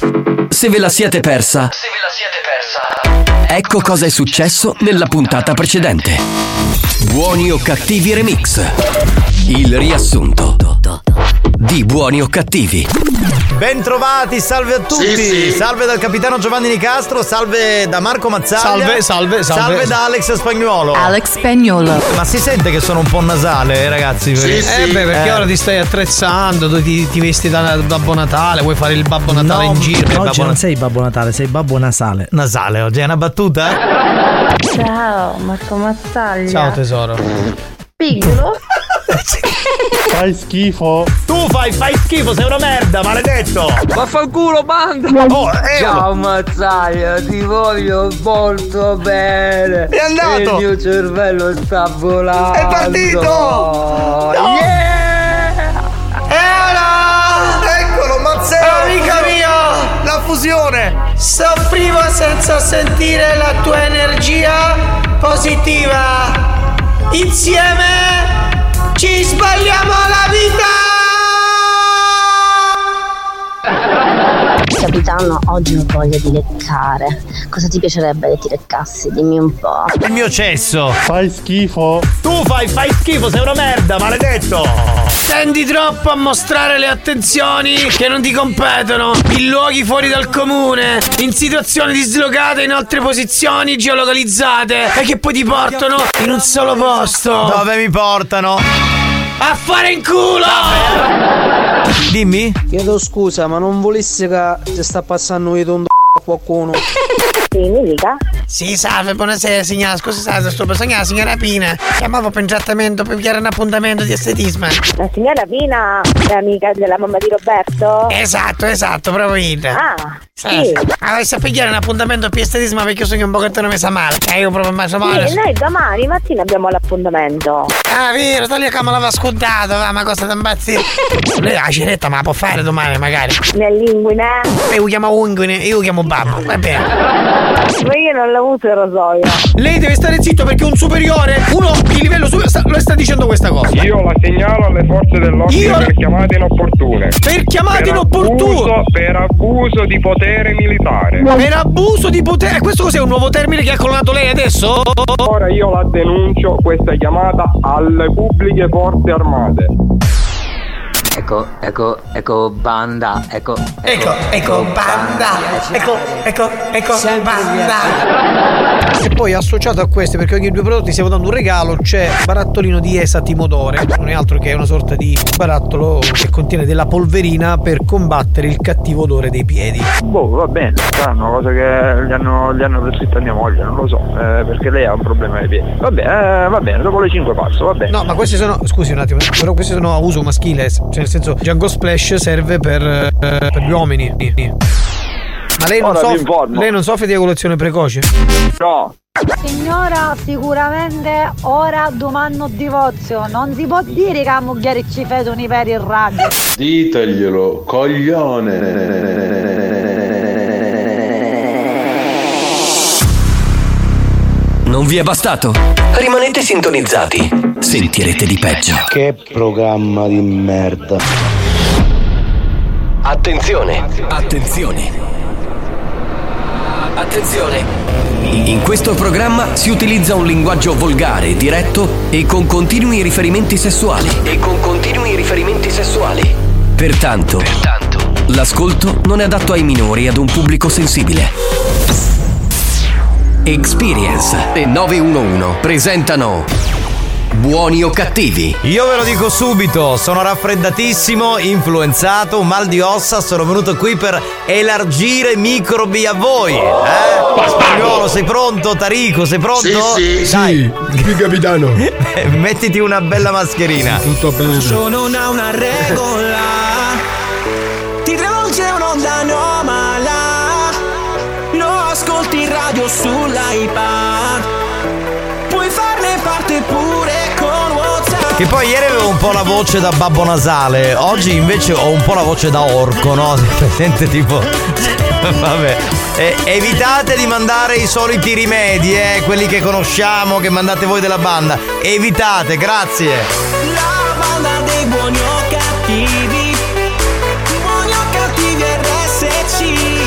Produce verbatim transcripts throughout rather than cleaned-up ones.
Se ve la siete persa, Se ve la siete persa, ecco cosa è successo nella puntata precedente. Buoni o cattivi remix. Il riassunto di Buoni o cattivi. Bentrovati, salve a tutti. Sì, sì. Salve dal capitano Giovanni Nicastro, salve da Marco Mazzaglia. Salve, salve, salve. Salve da Alex Spagnuolo. Alex Spagnuolo. Ma si sente che sono un po' nasale, eh, ragazzi? Sì, Perché- sì. Eh beh, perché Eh. ora ti stai attrezzando, tu ti, ti vesti da Babbo Natale, vuoi fare il Babbo Natale No, in giro. no, il Oggi Oggi Babbo non sei Babbo Natale, sei Babbo Nasale. Nasale, oggi è una battuta? Ciao, Marco Mazzaglia. Ciao tesoro. Piccolo. Fai schifo. Tu fai, fai schifo, sei una merda, maledetto. Vaffanculo, banda! Oh, eh, Ciao Mazzaglia, ti voglio molto bene. È andato. Il mio cervello sta volando. È partito. No. Yeah! Era! Eccolo, Mazzeo, amica mia, la fusione. Soffrivo senza sentire la tua energia positiva. Insieme ci sbagliamo la vita! Capitano, oggi ho voglia di leccare. Cosa ti piacerebbe che ti leccassi? Dimmi un po'. Il mio cesso. Fai schifo. Tu fai, fai schifo, sei una merda, maledetto. Tendi troppo a mostrare le attenzioni che non ti competono in luoghi fuori dal comune, in situazioni dislocate in altre posizioni geolocalizzate e che poi ti portano in un solo posto. Dove mi portano? A fare in culo! Dimmi. Chiedo scusa, ma non volessi che ti sta passando un tondo a qualcuno? Sì, mi dica. Sì, salve, buonasera signora, scusi, salve, sto per la signora Pina. Chiamavo per un trattamento per chiedere un appuntamento di estetismo. La signora Pina è amica della mamma di Roberto? Esatto, esatto, proprio io. Ah, Sì. sì. Allora, se pigliare un appuntamento per estetismo perché io sono un pochettino messa male. Eh, io proprio messa male. Sì, noi domani mattina abbiamo l'appuntamento. Ah, vero, sta lì che me l'aveva scontato, va, ma cosa da impazzire. Lei la ceretta me la può fare domani, magari. Nel linguine? E io chiamo Unguine, io chiamo Babbo, va bene. Ma io non l'ho avuto il rosario. Lei deve stare zitto perché un superiore, uno di livello superiore, sta, le sta dicendo questa cosa. Io la segnalo alle forze dell'ordine Io- per chiamate inopportune. Per chiamate Per inopportune. abuso- Per abuso di potere militare. Per abuso di potere. Questo cos'è un nuovo termine che ha colonato lei adesso? Ora io la denuncio questa chiamata alle pubbliche forze armate. Ecco, ecco, ecco, banda, ecco. Ecco, ecco, banda. Ecco, ecco, ecco, banda. E poi associato a queste, perché ogni due prodotti stiamo dando un regalo, c'è barattolino di Esa Timodore. Non è altro che una sorta di barattolo che contiene della polverina per combattere il cattivo odore dei piedi. Boh, va bene, è una cosa che gli hanno, gli hanno prescritto a mia moglie, non lo so, eh, perché lei ha un problema ai piedi. Va bene, eh, va bene, dopo le cinque passo, va bene. No, ma questi sono. Scusi un attimo, però questi sono a uso maschile. Cioè, nel senso, Jungle Splash serve per, eh, per gli uomini. Ma lei non, Ora vi soff- informo. lei non soffre di eiaculazione precoce? No, Signora, sicuramente ora domando divorzio. Non si può dire che a moglie ci vedono i peri in radio. Diteglielo, coglione. Non vi è bastato? Rimanete sintonizzati. Sentirete di peggio. Che programma di merda. Attenzione. Attenzione. Attenzione. In questo programma si utilizza un linguaggio volgare, diretto e con continui riferimenti sessuali. E con continui riferimenti sessuali. Pertanto, Pertanto, l'ascolto non è adatto ai minori e ad un pubblico sensibile. Experience e nove uno uno presentano Buoni o cattivi? Io ve lo dico subito, sono raffreddatissimo, influenzato, un mal di ossa, sono venuto qui per elargire microbi a voi. Eh? Spagnolo, sei pronto? Tarico, sei pronto? Sì, sì. Dai. Sì, capitano. Mettiti una bella mascherina. Tutto bene. Non ha una regola, ti travolge un'onda anomala, lo ascolti in radio sull'iPad, puoi farne parte pure con WhatsApp. Che poi ieri avevo un po' la voce da babbo nasale, oggi invece ho un po' la voce da orco, no? Presente tipo. Vabbè. E, evitate di mandare i soliti rimedi, eh, quelli che conosciamo, che mandate voi della banda. Evitate, grazie. La banda dei buoni o cattivi, buoni o cattivi R S C.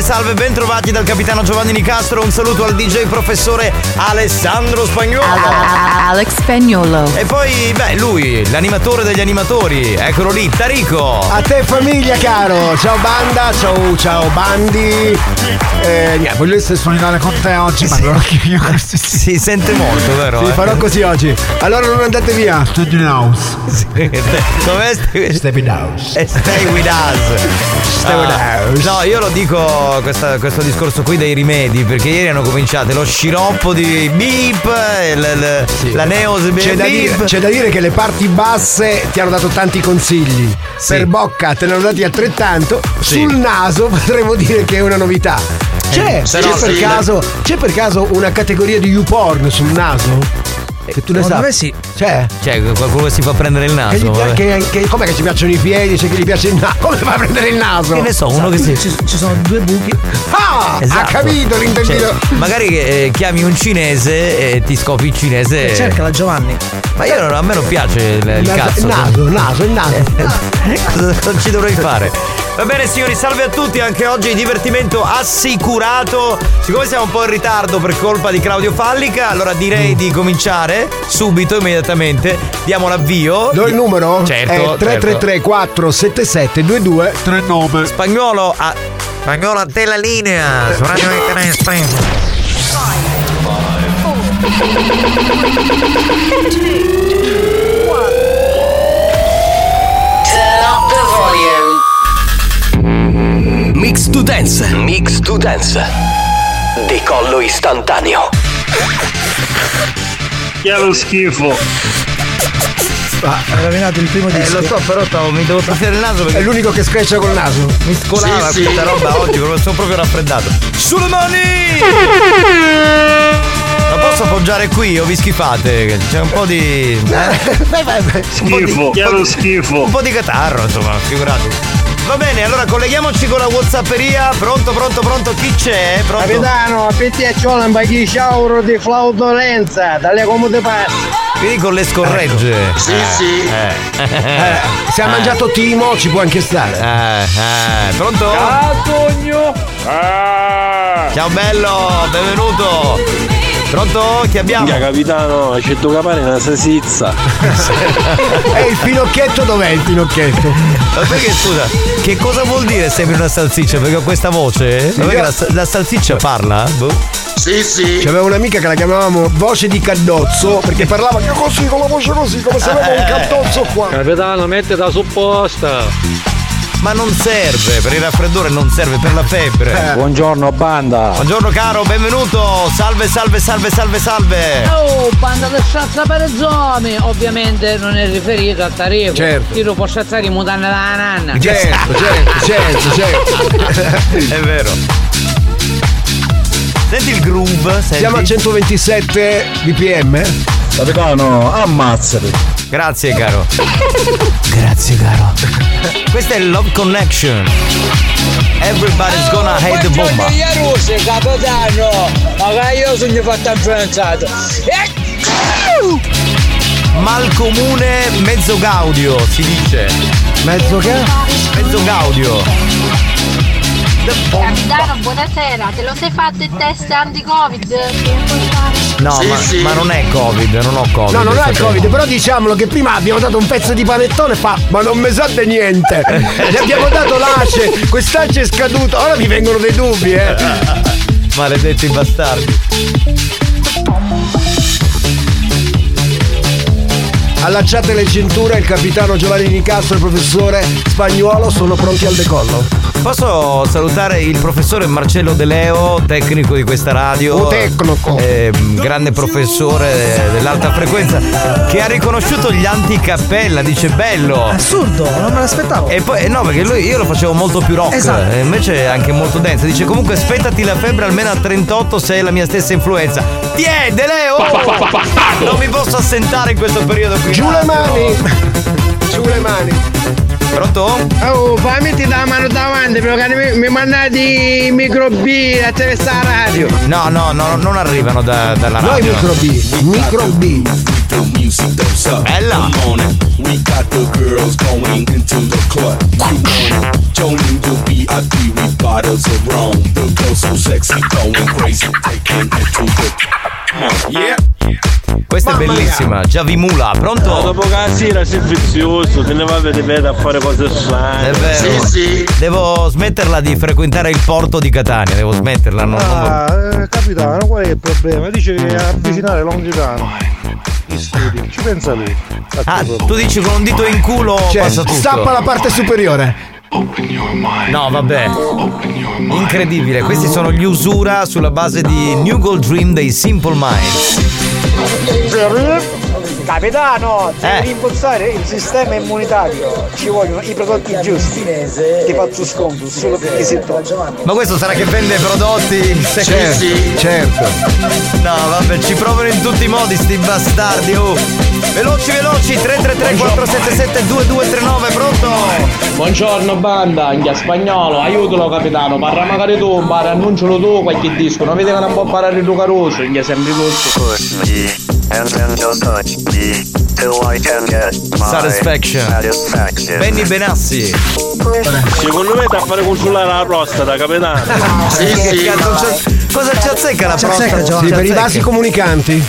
salve salve, ben trovati dal capitano Giovanni Nicastro. Un saluto al D J professore Alessandro Spagnolo. Alex Spagnolo. E poi, beh, lui, l'animatore degli animatori, eccolo lì, Tarico. A te famiglia caro, ciao banda, ciao ciao bandi. Eh, niente, voglio essere solidale con te oggi, ma allora che io si sente molto, vero? Sì, eh? farò così oggi. Allora non andate via. Stay in house. Com'è? Stay in house. E stay with us. Stay with us. No, io lo dico questa, questo discorso qui dei rimedi, perché ieri hanno cominciato lo sciroppo di beep, il, il, sì. la neos c'è da, dire, c'è da dire che le parti basse ti hanno dato tanti consigli. Sì. Per bocca te ne hanno dati altrettanto. Sì. Sul naso potremmo dire che è una novità. C'è, c'è, per sì. caso, c'è per caso una categoria di YouPorn sul naso? Che tu ne sai? Sì. C'è? C'è qualcuno che si fa prendere il naso. Che, che, che, com'è che ci piacciono i piedi? C'è chi gli piace il naso? Come fa a prendere il naso? Che ne so, uno che si. Ci, ci sono due buchi. Ah! Esatto. Ha capito l'intendito. Cioè, magari eh, chiami un cinese e ti scopri il cinese. E cerca la Giovanni. Ma io non, a me non piace il, il naso, cazzo. Il naso, il naso, il naso. Cosa, cosa ci dovrei fare? Va bene signori, salve a tutti, anche oggi divertimento assicurato. Siccome siamo un po' in ritardo per colpa di Claudio Fallica, allora direi mm. di cominciare subito, immediatamente. Diamo l'avvio. Do il numero? Certo. È tre tre tre quattro sette sette due due tre nove. Spagnolo a Spagnolo a te la linea su Radio Internet Espresso. Mix to Dance. Mix to Dance. Decollo istantaneo. Che lo schifo. Ah, hai rovinato il primo disco. Eh lo so, però stavo, mi devo togliere il naso perché è l'unico che screccia col naso. Mi scolava sì, questa sì. roba oggi, sono proprio raffreddato. Sulle mani! Ma posso appoggiare qui o vi schifate? C'è un po' di. Eh? Vai, vai, vai. Schifo, chiaro schifo. Un po' di catarro, insomma, figurati. Va bene, allora colleghiamoci con la WhatsApperia. Pronto, pronto, pronto, chi c'è? Pronto? Capitano, a P T e Ciolan baghi sciauro di flautolenza, dalle comode passi. Quindi con le scorregge. Ecco. Sì, eh, sì. Eh. Eh. Se ha mangiato Timo ci può anche stare. Eh, eh. Pronto? Cazogno. Ah. Ciao bello, benvenuto. Pronto? Chi abbiamo? Minchia, capitano, c'è tu capare una salsiccia. E il finocchietto dov'è il finocchietto? Ma perché scusa, che cosa vuol dire sembri una salsiccia? Perché ho questa voce? Ma perché la, la salsiccia parla? Boh. Sì, sì. C'aveva un'amica che la chiamavamo voce di caddozzo perché parlava così, con la voce così, come se aveva un caddozzo qua. Capitano, mettete supposta. Ma non serve, per il raffreddore non serve, per la febbre. Eh. Buongiorno banda. Buongiorno caro, benvenuto. Salve, salve, salve, salve, salve. Oh, banda del Sciazza Perezzoni. Ovviamente non è riferito a Tarico. Certo. Io lo posso alzare in mutanda dalla nanna. Certo, certo, certo, certo. È vero. Senti il groove, senti? Siamo a centoventisette B P M. Capitano, ammazzati. Grazie caro. Grazie caro. Questa è Love Connection. Everybody's gonna hate the bomba. Russe, capitano. Magari io sono fatto influenzato. Malcomune mezzo gaudio si dice. Mezzo che? Mezzo gaudio. Capitano, buonasera, te lo sei fatto il test anti-covid? No, sì, ma, sì. ma non è Covid, non ho Covid. No, non è il Covid, però diciamolo che prima abbiamo dato un pezzo di panettone e fa, ma non mi sa di niente. Gli abbiamo dato l'Ace, quest'Ace è scaduto, ora mi vengono dei dubbi, eh. Maledetti bastardi. Allacciate le cinture, il capitano Giovanni Nicastro e il professore Spagnolo sono pronti al decollo. Posso salutare il professore Marcello De Leo, tecnico di questa radio. Oh, tecnico. Eh, grande professore dell'alta frequenza, che ha riconosciuto gli anticappella, dice bello. Assurdo, non me l'aspettavo. E poi, no, perché lui, io lo facevo molto più rock, esatto. E invece anche molto dance. Dice comunque aspettati la febbre almeno a trentotto se è la mia stessa influenza. Ti è De Leo! Non mi posso assentare in questo periodo qui. Giù le mani! Giù le mani! Pronto? Oh, fammi ti da mano davanti perché mi, mi mandati i microbi attraverso la radio. No, no, no, non arrivano da, dalla radio. Noi microbi, microbi. Bella. We got the girls going into the club. Joining the V I P with bottles of rum. The girls so sexy, going crazy, taking it to the yeah. Questa Mamma è bellissima, mia. Già vi mula, pronto? No, dopo che la sera sei vizioso, te ne va a vedere a fare cose strane. È vero. Sì, sì. Devo smetterla di frequentare il porto di Catania, devo smetterla. Non, ah, non... Eh, capitano, qual è il problema? Dice che avvicinare Longitano. Studi. Ci pensa lui. Ah, tu dici con un dito in culo cioè, passa tutto. Stappa la parte superiore. No, vabbè. Incredibile, questi sono gli Usura sulla base di New Gold Dream dei Simple Minds. Capitano, devi Eh. rimbozzare il sistema immunitario. Ci vogliono i prodotti giusti. Ti faccio sconto solo perché sei tu. Ma questo sarà che vende prodotti Certo, sì. certo. No, vabbè, ci provano in tutti i modi sti bastardi. Oh. Veloci, veloci, tre tre tre quattro sette sette due due tre nove, pronto? Buongiorno banda, in spagnolo, aiutalo capitano, parla magari tu, pare annuncialo tu qualche disco, non vedi che non può parlare tu caruso, in sempre tutto. And then just touch me till I can get my Satisfaction. satisfaction. Benny Benassi. Secondo me da fare consulare la prostata, capitano. Sì, sì. Cazzo, c'è- cosa ci azzecca la Ci prostata? azzecca, Giovanni. Sì, per i vasi comunicanti.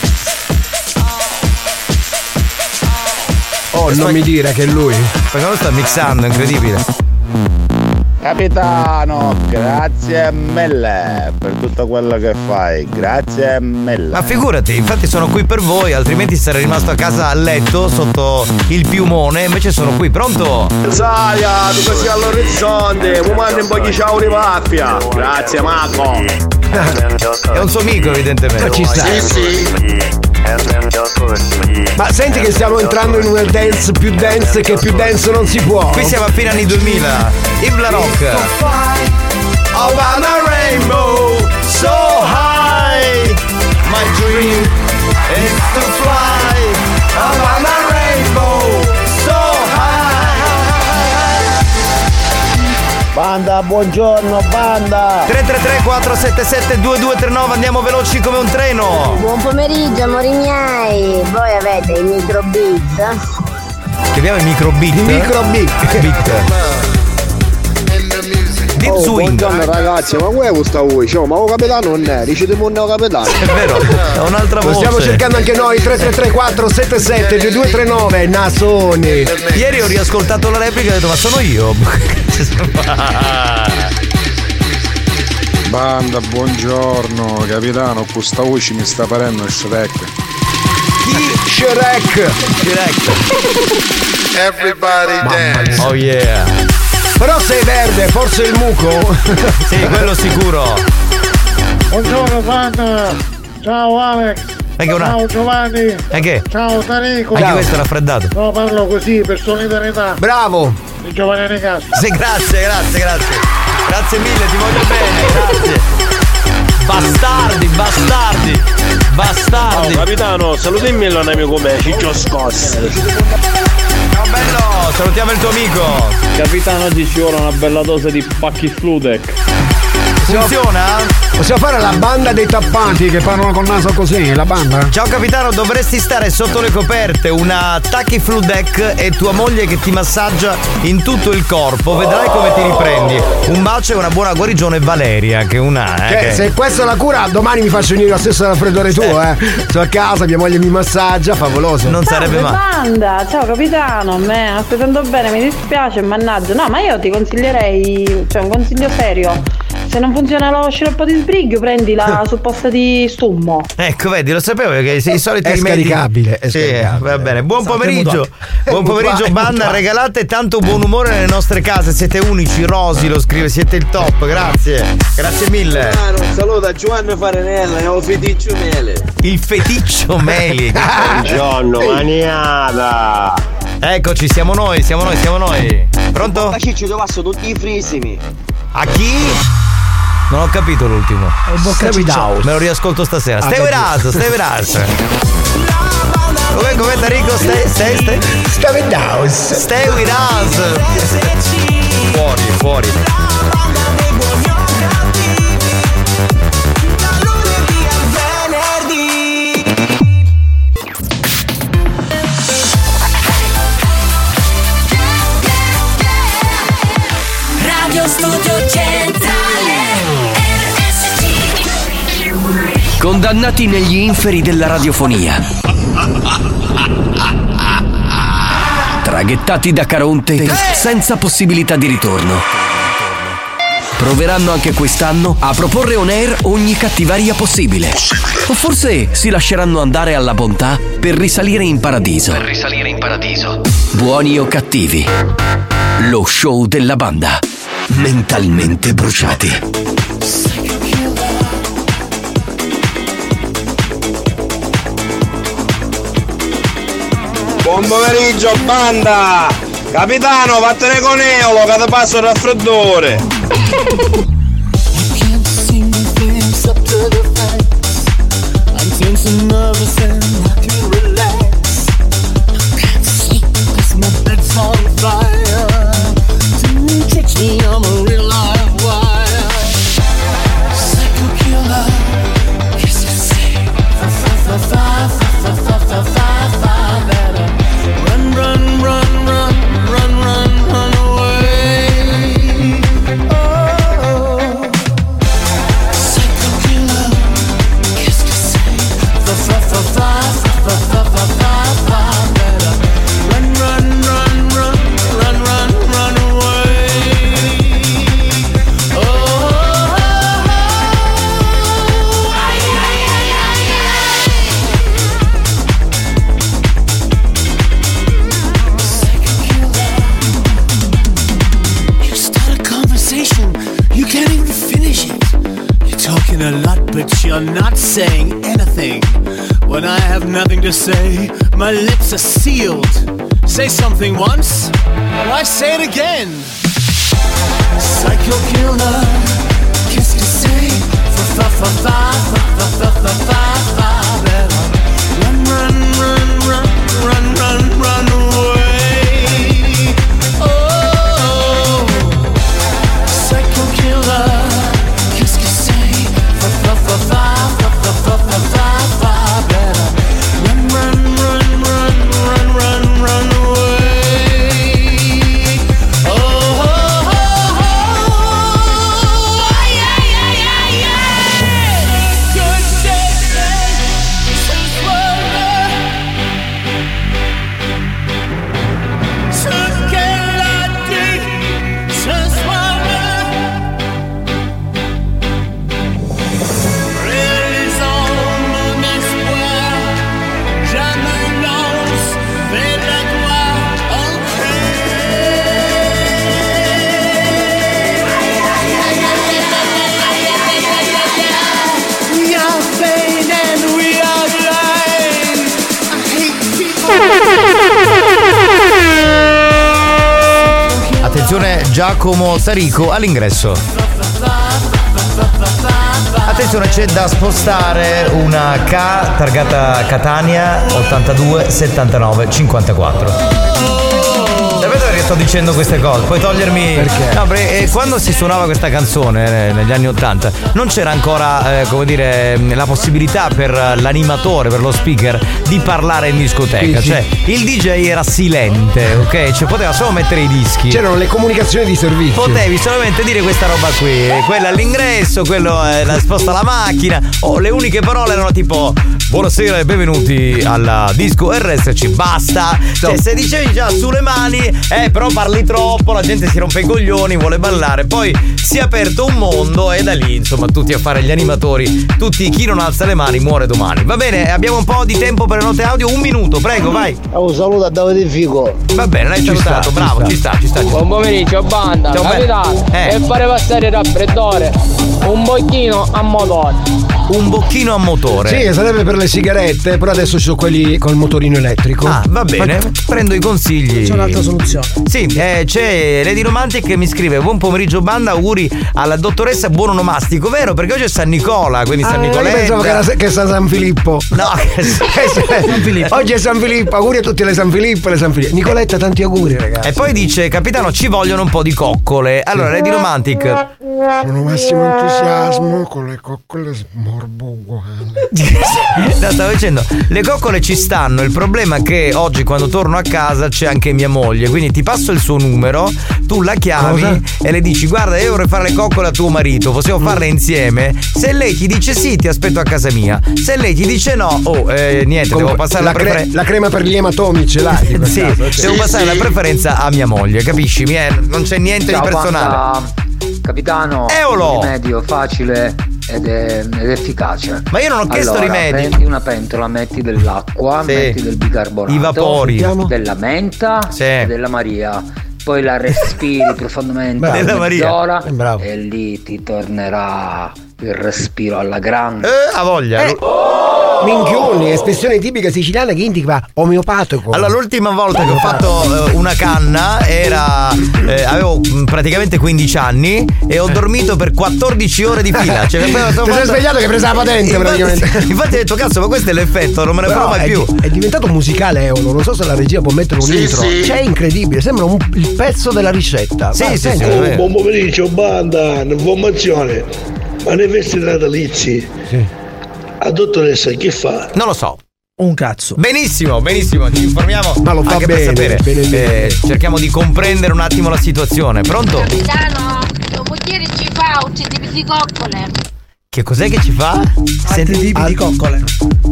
Oh, non mi dire che è lui. Perché lo sta mixando, incredibile. Capitano, grazie mille per tutto quello che fai, grazie mille. Ma figurati, infatti sono qui per voi, altrimenti sarei rimasto a casa a letto sotto il piumone, invece sono qui, pronto? Zaia, tu così all'orizzonte, mi mandi un po' di ciao di pappia. Grazie Marco. È un suo amico evidentemente. Ma ci sta. Sì, sì. Ma senti che stiamo entrando in una dance più dance che più dance non si può. Qui siamo a fine anni duemila. Ibla Rock. Over the rainbow, so high. My dream is to fly over the rainbow, so high. Banda, buongiorno, banda. tre tre tre quattro sette sette due due tre nove, andiamo veloci come un treno. Buon pomeriggio amori miei, voi avete i microbeat? Che abbiamo i microbeat. I microbeat. Beat. Deep Oh, swing. buongiorno ragazzi, ma quello sta voce, oh, ma lo capitano non è, dice di non capitano. È vero, è un'altra Lo voce. stiamo cercando anche noi. Tre tre tre quattro sette sette due due tre nove. Nasoni. Ieri ho riascoltato la replica e ho detto ma sono io. Banda, buongiorno, capitano, questa voce mi sta parendo Shrek. Chi? Shrek. Shrek. Everybody dance. Oh yeah. Però sei verde, forse il muco. Sì, quello sicuro. Buongiorno banda. Ciao Alex. Anche una... Ciao Giovanni. E che? Ciao Tarico. Anche questo è raffreddato. No, parlo così per solidarietà. Bravo. Di Giovanni Nicastro. Sì, grazie, grazie, grazie. Grazie mille, ti voglio bene, grazie. Bastardi, bastardi, bastardi. Oh, capitano, salutami il amico me, Ciccio Scosse. Ciao bello, salutiamo il tuo amico. Capitano, oggi ci vuole una bella dose di pacchi Fludec. Funziona? Possiamo fare la banda dei tappanti che parlano col naso così, la banda? Ciao capitano, dovresti stare sotto le coperte, una Tacchi Fludec e tua moglie che ti massaggia in tutto il corpo, vedrai come ti riprendi. Un bacio e una buona guarigione Valeria, che una, eh. Cioè, che... se questa è la cura, domani mi faccio venire lo stesso raffreddore tuo, eh. Sono a casa, mia moglie mi massaggia, favoloso. Non sarebbe male. Banda, ciao capitano, me stai andando bene, mi dispiace, mannaggia. No, ma io ti consiglierei, cioè un consiglio serio. Se non funziona lo sciroppo di sbriglio, prendi la supposta di stummo. Ecco, vedi, lo sapevo che i soliti È rimedi- scaricabile, è sì, scaricabile. va bene. Buon Salve pomeriggio. mutuale. Buon pomeriggio, Mutuale, banda. mutuale. Regalate tanto buon umore nelle nostre case. Siete unici, Rosi lo scrive, siete il top. Grazie. Grazie mille. Saluta Giovanni Farinella e il feticcio Mele. Il feticcio Meli. Buongiorno, maniata. Eccoci, siamo noi, siamo noi, siamo noi. Pronto? Ma Ciccio, ti passo tutti i frisimi. A chi? Non ho capito l'ultimo. Bocca Stay with Ciccio. us. Me lo riascolto stasera. Ah, Stay with capito. us, stay with us. Come come Tarico? Stay, stay, stay. Stay with us. Stay with us. Fuori, fuori. Radio Studio Centrale R S C. Condannati negli inferi della radiofonia. Traghettati da Caronte senza possibilità di ritorno. Proveranno anche quest'anno a proporre on air ogni cattiveria possibile. O forse si lasceranno andare alla bontà per risalire in paradiso. Per risalire in paradiso. Buoni o cattivi. Lo show della banda. Mentalmente bruciati. Buon pomeriggio banda! Capitano, vattene con Eolo che ti passo il raffreddore! You're not saying anything when I have nothing to say. My lips are sealed. Say something once, why say it again? Psycho killer, qu'est-ce que c'est? Fa fa fa fa fa fa fa fa. Run run run run run run run away. Oh, psycho killer. Attenzione Giacomo Tarico all'ingresso. Attenzione, c'è da spostare una K targata Catania ottantadue settantanove cinquantaquattro. Sapete perché sto dicendo queste cose? Puoi togliermi. Perché? No, perché eh, quando si suonava questa canzone eh, negli anni ottanta non c'era ancora eh, come dire la possibilità per l'animatore, per lo speaker di parlare in discoteca. Sì, cioè sì. il D J era silente, ok? Cioè poteva solo mettere i dischi. C'erano le comunicazioni di servizio. Potevi solamente dire questa roba qui, quella all'ingresso, quello eh, la sposta la macchina. O oh, le uniche parole erano tipo buonasera e benvenuti alla disco R S C. Basta. Cioè se dicevi già sulle mani, eh però parli troppo, la gente si rompe i coglioni, vuole ballare. Poi si è aperto un mondo e da lì insomma tutti a fare gli animatori, tutti, chi non alza le mani muore domani. Va bene, abbiamo un po' di tempo per le note audio, un minuto, prego, vai. Un saluto a Davide Figo. Va bene, l'hai salutato, sta, bravo, ci ci sta. sta, ci sta. Ci sta. Buon pomeriggio banda, Ciao, capitano, eh. per fare passare il raffreddore un bocchino a motore. un bocchino a motore. Sì, sarebbe per le sigarette, però adesso ci sono quelli col motorino elettrico. Ah, va bene, Ma... prendo i consigli. C'è un'altra soluzione. Sì, eh, c'è Lady Romantic che mi scrive: buon pomeriggio banda, auguri alla dottoressa, buon onomastico, vero? Perché oggi è San Nicola, quindi ah, San Nicoletta. Io pensavo che era che è San Filippo. No, che San Filippo. Oggi è San Filippo, auguri a tutte le San Filippo e le San Filippo. Nicoletta, tanti auguri, ragazzi. E poi dice: capitano, ci vogliono un po' di coccole. Allora, Lady Romantic. Sono massimo entusiasmo con le coccole smorbo uguali. No, stavo dicendo, le coccole ci stanno. Il problema è che oggi quando torno a casa c'è anche mia moglie, quindi ti passo il suo numero, tu la chiami Cosa? e le dici: guarda, io vorrei fare le coccole a tuo marito, possiamo mm. farle insieme? Se lei ti dice sì, ti aspetto a casa mia. Se lei ti dice no, oh eh, niente, Comunque, devo passare la, la preferenza. Cre- la crema per gli ematomi ce l'hai. Sì, caso, okay. devo sì, passare sì. la preferenza a mia moglie, capisci? Non c'è niente Ciao, di personale. Panda. Capitano, Eolo. un rimedio facile ed, è, ed efficace. Ma io non ho chiesto allora, rimedi. Prendi una pentola, metti dell'acqua, sì. metti del bicarbonato, i vapori, della menta sì. e della Maria. Poi la respiri profondamente per mezz'ora Maria. e lì ti tornerà il respiro alla grande. Eh, a voglia. Eh. Minchioni, espressione tipica siciliana che indica omeopatico. Allora, l'ultima volta che ho fatto eh, una canna era eh, avevo praticamente quindici anni e ho dormito per quattordici ore di fila. Cioè, ti sei svegliato che hai preso la patente praticamente. Infatti ho detto: cazzo, ma questo è l'effetto, non me ne farò mai è più. Di, è diventato musicale Eolo, non so se la regia può mettere un sì, intro. Sì. Cioè, è incredibile, sembra un, il pezzo della ricetta. Sì, Va, sì, sì, oh, buon pomeriggio, banda, informazione. Ma nei vestiti natalizi? Sì. La dottoressa che fa? Non lo so. Un cazzo. Benissimo, benissimo, ci informiamo. Ma lo fa anche bene, per sapere. Bene, bene. Eh, cerchiamo di comprendere un attimo la situazione. Pronto? Capitano, un bicchiere ci fa un tipi di coccole. Che cos'è che ci fa? Senti tipi al... di coccole.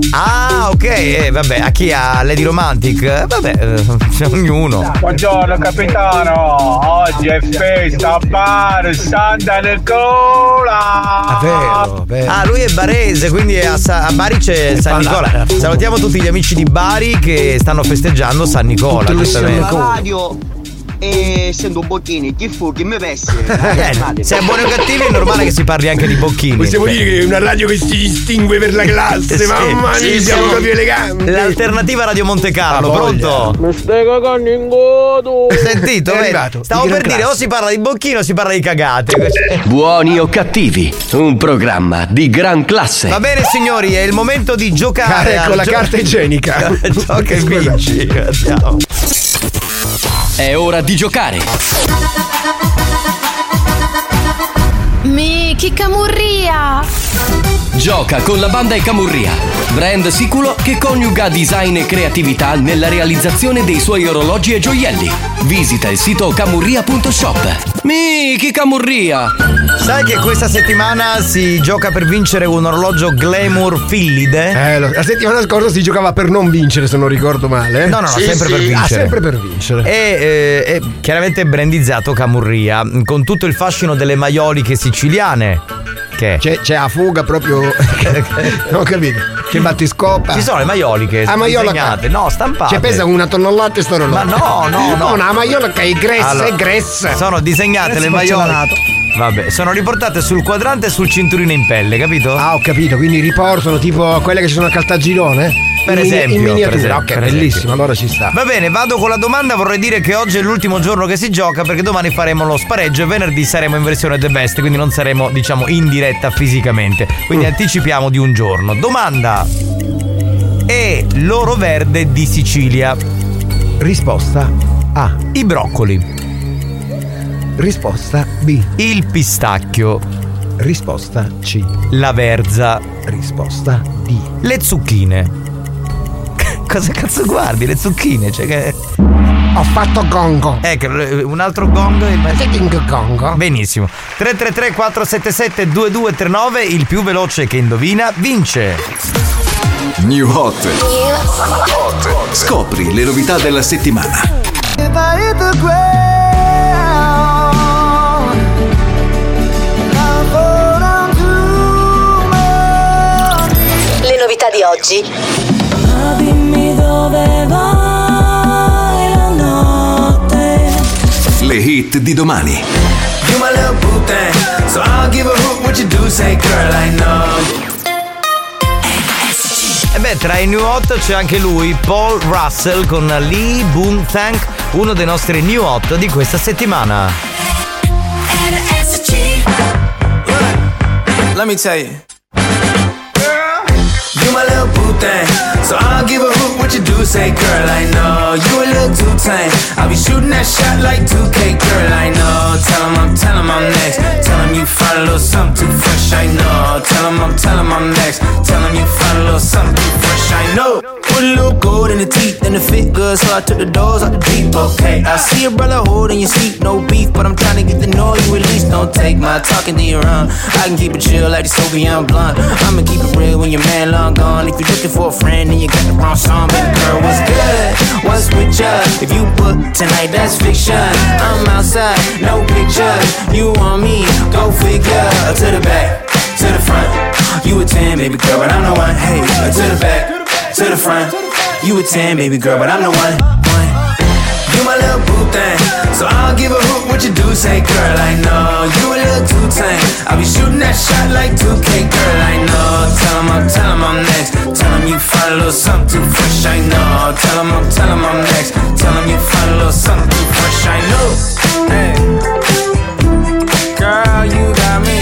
Ah, ok, eh, vabbè, a chi ha Lady Romantic? Vabbè, eh, ognuno. Buongiorno capitano, oggi è festa a bar Santa Nicola. Ah, vero, vero. Ah, lui è barese, quindi a, Sa- a Bari c'è San Nicola. Salutiamo tutti gli amici di Bari che stanno festeggiando San Nicola. La radio e essendo bocchini, chi fu, chi mi pessi? Eh, se è buoni o cattivi è normale che si parli anche di bocchini. Possiamo dire che è una radio che si distingue per la classe, sì, mamma mia, sì, siamo proprio eleganti. L'alternativa Radio Monte Carlo, pronto? Mi stai cagando in godo. Sentito, stavo per dire o si parla di bocchino o si parla di cagate. Buoni o cattivi, un programma di gran classe. Va bene signori, è il momento di giocare con la gio- carta igienica. Gioca e vinci. Andiamo. È ora di giocare. Mi chi camurria. Gioca con la banda e Camurria, brand sicuro che coniuga design e creatività nella realizzazione dei suoi orologi e gioielli. Visita il sito camurria punto shop. Michi Camurria! Sai che questa settimana si gioca per vincere un orologio Glamour Fillide? Eh, la settimana scorsa si giocava per non vincere, se non ricordo male. No, no, no, sì, sempre sì. per vincere. Ah, sempre per vincere. E eh, è chiaramente brandizzato Camurria, con tutto il fascino delle maioliche siciliane. Che? C'è, c'è a fuga proprio. Non ho capito. C'è il battiscopa. Ci sono le maioliche. Ah, disegnate, no, stampate. Cioè pesa una tonnellata sto orologio. Ma no, no, no. Una maiolica è gressa, allora, è gressa. Sono disegnate le maioliche. Vabbè, sono riportate sul quadrante e sul cinturino in pelle, capito? Ah, ho capito, quindi riportano tipo quelle che ci sono a Caltagirone? Per in, esempio, in miniatura. per esempio, ok, per bellissimo, esempio. Allora ci sta. Va bene, vado con la domanda. Vorrei dire che oggi è l'ultimo giorno che si gioca, perché domani faremo lo spareggio e venerdì saremo in versione The Best, quindi non saremo, diciamo, in diretta fisicamente. Quindi mm. anticipiamo di un giorno. Domanda: è l'oro verde di Sicilia? Risposta A. I broccoli. Risposta B. Il pistacchio. Risposta C. La verza. Risposta D. Le zucchine. Cosa cazzo guardi? Le zucchine? Cioè che... Ho fatto gongo. Ecco, un altro gong. Il... gongo. Benissimo. tre tre tre quattro sette sette due due tre nove. Il più veloce che indovina vince. New Hot. Scopri le novità della settimana. Le novità di oggi. Ma dimmi dove vai la notte. Le hit di domani. You my little boo thing, so I'll give a hoot what you do, say girl I know. Beh, tra i new hot c'è anche lui, Paul Russell con Lee Boon Thank, uno dei nostri new hot di questa settimana. Let me tell you. You my little boo thing, so I don't give a hoot what you do. Say, girl, I know you a little too tame. I'll be shooting that shot like two K, girl, I know. Tell him I'm, tell him I'm next. Tell him you find a little something too fresh, I know. Tell him I'm, tell him I'm next. Tell him you find a little something too fresh, I know. Put a little gold in the teeth and the fit good, so I took the doors out the deep. Okay, I see a brother holding your seat, no beef, but I'm trying to get to know you at least. Don't take my talking to your own. I can keep it chill like the Soviet blunt. I'ma keep it real when your man long gone. If you're looking for a friend and you got the wrong song, baby girl, what's good? What's with ya? If you book tonight, that's fiction. I'm outside, no pictures. You want me? Go figure. To the back, to the front. You a ten, baby girl, but I'm the one. Hey, to the back, to the front. You a ten, baby girl, but I'm the one. one. You my little boo thing, so I don't give a hoot what you do. Say, girl, I know you a little too tame. I'll be shooting that shot like two K, girl, I know. Tell him I'm, tell him I'm next. Tell him you find a little something too fresh, I know. Tell him I'm, tell him I'm next. Tell him you find a little something too fresh, I know. Hey, girl, you got me.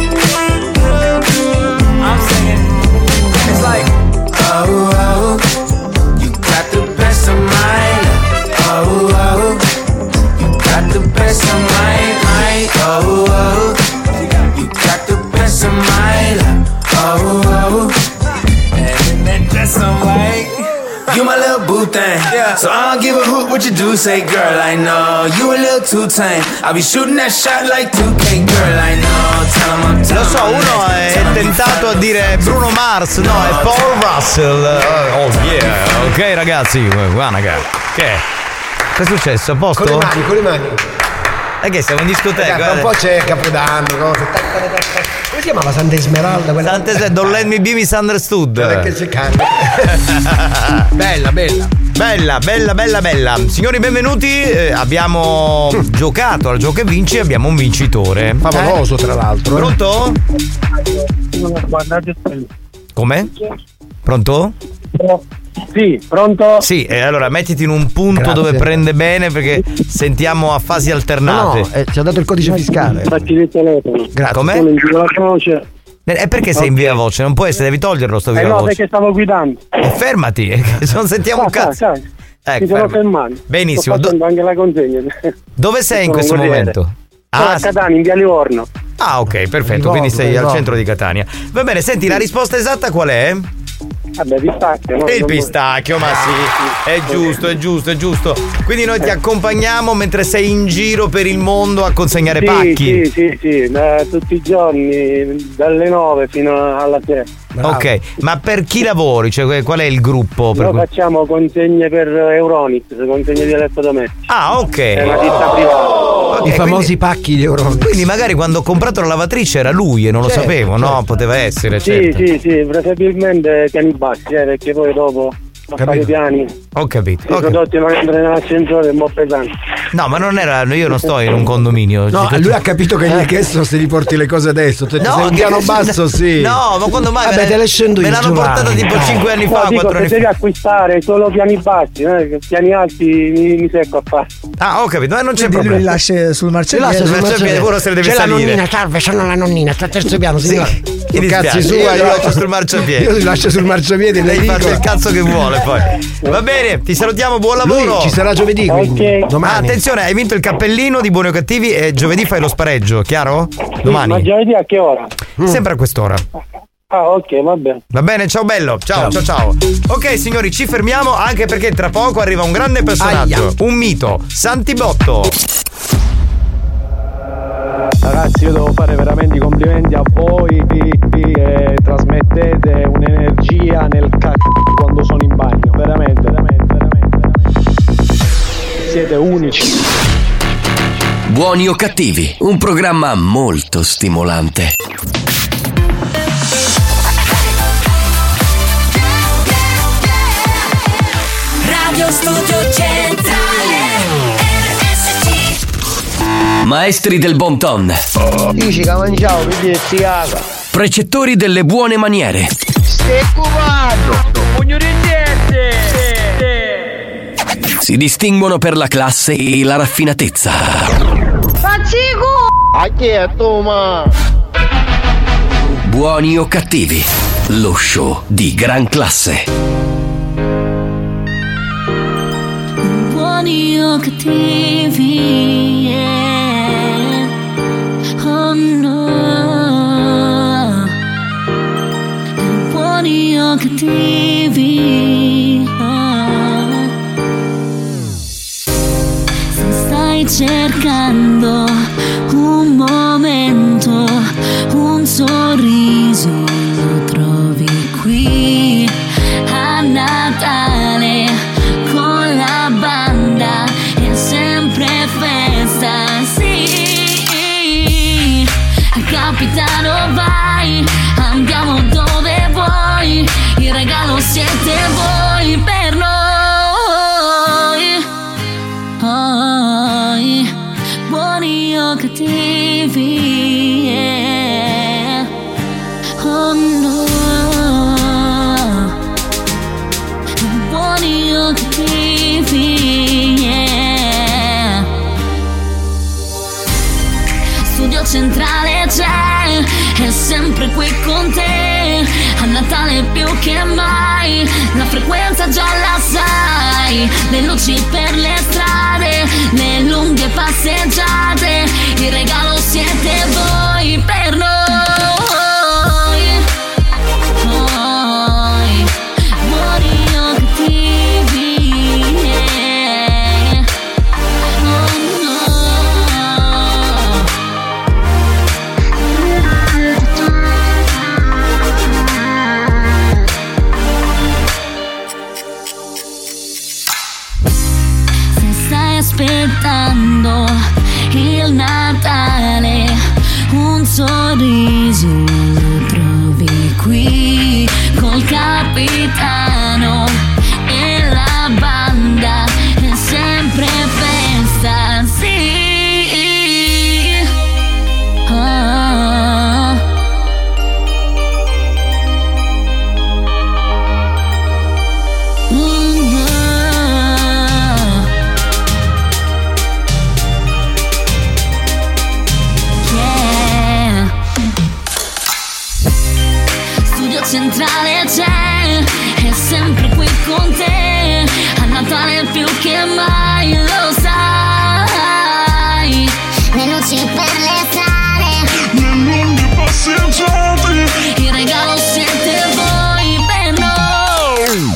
I'm singing. It's like, oh, oh, you got the best of mine. Oh, oh, you got the best of mine, mine. Oh, oh, you got the best of mine. Oh, oh, and that dress I'm like, you my little boo thing, yeah. So I don't give a hoot what you do. Say, girl, I know you a little too tame. I'll be shooting that shot like two K, girl, I know. Tell him I'm, tell Lo so, uno è tentato a dire Bruno Mars, no, è Paul Russell. Oh yeah, ok ragazzi, guarda che che è successo? A posto? Con le mani, con le mani. E che siamo in discoteca? Ragazzi, un po' c'è Capodanno, cose. Come si chiamava? Santa Esmeralda? Quella... Santa Esmeralda, Don't Let Me Be Misunderstood. Perché c'è canta. Bella, bella. Bella, bella, bella, bella. Signori, benvenuti. Eh, abbiamo giocato al Gioco e Vinci e abbiamo un vincitore. Favoloso, tra l'altro. Pronto? Come? Pronto? Sì, pronto? Sì, e allora mettiti in un punto Grazie. dove prende bene perché sentiamo a fasi alternate. No, eh, ti ho dato il codice fiscale. Fatti il telefono. Grazie. Come? E perché sei in via voce? Non può essere, devi toglierlo sto via eh no, voce. perché stavo guidando. E fermati, se non sentiamo ah, un cazzo. Sai, sai. Ecco, Mi sono fermato. Benissimo. Sto facendo anche la consegna. Dove sei in questo momento? Ah, a Catania, in via Livorno. Ah, ok, perfetto. Ricordo, quindi sei ricordo. al centro di Catania. Va bene, senti, la risposta esatta qual è? Vabbè, pistacchio, no? Il pistacchio, ma sì, è giusto, è giusto, è giusto. Quindi noi ti accompagniamo mentre sei in giro per il mondo a consegnare sì, pacchi. Sì, sì, sì, da, tutti i giorni, dalle nove fino alla sera. Bravo. Ok, ma per chi lavori? Cioè, qual è il gruppo? Per Noi cui... facciamo consegne per Euronics, consegne di elettrodomestici. Ah, ok. È una ditta privata. Okay, I famosi quindi, pacchi di Euronics. Quindi magari quando ho comprato la lavatrice era lui e non certo, lo sapevo, certo. no? Poteva essere, sì, certo. Sì, sì, preferibilmente piani bassi, eh, perché poi dopo fare i piani. Ho capito. I prodotti non entrano nell'ascensore, è un po' pesante. No, ma non era. Io non sto in un condominio. No, lui ha capito che gli hai chiesto se gli porti le cose adesso. Tu no, sei un piano basso, sì. No, ma quando mai. Vabbè, te le scendo io. Me l'hanno portata tipo cinque anni no, fa, dico, quattro anni fa. Devi acquistare solo piani bassi, eh? Piani alti mi, mi secco a fare. Ah, ho capito, ma non c'è Quindi problema. Lui lascia sul marciapiede. Sul marciapiede, pure se deve c'è salire. la nonnina, salve, sono la nonnina, sta al terzo piano, sì. Che cazzi sua, io lo lascio sul marciapiede. Io li lascio sul marciapiede. Lei fa il cazzo che vuole poi. Va bene, ti salutiamo, buon lavoro. Lui ci sarà giovedì, quindi. Okay. Domani. Ah, attenzione, hai vinto il cappellino di Buoni o Cattivi e giovedì fai lo spareggio, chiaro? Domani. Ma giovedì a che ora? Sempre a quest'ora. Ah, ok, va bene. Va bene, ciao bello. Ciao, ciao, ciao. Ok, signori, ci fermiamo anche perché tra poco arriva un grande personaggio. Aia. Un mito, Santibotto. Ragazzi, io devo fare veramente i complimenti a voi che trasmettete un'energia nel c***o quando sono in bagno. Veramente, veramente, veramente, veramente. Siete unici. Buoni o Cattivi, un programma molto stimolante. Radio Studio Centrale R S C. Maestri del bon ton. Dici che mangiavo, vedi, si caga. Precettori delle buone maniere. Stai cubando, pugno di niente. Si distinguono per la classe e la raffinatezza. Faccico! A chi è tu, ma? Buoni o cattivi, lo show di gran classe. Buoni o cattivi, yeah. Oh no. Buoni o cattivi, oh. Se stai cercando un momento, un sorriso, lo trovi qui a Natale con la banda, è sempre festa, sì. Capitano vai, andiamo dove vuoi, il regalo siete voi per noi. Oh, buoni o cattivi, yeah. Oh no. Buoni o cattivi, yeah. Studio centrale c'è, è sempre qui con te. A Natale più che mai, la frequenza già la sai. Le luci per le strade, le lunghe passeggiate, il regalo siete voi per noi. Aspettando il Natale, un sorriso lo trovi qui col capitano e la banda, è sempre festa, sì. Oh. Mm-hmm. Centrale c'è, è sempre qui con te. A Natale più che mai, lo sai. Le luci per le strade, le lunghe passeggiate, il regalo siete voi per noi.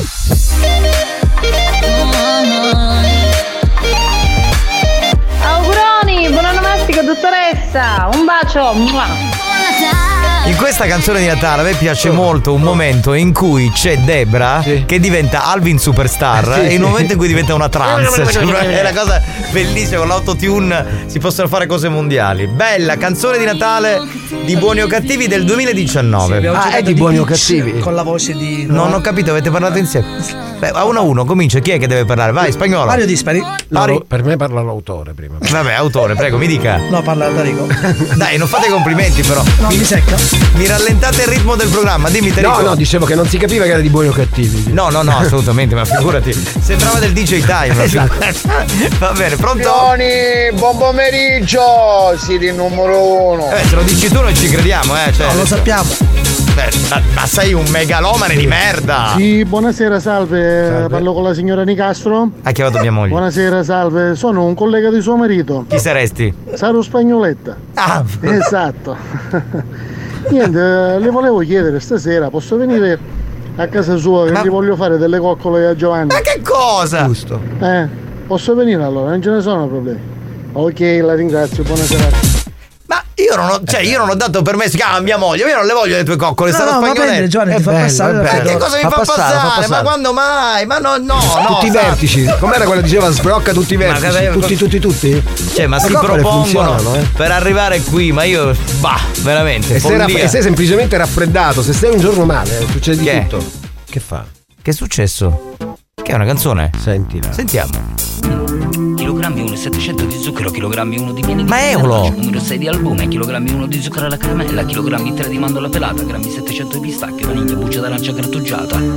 Auguroni, buona nomastica dottoressa, un bacio. In questa canzone di Natale a me piace molto un momento in cui c'è Debra sì. che diventa Alvin Superstar sì, e in un momento in cui diventa una trans. Cioè, è una cosa bellissima, con l'autotune si possono fare cose mondiali. Bella canzone di Natale di Buoni o Cattivi del duemiladiciannove. Sì, ah, è di Buoni o Cattivi? Con la voce di... No? Non ho capito, avete parlato insieme? Beh, a uno a uno, comincia. Chi è che deve parlare? Vai, spagnolo. Mario Dispari. No, per me parla l'autore prima. Vabbè, autore, prego, mi dica. No, parla Tarico. Dai, non fate complimenti però. No, mi, mi secca. Mi rallentate il ritmo del programma, dimmi Tarico. No, no, dicevo che non si capiva che era di Buoni o Cattivi. No, no, no, assolutamente, ma figurati. Sembrava del D J Time. Esatto. Va bene, pronto? Buoni, buon pomeriggio, siete il numero uno. Eh, se lo dici tu noi ci crediamo, eh. Cioè, no, lo sappiamo. Beh, ma, ma sei un megalomane di merda. Sì, buonasera, salve. salve. Parlo con la signora Nicastro. Ha chiamato mia moglie. Buonasera, salve. Sono un collega di suo marito. Chi saresti? Saro Spagnoletta. Ah, esatto. Niente, le volevo chiedere stasera, posso venire a casa sua che ma... gli voglio fare delle coccole a Giovanni? Ma che cosa? Giusto. Eh, posso venire allora, non ce ne sono problemi. Ok, la ringrazio, buona serata. Ma io non ho, cioè io non ho dato permesso a mia moglie, io non le voglio le tue coccole, no, Saro no, Spagnoletta. Giovanni, ti fa bello, passare. Ma che cosa mi fa, fa, passare, passare? fa passare? Ma quando mai? Ma no, no, no. Tutti i vertici. Com'era quella che diceva sbrocca tutti i vertici? Ma tutti, tutti, tutti? Cioè, ma, ma si propongono eh? per arrivare qui, ma io, bah, veramente. E sei, raff- e sei semplicemente raffreddato, se stai un giorno male, succede di che? tutto. Che fa? Che è successo? Che è una canzone? Sentila. Sentiamo. Chilogrammi uno e settecento di zucchero, chilogrammi uno di miele di Ma euro! Numero sei di albume, chilogrammi uno di zucchero alla caramella, chilogrammi tre di mandorla pelata, grammi settecento di pistacchio, vaniglia, buccia d'arancia grattugiata.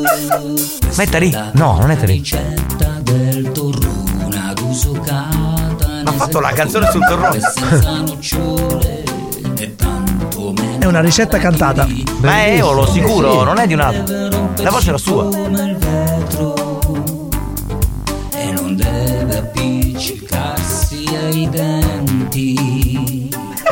Metta lì. No, non è lì. Ha fatto la canzone sul torrone. È una ricetta cantata. Ma è Eolo, sicuro, non è di un altro. La voce era sua. E non deve appiccicarsi ai denti.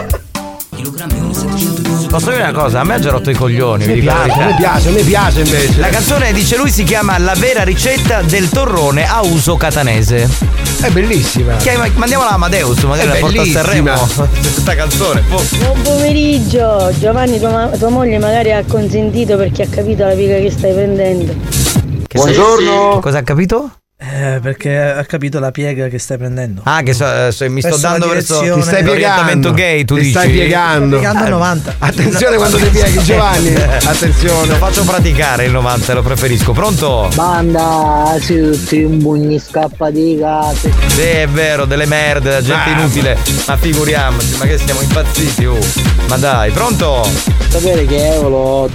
Posso dire una cosa? A me ha già rotto i coglioni. Mi piace, a me piace, a me piace invece. La canzone, dice lui, si chiama La vera ricetta del torrone a uso catanese. È bellissima. Chiama, mandiamola a Amadeus, magari la porta a Sanremo. Questa canzone. Buon pomeriggio, Giovanni, tua, tua moglie magari ha consentito perché ha capito la piega che stai prendendo. Che Buongiorno. Cosa ha capito? Eh, perché ha capito la piega che stai prendendo. Ah, che so, so, mi sto Verso dando verso Ti stai piegando gay, tu ti dici. stai piegando. Piegando a novanta. Attenzione quando ti pieghi, Giovanni. Attenzione. Lo faccio praticare il novanta, lo preferisco. Pronto? Banda, sì, tutti un bugni scappati cazzo. Sì, è vero, delle merde, la gente Ah. inutile. Ma figuriamoci, ma che siamo impazziti, oh. Ma dai, pronto? Sapere che Eolo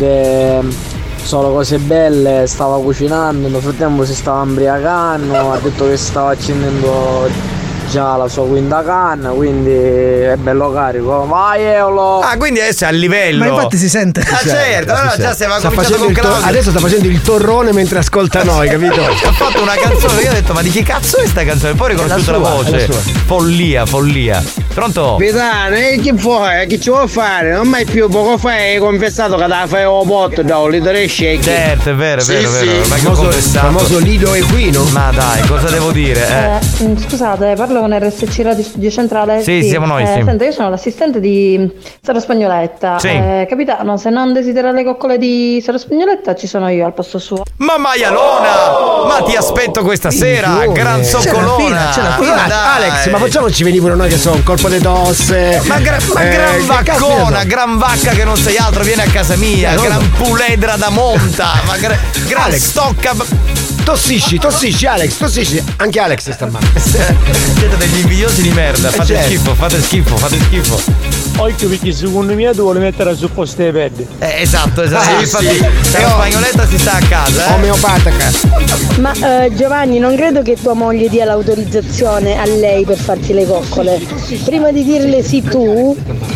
durante solo cose belle stava cucinando, nel frattempo si stava imbriacando, ha detto che stava accendendo già la sua quinta canna, quindi è bello carico. Vai Eolo! Ah, quindi adesso è a livello. Ma infatti si sente. Ah, certo, allora già stiamo Sta cominciando facendo con il to- Claudio. adesso sta facendo il torrone mentre ascolta noi, capito? Ha fatto una canzone, io ho detto, ma di chi cazzo è sta canzone? Poi ho riconosciuto la, È la sua, voce. è la sua. Follia, follia. Pronto? Pitano, e che vuoi? Che ci vuoi fare? Non mai più, poco fa hai confessato che te la fai un botto da un litro e shake. Certo, è vero, è Sì, vero, è sì. vero. Ma che ho Famoso- confessato. famoso Lido Equino. Ma dai, cosa devo dire? Eh? Eh, mm, scusate, parlo con R S C Radio Studio Centrale. Sì, siamo noi, Eh, sì. Senta, io sono l'assistente di Sara Spagnoletta. Sì. Eh, capitano, se non desidera le coccole di Sara Spagnoletta, ci sono io al posto suo. Ma maialona! Ma ti aspetto questa sera, Minchione. gran C'è la soccolona! fila, c'è la fila. Ma dai. Alex, ma facciamoci venire pure noi che sono un colpo di tosse. Ma, gra- ma Eh, gran che cazzo vaccona, ne so? gran vacca che non sei altro, vieni a casa mia, Eh, non gran so. puledra da monta, ma gra- gran Alex. stocca. Tossisci, tossisci Alex, tossisci. Anche Alex sta male. Siete degli invidiosi di merda, fate certo. schifo, fate schifo, fate schifo. Occhio perché secondo me tu vuole mettere sul posto dei peddi. Eh, esatto, esatto. Ah, Infatti, sì. se E la ho- spagnoletta si sta a casa, eh. Omeopataca. Ma eh, Giovanni, non credo che tua moglie dia l'autorizzazione a lei per farti le coccole. Prima di dirle sì tu,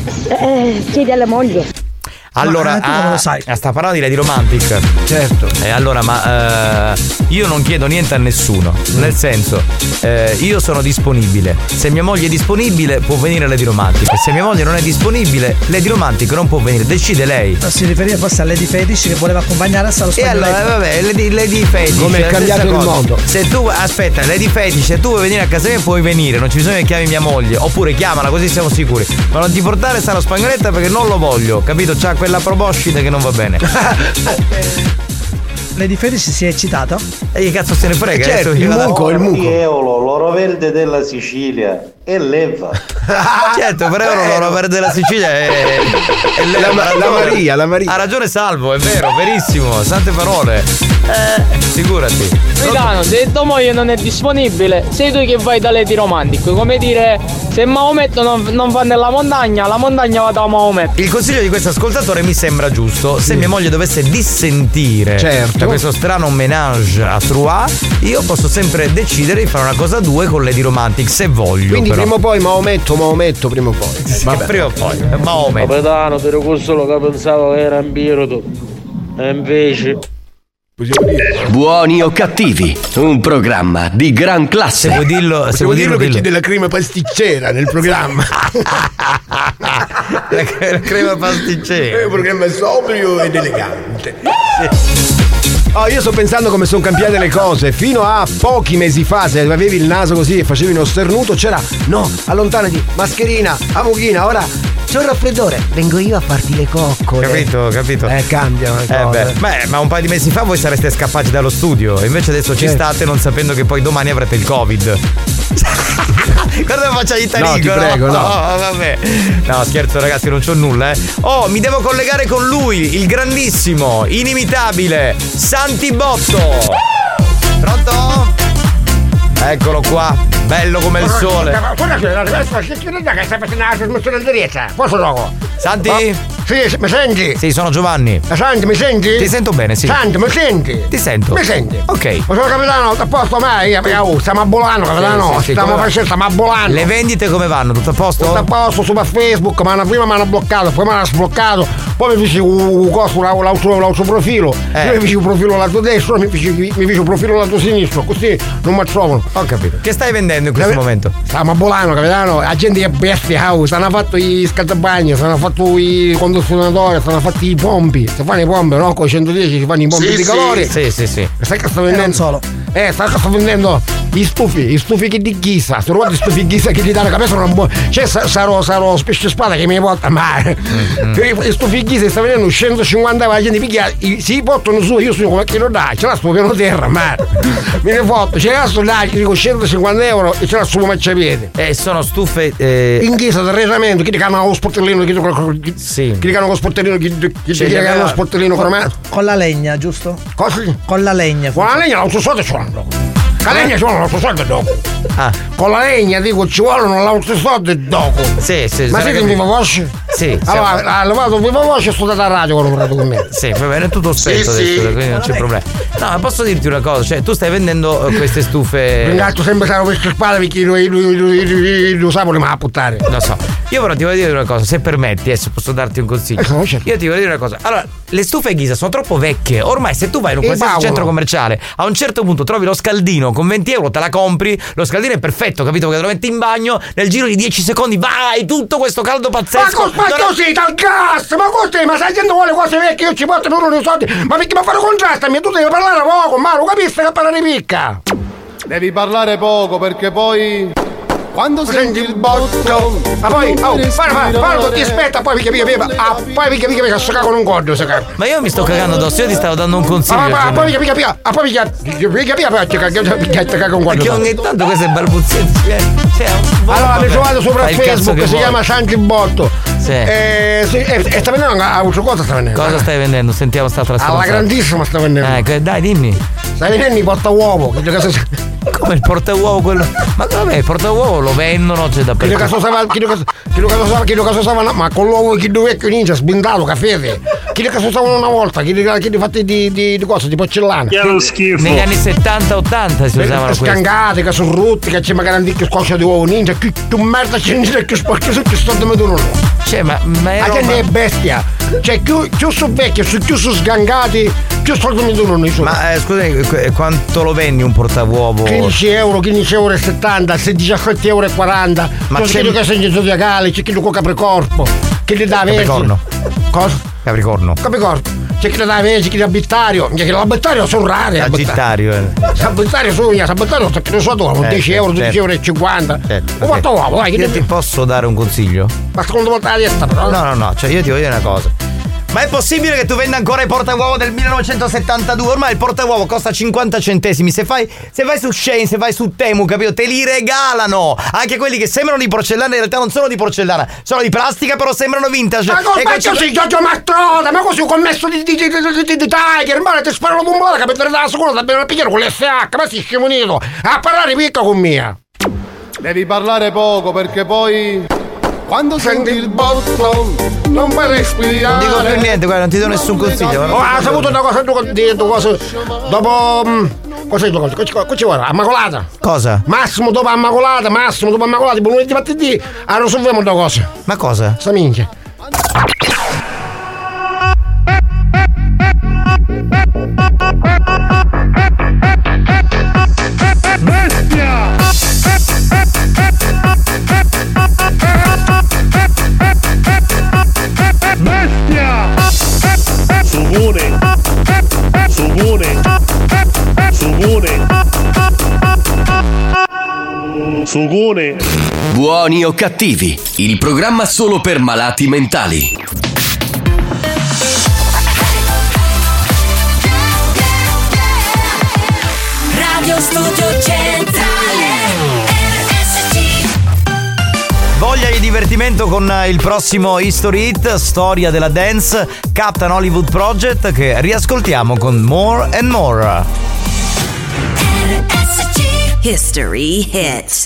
eh, chiedi alla moglie. Allora, Ma, eh, tu come ah, lo sai? ah, sta parlando di Lady Romantic. Certo. Eh, allora, ma eh, io non chiedo niente a nessuno. Nel senso, eh, io sono disponibile. Se mia moglie è disponibile, può venire Lady Romantic. Se mia moglie non è disponibile, Lady Romantic non può venire. Decide lei. Ma si riferiva forse a Lady Fetish che voleva accompagnare a Salo E allora, Spagnoletta. vabbè, Lady, Lady Fetish. Come è la stessa cambiato il cosa. mondo. Se tu, aspetta, Lady Fetish, se tu vuoi venire a casa mia, puoi venire. Non c'è bisogno che chiami mia moglie. Oppure chiamala, così siamo sicuri. Ma non ti portare Salo Spagnoletta perché non lo voglio. Capito? C'ha quella proboscide che non va bene. Lady Fetish si è eccitata? E che cazzo se ne frega? Certo, Adesso il io vado- muco, il muco. Eolo, l'oro verde della Sicilia e leva. Certo, però l'oro verde della Sicilia è, è lei, La- ha la ragione. Maria, la Maria. Ha ragione Salvo, è vero, verissimo, sante parole. Eh, figurati. Milano, se tua moglie non è disponibile, sei tu che vai da Lady Romantic. Come dire, se Maometto non, non va nella montagna, la montagna va da Maometto. Il consiglio di questo ascoltatore mi sembra giusto. Se mia moglie dovesse dissentire Certo. da questo strano menage a trois, io posso sempre decidere di fare una cosa a due con Lady Romantic, se voglio. Quindi però. prima o poi Maometto, Maometto, prima o poi. Che Vabbè. prima o poi. Maometto. Capitano, per quello che pensavo che era un birro. E invece. Buoni o cattivi, un programma di gran Se classe. vuoi dirlo, se Possiamo vuoi dirlo dirlo, che c'è dillo. della crema pasticcera nel programma. La cre- la crema pasticcera. È un programma sobrio ed elegante. Oh, io sto pensando come sono cambiate le cose. Fino a pochi mesi fa, se avevi il naso così e facevi uno starnuto, c'era no, allontanati, mascherina, amuchina, ora c'è un raffreddore, vengo io a farti le coccole. Capito, capito. Eh, cambiano le Eh cose. beh, beh, ma un paio di mesi fa voi sareste scappati dallo studio. E invece adesso ci Certo. state non sapendo che poi domani avrete il Covid. Guarda come faccia Italico. No, ti prego, no. Oh, vabbè. No, scherzo ragazzi, non c'ho nulla, eh. Oh, mi devo collegare con lui, il grandissimo, inimitabile Santibotto. Pronto? Eccolo qua, bello come il sole. Guarda che stai facendo la trasmissione in diretta. Posso dopo? Santi? Oh, sì, mi senti? Sì, sono Giovanni. Santi, mi senti? Ti sento bene, sì. Santi, mi senti? Ti sento. Mi senti? Ok. Ma sono capitano, a posto mai? Oh, stiamo a Bolano, capitano. Sì, sì, stiamo facendo, stiamo a Bolano. Le vendite come vanno? Tutto a posto? Tutto a posto, su Facebook, ma prima mi hanno bloccato, poi mi hanno sbloccato, poi mi feci un coso, l'altro profilo. Eh. Io mi feci un profilo lato destro, mi feci, mi feci un profilo lato sinistro, così non mi trovano. Ho capito. Che stai vendendo in questo Capi- momento? Stiamo a Bolano, capitano, la gente è bestia, oh, stanno fatto i scaldabagni, stanno fatto i condizionatori, stanno fatti i pompi, si fanno i pompi, no? Con i centodieci si fanno i pompi Sì, di sì. calore. Sì, sì, sì. Sai che sto vendendo? non solo. Eh, sai che sto vendendo gli stufi, gli stufi che di ghisa, se ruoti stufi ghisa che ti danno capisco non buono. Cioè sa- sarò, sarò pesce spada che mi porta, ma mm-hmm. Gli stufi ghisa sta vendendo centocinquanta euro, la gente picchia, si portano su, io sono come che lo dà, ce l'ha sto piano terra, ma me ne foto, ce l'ha sto là, dico centocinquanta euro e ce l'ha su marciapiede. Eh, sono stufe eh... in ghisa d'arredamento, chi ti chiama lo sportellino, chi ti sì. chi ti chiama lo sportellino, chi ti Cioè, chiama lo sportellino cromato. Con la legna, giusto? Cosa? Con la legna. Con la legna non so soldi ci vogliono. La legna ci vogliono non so soldi dopo. Ah. Con la legna dico ci vogliono non so soldi dopo. Sì, sì. Ma siete in viva voce? Sì. Allora, ha levato viva voce e studiato a radio quello parlato con me. Sì, va bene, è tutto spento Sì, adesso, sì. quindi non c'è problema. No, ma posso dirti una cosa, cioè tu stai vendendo eh, queste stufe. Ringrazio sempre stavo per spada perché lui, lui, lui, lui, lui usavo ma a buttare. Lo so. Io però ti voglio dire una cosa, se permetti, adesso posso darti un consiglio. Eh, certo. Io ti voglio dire una cosa. Allora, le stufe Ghisa sono troppo vecchie. Ormai se tu vai in un Eh, qualsiasi Paolo. centro commerciale, a un certo punto trovi lo scaldino con venti euro, te la compri, lo scaldino è perfetto, capito? Che te lo metti in bagno, nel giro di dieci secondi vai, tutto questo caldo pazzesco. Ma, cos- ma Non- così dal gas, ma così, ma stai dicendo vuole cose vecchie, io ci porto per uno dei soldi, ma perché mi fanno contrasto? Tu devi parlare poco, ma lo capisci che parlare picca? Devi parlare poco perché poi quando senti il botto. Ma poi, oh, fare, fare, ti aspetta, poi mica, mica, mica, ah, poi mica, mica, mica, sto con un cordo, se cago. Ma io mi sto cagando addosso, io ti stavo dando un consiglio. Ah, ma cioè, poi mica, mica, mica, ah, poi mica, mica, mica, mica, mica, mica, mica, ti cago un perché cordo. ogni tanto questo è balbuziente. Cioè, Allora, mi trovate sopra Fai il cazzo Facebook, che si vuoi. chiama Santi Botto. Sì. E, sì, e, e sta vendendo a un cosa sta vendendo? Cosa stai vendendo? Sentiamo sta altra Alla grandissima sta vendendo. Ecco, dai, dimmi. Stai vendendo i portauovo, che cosa come il portauovo quello. Ma vabbè, il portauovo lo vendono, c'è da Chi lo caso stava, chi lo caso, chi lo caso stava, chi lo caso stava, no, ma con l'uovo chi dove vecchio ninja sbindato, caffè. Chi lo caso stavano una volta, chi li chi li fatti di, di, di cosa, di porcellana. Che lo schifo. Negli anni settanta ottanta si usavano questi. Scangate, che sono rotti, che c'è magari anche scoccia di uovo ninja, che tu merda c'è ninja che sporco su che sto da uno. Cioè, ma, ma la gente è bestia. Cioè, più, più sono vecchi, più sono sgangati, più soldi mi donano. Ma eh, scusami, qu- quanto lo vendi un portauovo? quindici euro, quindici euro e settanta, diciassette euro e quaranta. Ma c'è c'è chi che segno zodiacale, c'è chi lo con capricorno, che gli dà Capricorno. Cosa? Capricorno. Capricorno. C'è chi le dà Vergine, chi le Abittario. C'è chi l'Abittario sono rari. Sagittario. eh. Sagittario sono io, Sagittario sto che ne so tu, dieci euro, dodici euro e cinquanta. Certo, Ho fatto ok. uovo, dai, che Io ne- ti posso dare un consiglio? Ma secondo volta la testa però. No, no, no, cioè io ti voglio dire una cosa. Ma è possibile che tu venda ancora i portauovo del millenovecentosettantadue? Ormai il portauovo costa cinquanta centesimi. Se fai, se vai su Shein, se vai su Temu, capito? Te li regalano. Anche quelli che sembrano di porcellana, in realtà non sono di porcellana, sono di plastica, però sembrano vintage. Ma E cosa qua ma c'è- così, Giorgio Mastrota? Ma così ho commesso di, di, di, di, di, di Tiger, ma ti sparo la bombola che per dalla scuola da bere pigliare con l'S H, ma si scemunito. A parlare picca con mia. Devi parlare poco perché poi quando senti il botto non puoi respirare. Non dico più niente, guarda, non ti do nessun consiglio. Oh, ha saputo una cosa, due due cose. Dopo. mh, Cos'è due cose? Cosa ci vuole? Ammacolata. Cosa? Massimo dopo Ammacolata, Massimo dopo Ammacolata, tipo lunedì martedì, ah, risolviamo due cose. Ma cosa? Sta minchia. Bestia! Bestia! Subone! Subone! Subone! Sugone! Buoni o cattivi, il programma solo per malati mentali. Radio Studio Centrale R S C. Voglia di divertimento con il prossimo History Hit, storia della dance, Captain Hollywood Project, che riascoltiamo con More and More. R S C. History Hit.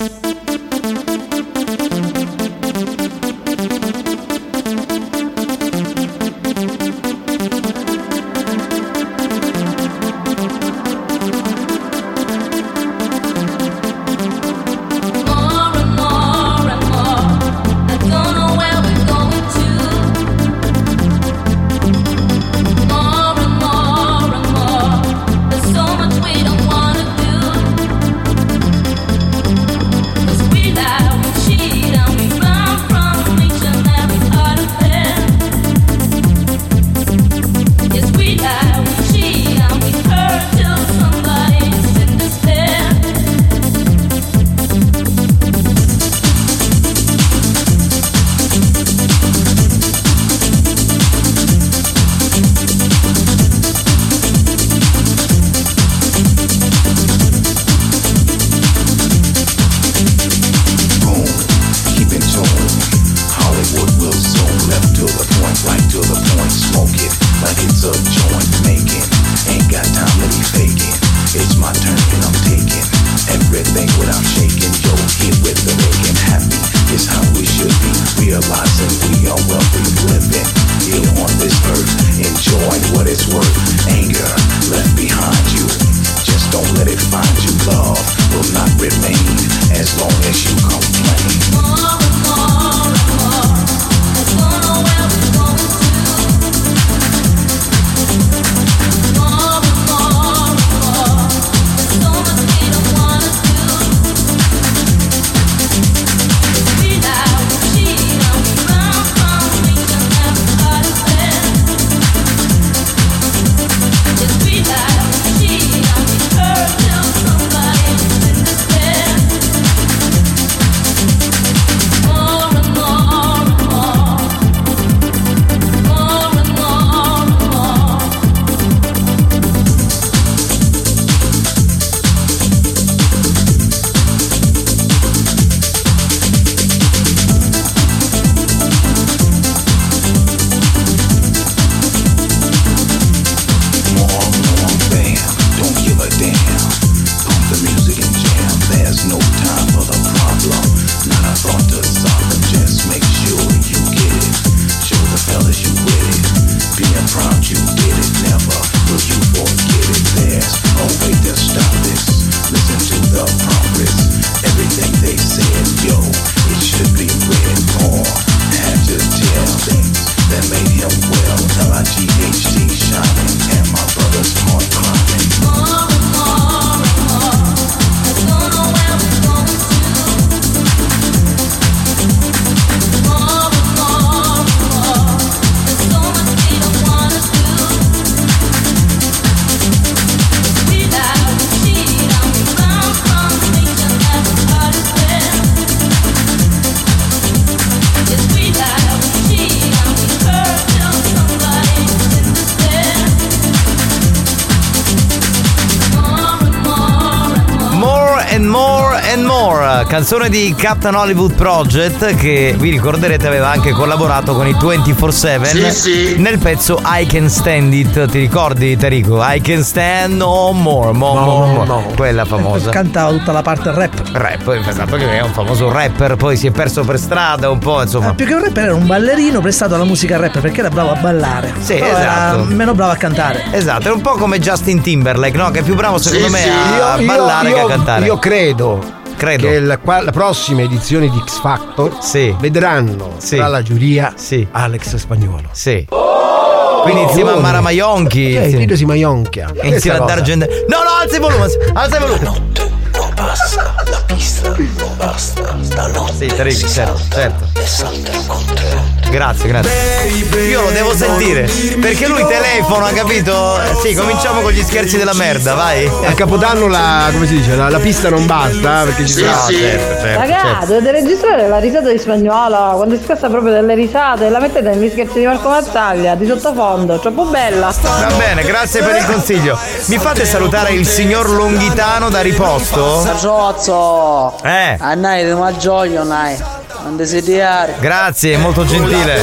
Canzone di Captain Hollywood Project, che vi ricorderete aveva anche collaborato con i ventiquattro sette sì, sì. nel pezzo I Can Stand It. Ti ricordi, Tarico? I Can Stand No More, mo, no, mo, mo. no. Quella famosa. Cantava tutta la parte rap. Rap, esatto, che è un famoso rapper, poi si è perso per strada un po', insomma. Eh, più che un rapper era un ballerino prestato alla musica rap, perché era bravo a ballare. Sì, però esatto. Era meno bravo a cantare. Esatto, era un po' come Justin Timberlake, no? Che è più bravo secondo sì, me sì. a io, ballare io, che a cantare. Io credo Credo. che la, la prossima edizione di X Factor sì. vedranno sì. tra la giuria sì. Alex Spagnuolo. Sì. Quindi insieme a Mara Maionchi. Cioè, il video si maionchia. E insieme a D'Argent. No, no, alza il volume, alza il volume. La notte non passa, la pista non basta. Stanotte sì, Tarico, certo, certo. E salterò con te. Grazie, grazie. Io lo devo sentire. Perché lui telefona, capito? Sì, cominciamo con gli scherzi della merda, vai. A Capodanno la, come si dice, la, la pista non basta, perché ci sì, sono. sì. Certo, certo, Raga, certo. dovete registrare la risata di Spagnuolo quando si scassa proprio delle risate e la mettete negli scherzi di Marco Mazzaglia di sottofondo, troppo bella. Va bene, grazie per il consiglio. Mi fate salutare il signor Longhitano da Riposto? Sarciozzo! Eh! A noi di Maggioglio, nai! Non desiderare! Grazie, molto gentile!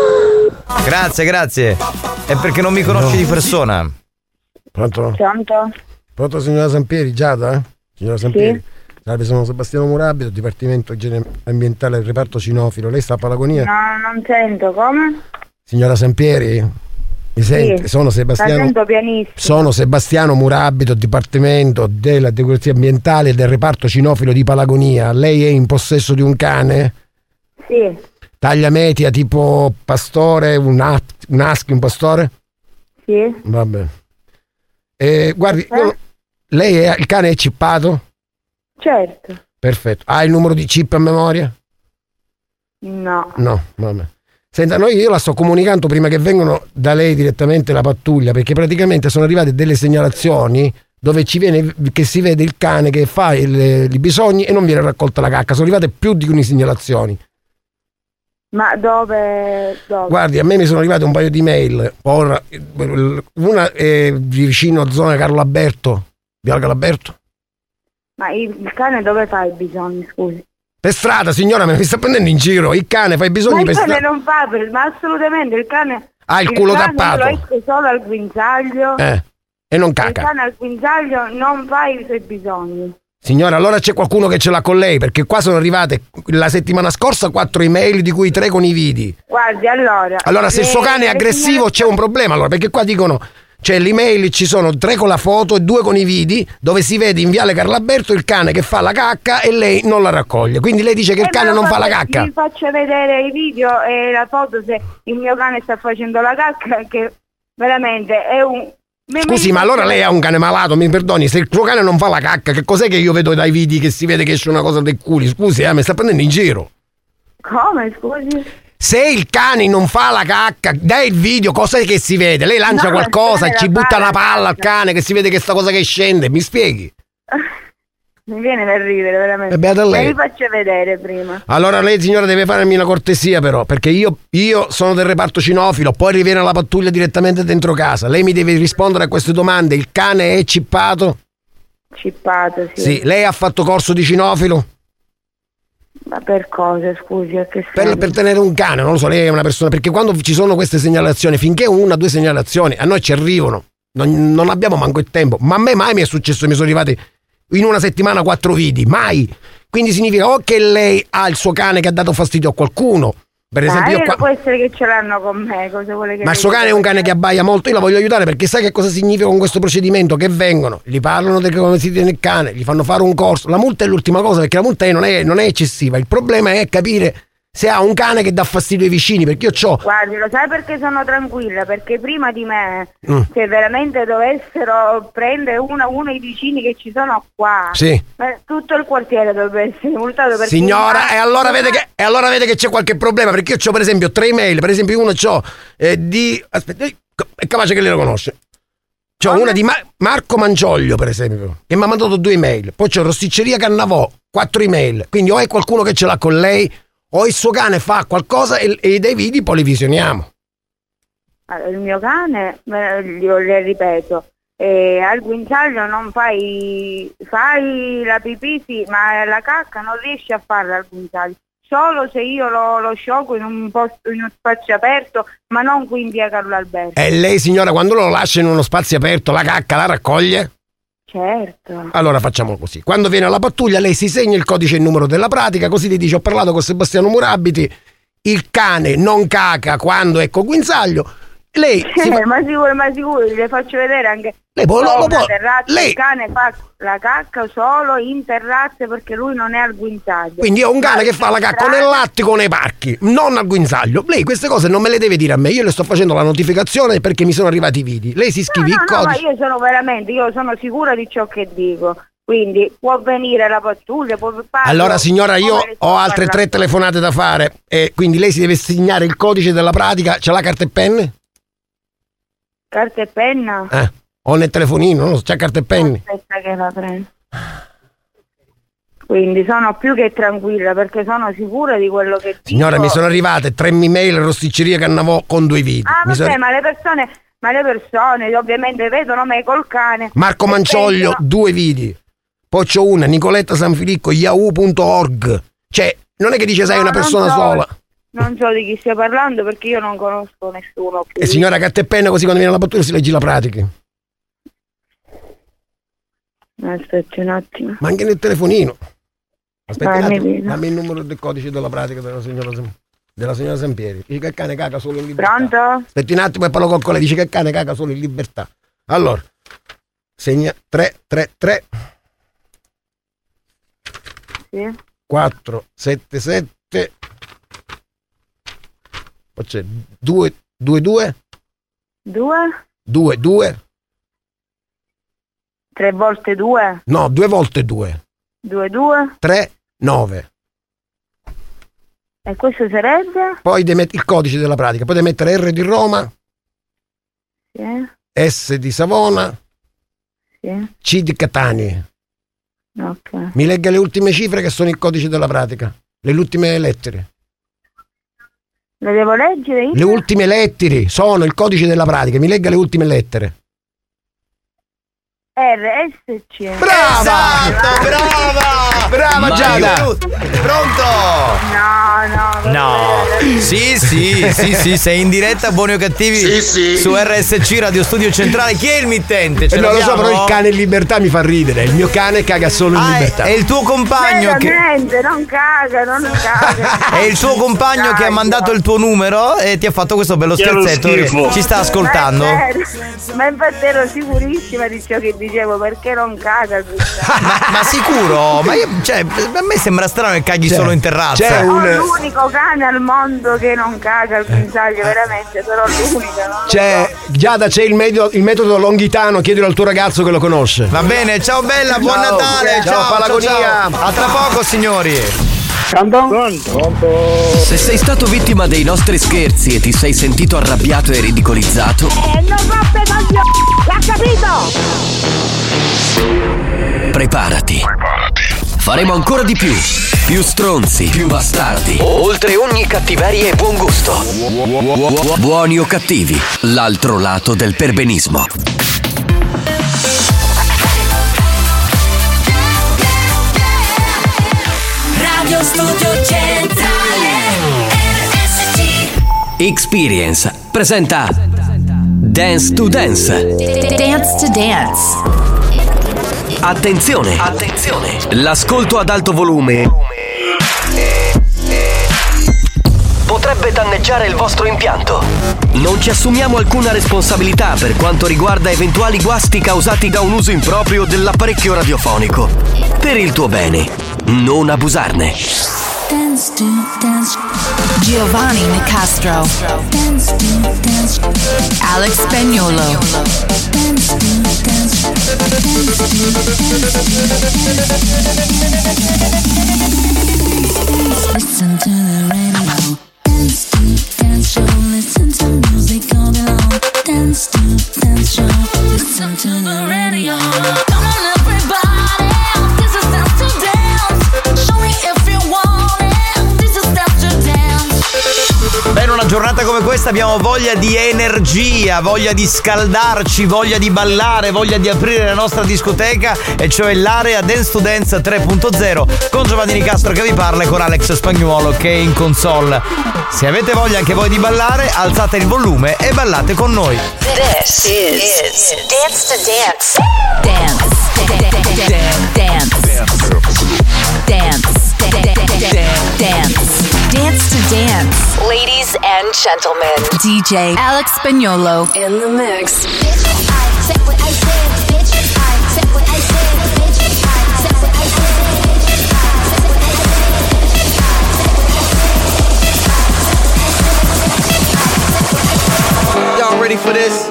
Grazie, grazie! È perché non mi conosci di persona. Pronto? Pronto? Pronto signora Sampieri, Giada? Signora Sampieri? Sì. Salve, sono Sebastiano Murabido, Dipartimento Igiene Ambientale del Reparto Cinofilo. Lei sta a Palagonia? No, non sento, come? Signora Sampieri? Mi sente? Sì, sono Sebastiano. la sento pianissimo. Sono Sebastiano Murabido, Dipartimento della Decorazione Ambientale del Reparto Cinofilo di Palagonia. Lei è in possesso di un cane? Sì. Taglia media tipo pastore, un, a- un husky, un pastore? Sì. Vabbè. Eh, guardi, Eh? io- lei è, il cane è chippato? Certo. Perfetto. Ha il numero di chip a memoria? No. No, vabbè. Senta, noi io la sto comunicando prima che vengano da lei direttamente la pattuglia, perché praticamente sono arrivate delle segnalazioni dove ci viene che si vede il cane che fa il, i bisogni e non viene raccolta la cacca. Sono arrivate più di una segnalazioni. Ma dove? dove? Guardi, a me mi sono arrivate un paio di mail. Ora, una è vicino a zona Carlo Alberto, Via Carlo Alberto. Ma il, il cane dove fa i bisogni, scusi? Per strada, signora, me mi sta prendendo in giro. Il cane fa i Ma bisogni il per cane strada. non fa, per, ma assolutamente il cane... Ha il culo cane tappato. Lo esco solo al guinzaglio. Eh, e non Il caca. cane al guinzaglio non fa i suoi bisogni. Signora, allora c'è qualcuno che ce l'ha con lei, perché qua sono arrivate la settimana scorsa quattro email, di cui tre con i vidi. Guardi, allora... Allora, se il suo le- cane è le aggressivo c'è un problema, allora, perché qua dicono c'è l'email, ci sono tre con la foto e due con i vidi, dove si vede in Viale Carlalberto il cane che fa la cacca e lei non la raccoglie. Quindi lei dice che il Eh, cane ma non fa la guarda, cacca. Vi faccio vedere i video e la foto se il mio cane sta facendo la cacca, che veramente è un... me- Scusi, me- ma allora lei ha un cane malato, mi perdoni, se il suo cane non fa la cacca, che cos'è che io vedo dai vidi che si vede che esce una cosa dei culi? Scusi, eh, mi sta prendendo in giro. Come, scusi? Se il cane non fa la cacca, dai il video, cos'è che si vede? Lei lancia No, qualcosa, il cane ci la butta fa una la palla al cane, che si vede che sta cosa che scende, mi spieghi? Mi viene da ridere, veramente. Eh, beata lei. Me li faccio vedere prima. Allora lei, signora, deve farmi una cortesia però, perché io, io sono del reparto cinofilo, poi riviene la pattuglia direttamente dentro casa. Lei mi deve rispondere a queste domande. Il cane è cippato? Cippato, sì. Sì. Lei ha fatto corso di cinofilo? Ma per cosa, scusi? A che Per, senso? per tenere un cane, non lo so, lei è una persona, perché quando ci sono queste segnalazioni, finché una o due segnalazioni a noi ci arrivano, non, non abbiamo manco il tempo, ma a me mai mi è successo, mi sono arrivati in una settimana quattro vidi, mai. Quindi significa o che lei ha il suo cane che ha dato fastidio a qualcuno, per esempio Ah, io qua... può essere che ce l'hanno con me, cosa vuole che Ma il le suo cane è dica? un cane che abbaia molto, io la voglio aiutare perché sai che cosa significa con questo procedimento? Che vengono, gli parlano di come si tiene il cane, gli fanno fare un corso. La multa è l'ultima cosa, perché la multa è- non, è, non è eccessiva, il problema è capire se ha un cane che dà fastidio ai vicini, perché io c'ho... Guardi, lo sai perché sono tranquilla? Perché prima di me, Mm. se veramente dovessero prendere uno a uno i vicini che ci sono qua, Sì. ma tutto il quartiere dovrebbe essere multato perché Signora, e allora vede che, e allora vede che c'è qualche problema, perché io c'ho per esempio tre email, per esempio uno c'ho eh, di... aspetta, eh, è capace che lei lo conosce. C'ho una di Ma- Marco Mangioglio, per esempio, che mi ha mandato due email. Poi c'ho Rosticceria Cannavò, quattro email. Quindi o è qualcuno che ce l'ha con lei, o il suo cane fa qualcosa e, e dei video poi li visioniamo. Allora, il mio cane, me- glielo le ripeto, eh, al guinzaglio non fai, fai la pipì, sì, ma la cacca non riesci a farla al guinzaglio. Solo se io lo, lo sciocco in un posto, in uno spazio aperto, ma non qui in via Carlo Alberto. E lei, signora, quando lo lascia in uno spazio aperto, la cacca la raccoglie? Certo. Allora facciamolo così. Quando viene alla pattuglia, lei si segna il codice e il numero della pratica, così le dice: ho parlato con Sebastiano Murabiti, il cane non caca quando è con guinzaglio. Lei si Eh, fa- ma sicuro, ma sicuro, le faccio vedere anche Lei può- lo- lo una può- terrazza, lei- il cane fa la cacca solo in terrazze perché lui non è al guinzaglio. Quindi ho un cane che fa la cacca nell'attico nei parchi, non al guinzaglio. Lei queste cose non me le deve dire a me, io le sto facendo la notificazione perché mi sono arrivati i video. Lei si scrive no, il no, ma codice. io sono veramente, io sono sicura di ciò che dico. Quindi può venire la pattuglia, può fare. Allora signora, io ho altre tre telefonate da fare e quindi lei si deve segnare il codice della pratica. C'ha la carta e penne? Carta e penna? Eh, o nel telefonino, non so, c'ha carta e penne. Aspetta che la prendo. Quindi sono più che tranquilla perché sono sicura di quello che dico. Signora, mi sono arrivate tre email Rosticceria Cannavò con due video. Ah, Mi vabbè, sono- ma le persone, ma le persone ovviamente vedono me col cane. Marco e Mancioglio, pensano- due video. Poi c'ho una, Nicoletta Sanfilippo, yahoo punto org. Cioè, non è che dice sei No, una non persona so- sola. Non so di chi stia parlando perché io non conosco nessuno qui. E signora, carta e penna, così quando viene la pattuglia si leggi la pratica. Aspetti un attimo. Ma anche nel telefonino. Aspetta un attimo, dammi il numero del codice della pratica della signora, della signora Sampieri. Dice che il cane caga solo in libertà. Pronto? Aspetti un attimo e parlo con lei. Dice che il cane caga solo in libertà. Allora, segna tre tre tre Sì. quattro sette sette, poi c'è due due due Due? due due Tre volte due? no, due volte due Due due? tre nove. E questo sarebbe? Poi devi mettere il codice della pratica, poi devi mettere R di Roma, Sì. S di Savona, Sì. C di Catania. Ok. Mi legga le ultime cifre che sono il codice della pratica, le ultime lettere. Le devo leggere io? Le ultime lettere sono il codice della pratica, mi legga le ultime lettere. R S C. Brava! Esatto, brava! Brava Ma Giada! io- Pronto? No, no. No, sì, sì, sì, sì, sei in diretta Buoni o Cattivi Sì, sì. su R S C Radio Studio Centrale. Chi è il mittente? Ce Eh, non lo so, l'abbiamo? però il cane in libertà mi fa ridere. Il mio cane caga solo in Ah, è, libertà. è il tuo compagno che Veramente, non caga, non caga. è il tuo compagno che ha mandato il tuo numero e ti ha fatto questo bello Che è lo scherzetto. schifo. Ci sta ascoltando? Ma, è vero. Ma infatti ero sicurissima di ciò che dicevo, perché non caga questo. Ma sicuro? Ma io, cioè, a me sembra strano che caghi C'è- solo in terrazza. c'è Sono un- l'unico cane al mondo che non caga al guinzaglio, veramente, sono l'unica. No? C'è, Giada, c'è il, medio- il metodo longhitano, chiedilo al tuo ragazzo che lo conosce. Va bene, ciao bella, buon Ciao. Natale, Ciao, ciao, Palagonia. ciao, ciao. A tra poco signori. Se sei stato vittima dei nostri scherzi e ti sei sentito arrabbiato e ridicolizzato, Eh, non roppe coglioni! L'ha capito! preparati. Faremo ancora di più. Più stronzi, più bastardi. Oltre ogni cattiveria e buon gusto. Buoni o cattivi, l'altro lato del perbenismo. Radio Studio Centrale R S C. Experience presenta Dance to Dance. Dance to Dance. Attenzione, attenzione. L'ascolto ad alto volume potrebbe danneggiare il vostro impianto. Non ci assumiamo alcuna responsabilità per quanto riguarda eventuali guasti causati da un uso improprio dell'apparecchio radiofonico. Per il tuo bene, non abusarne. Dance to Dance. Giovanni Nicastro. Dance to Dance. Alex Spagnolo. Dance to Dance. Dance to Listen to the radio. Dance to Dance Show. Listen to music all day long. Dance to Dance Show. Listen to the radio. Come on everybody. This is Dance to Dance. Show me if you want it. This is Dance to Dance. Beh, in una giornata come questa abbiamo voglia di energia, voglia di scaldarci, voglia di ballare, voglia di aprire la nostra discoteca, e cioè l'area Dance to Dance tre punto zero con Giovanni Nicastro che vi parla e con Alex Spagnuolo che è in console. Se avete voglia anche voi di ballare, alzate il volume e ballate con noi. This is Dance to Dance. Dance. Dance. Dance. Dance. Dance to Dance. Ladies and gentlemen, D J Alex Spagnolo in the mix. Y'all ready for this?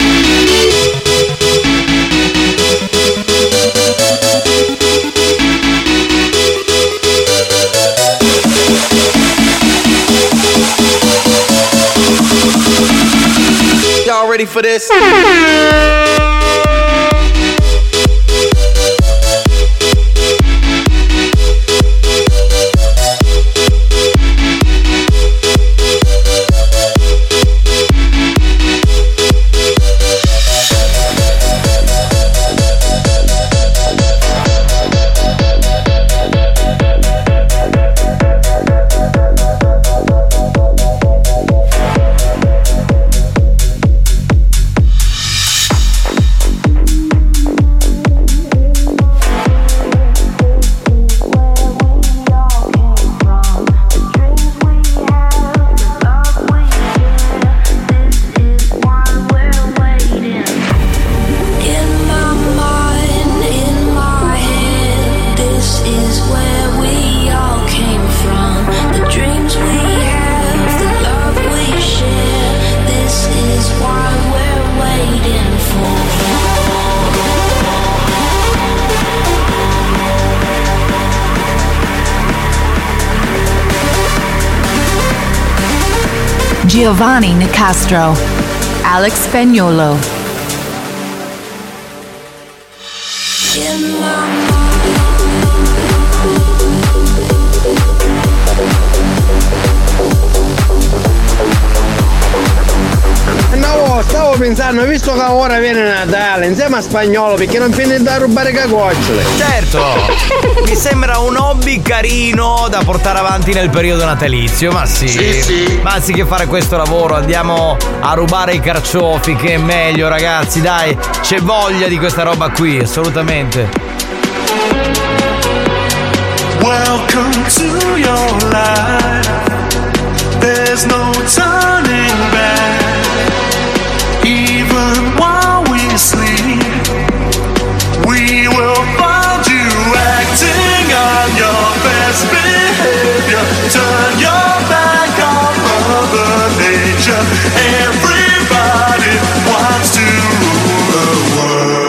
Y'all ready for this? is where we all came from. The dreams we have, the love we share. This is why we're waiting for. Giovanni Nicastro, Alex Spagnuolo. No, stavo pensando, visto che ora viene Natale, insieme a Spagnolo, perché non finite da rubare cagocciole? Certo, mi sembra un hobby carino da portare avanti nel periodo natalizio, ma sì, Sì, sì. ma anziché fare questo lavoro andiamo a rubare i carciofi, che è meglio, ragazzi, dai, c'è voglia di questa roba qui, assolutamente. Welcome to your life. There's no turning back. Even while we sleep, we will find you acting on your best behavior. Turn your back on Mother Nature. Everybody wants to rule the world.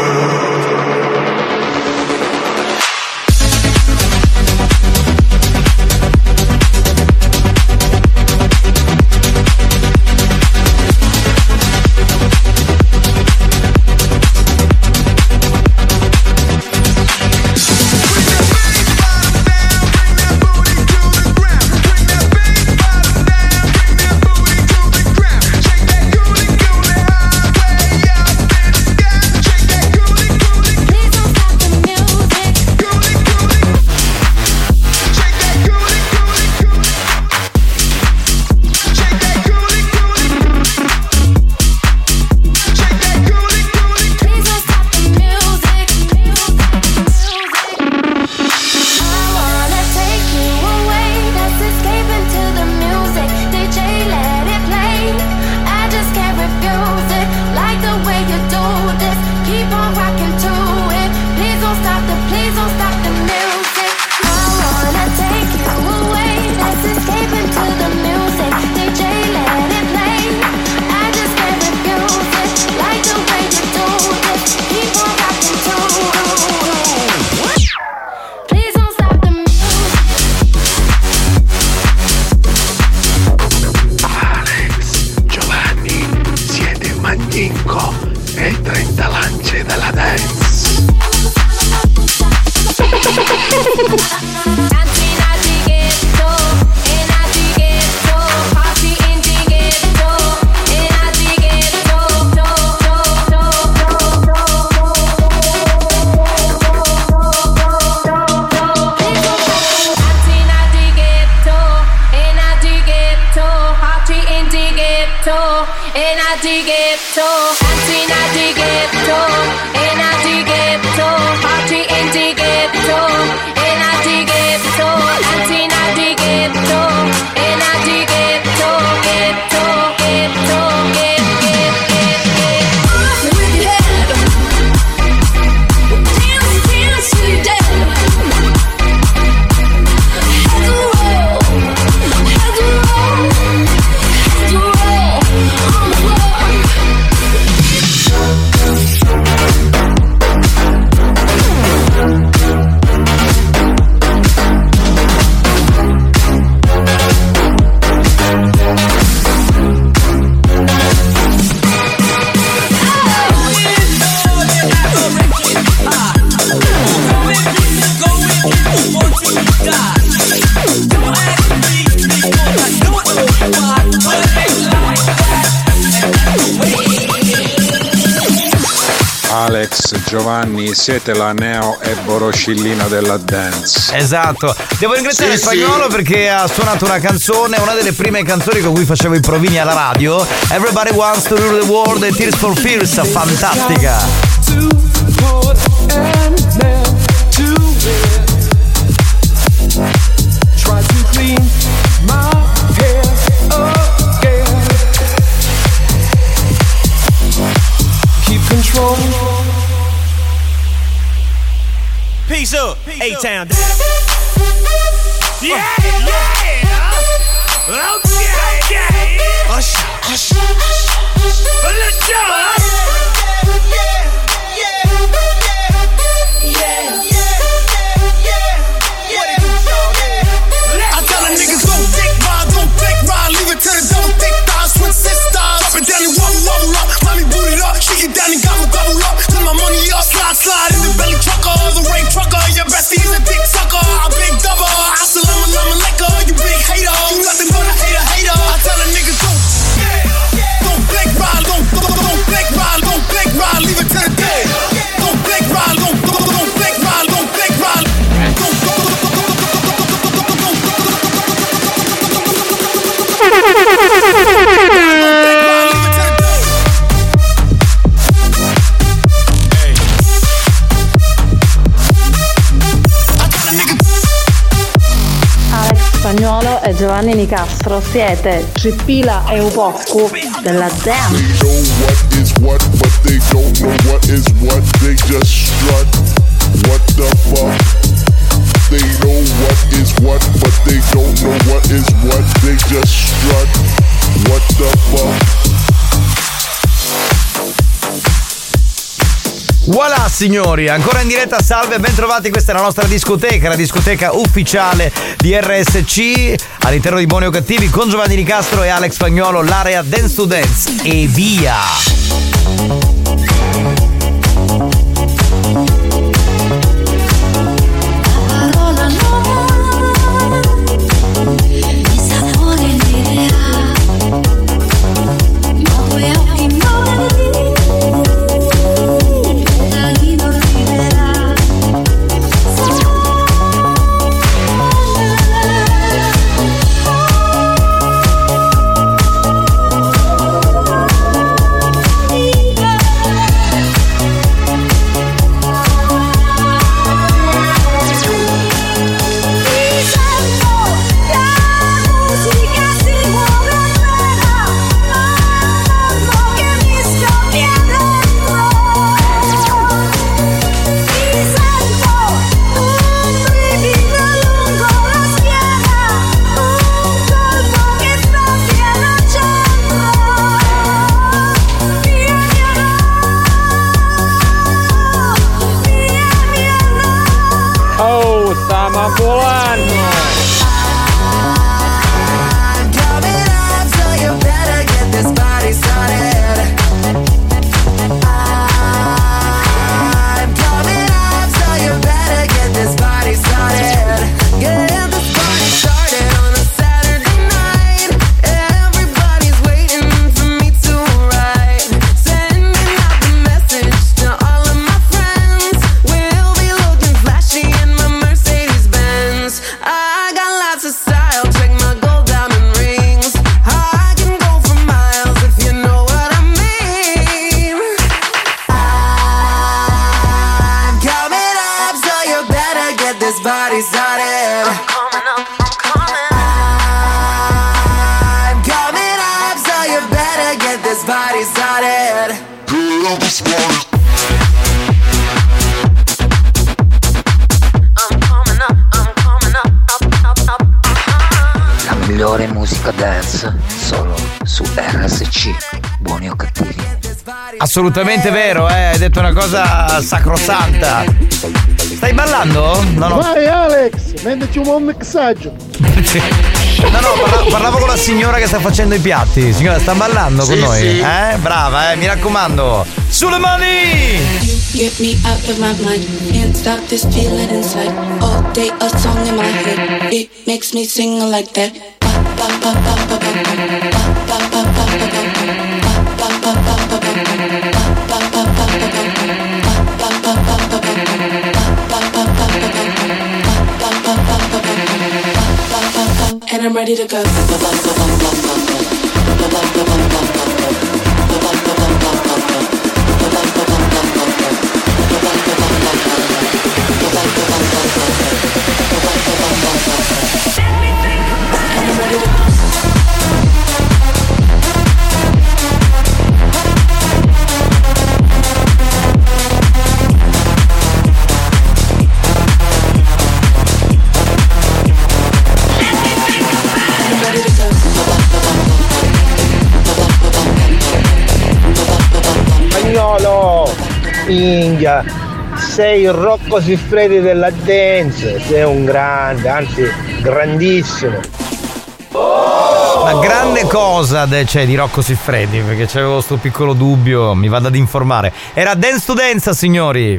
Alex, Giovanni, siete la Neo e Boroscillina della dance. Esatto. Devo ringraziare Sì, Spagnolo sì. perché ha suonato una canzone, una delle prime canzoni con cui facevo i provini alla radio. Everybody Wants to Rule the World e Tears for Fears, fantastica. Peace up. A-Town. Yeah, yeah. Okay, okay. Hush, hush, hush. Let's go. To the double thick thighs, twin sisters. Drop it down and wobble, wobble up. Mommy boot it up, shake it down and gobble, gobble up. Put my money up, slide, slide in the belly trucker. The rain trucker, your bestie is a dick sucker. A big double, assalamu alaikum liquor. You big hater, you nothing but a hater, hater. I tell a nigga don't, don't black ride, don't, don't, don't black ride, don't black ride, leave it to the day. Don't black ride, don't, don't, don't black ride, don't black ride. Don't, don't, Spagnuolo e Giovanni Nicastro siete Cipila e Uposcu della Dance. They know what is what, but they don't know what is what. They just strut. What the fuck? They know what is what, but they don't know what is what. They just strut. What the fuck? Voilà signori, ancora in diretta, salve, ben trovati, questa è la nostra discoteca, la discoteca ufficiale di R S C all'interno di Buoni o Cattivi con Giovanni Nicastro e Alex Spagnuolo, l'area Dance to Dance e via! Assolutamente vero, eh, hai detto una cosa sacrosanta. Stai ballando? No, no. Vai Alex, mendaci un buon messaggio. No, no, parlavo, parlavo con la signora che sta facendo i piatti. Signora, sta ballando con sì, noi? Sì. Eh? Brava, eh, mi raccomando. Sulle mani! Get me out of my mind, can't stop this feeling inside. All day a song in my head, it makes me sing like that. And I'm ready to go. Minchia, sei il Rocco Siffredi della dance, sei un grande, anzi grandissimo. La grande cosa de, cioè, di Rocco Siffredi, perché c'avevo sto piccolo dubbio, mi vado ad informare. Era Dance to Dance, signori.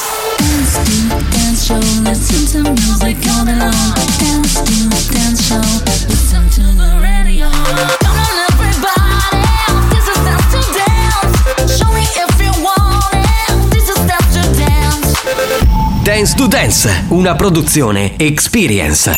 Dance to Dance, una produzione Experience.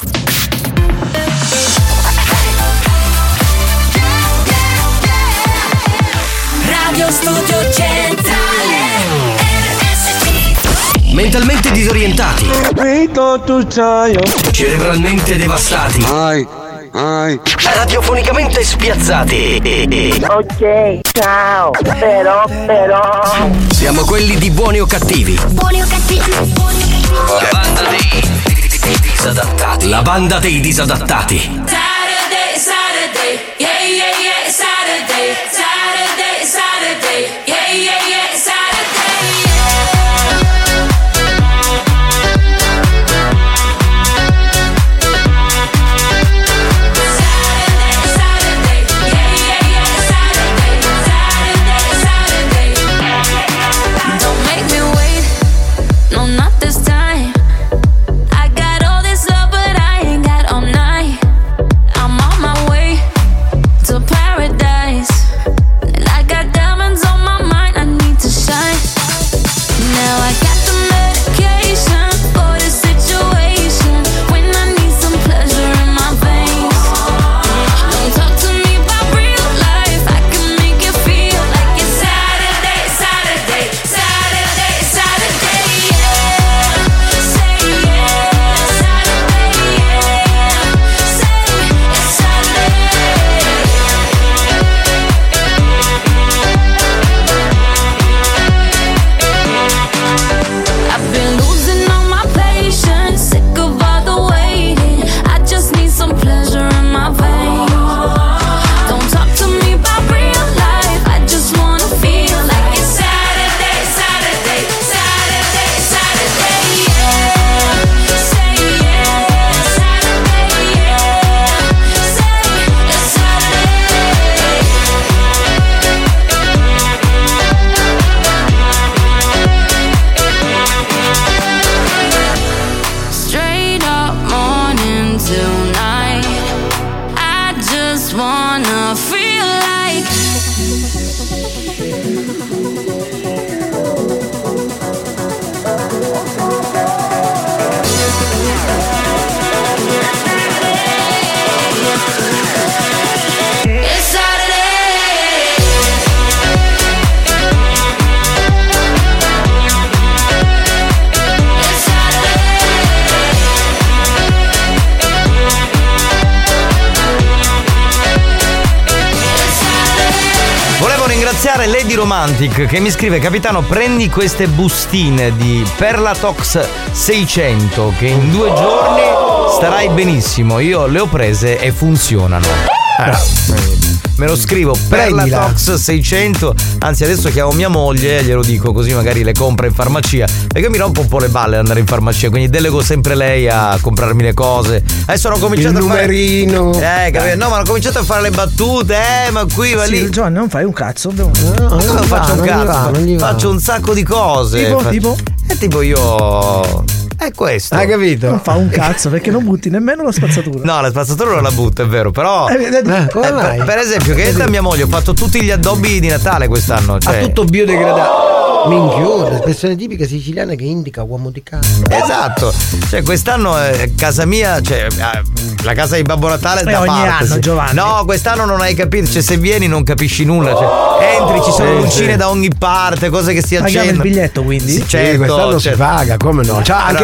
Radio Studio Centrale R S C. Mentalmente disorientati, cerebralmente devastati, ai, ai. radiofonicamente spiazzati. Ok, ciao. Però, però. Siamo quelli di buoni o cattivi. Buoni o cattivi. La banda dei disadattati. La banda dei disadattati. Saturday, Saturday, yeah, yeah, yeah, Saturday, Saturday, Saturday, yeah, yeah, yeah, Saturday, Saturday, yeah, yeah, yeah, Saturday, Saturday, Saturday. Don't make me wait, no, not this time. I got all this love, but I ain't got all night. I'm on my way to paradise, and I got diamonds on my mind. I need to shine. Now I got the medication for this situation. When I need some pleasure in my veins, don't talk to me about real life. I can make you feel like it's Saturday, Saturday, Saturday, Saturday. Yeah, say yeah, Saturday. Yeah, say it's Saturday. I've been losing all my patience, sick of all the waiting. I just need some pleasure in my veins. Don't talk to me about real life. I just wanna feel like it's Saturday, Saturday, Saturday, Saturday. Yeah, say yeah, Saturday. Yeah, say it's Saturday. Straight up morning till night. I just wanna feel like it's Saturday. It's Volevo ringraziare Lady Romantic che mi scrive: capitano, prendi queste bustine di Perlatox seicento che in due giorni starai benissimo. Io le ho prese e funzionano. Eh, me lo scrivo, Perlatox seicento. Anzi, adesso chiamo mia moglie e glielo dico, così magari le compra in farmacia, perché mi rompo un po' le balle ad andare in farmacia, quindi delego sempre lei a comprarmi le cose. Adesso ho cominciato il a fare numerino. Eh, capito? No, ma hanno cominciato a fare le battute, eh, ma qui va Sì, lì. Giovanni, non fai un cazzo. No, No, non faccio un non gli cazzo, va, non gli va. faccio un sacco di cose. Tipo, Fa- tipo? E tipo io. È questo. Hai capito? Non fa un cazzo perché non butti nemmeno la spazzatura. No, la spazzatura non la butto, è vero, però. Eh, vedi? Eh, come mai? per, per esempio, che entra mia moglie, ho fatto tutti gli addobbi di Natale quest'anno. Cioè. Ha tutto biodegradato. Minchione, espressione tipica siciliana che indica uomo di casa. Esatto, cioè quest'anno è casa mia, cioè eh, la casa di Babbo Natale è Eh, da ogni parte. anno, sì. Giovanni. No, quest'anno non hai capito, cioè se vieni non capisci nulla, cioè entri, ci sono Sì, lucine sì. da ogni parte, cose che si Paghiamo accendono. il biglietto quindi? Sì, Sì, certo, quest'anno certo. si paga, come no? C'ha anche Allora-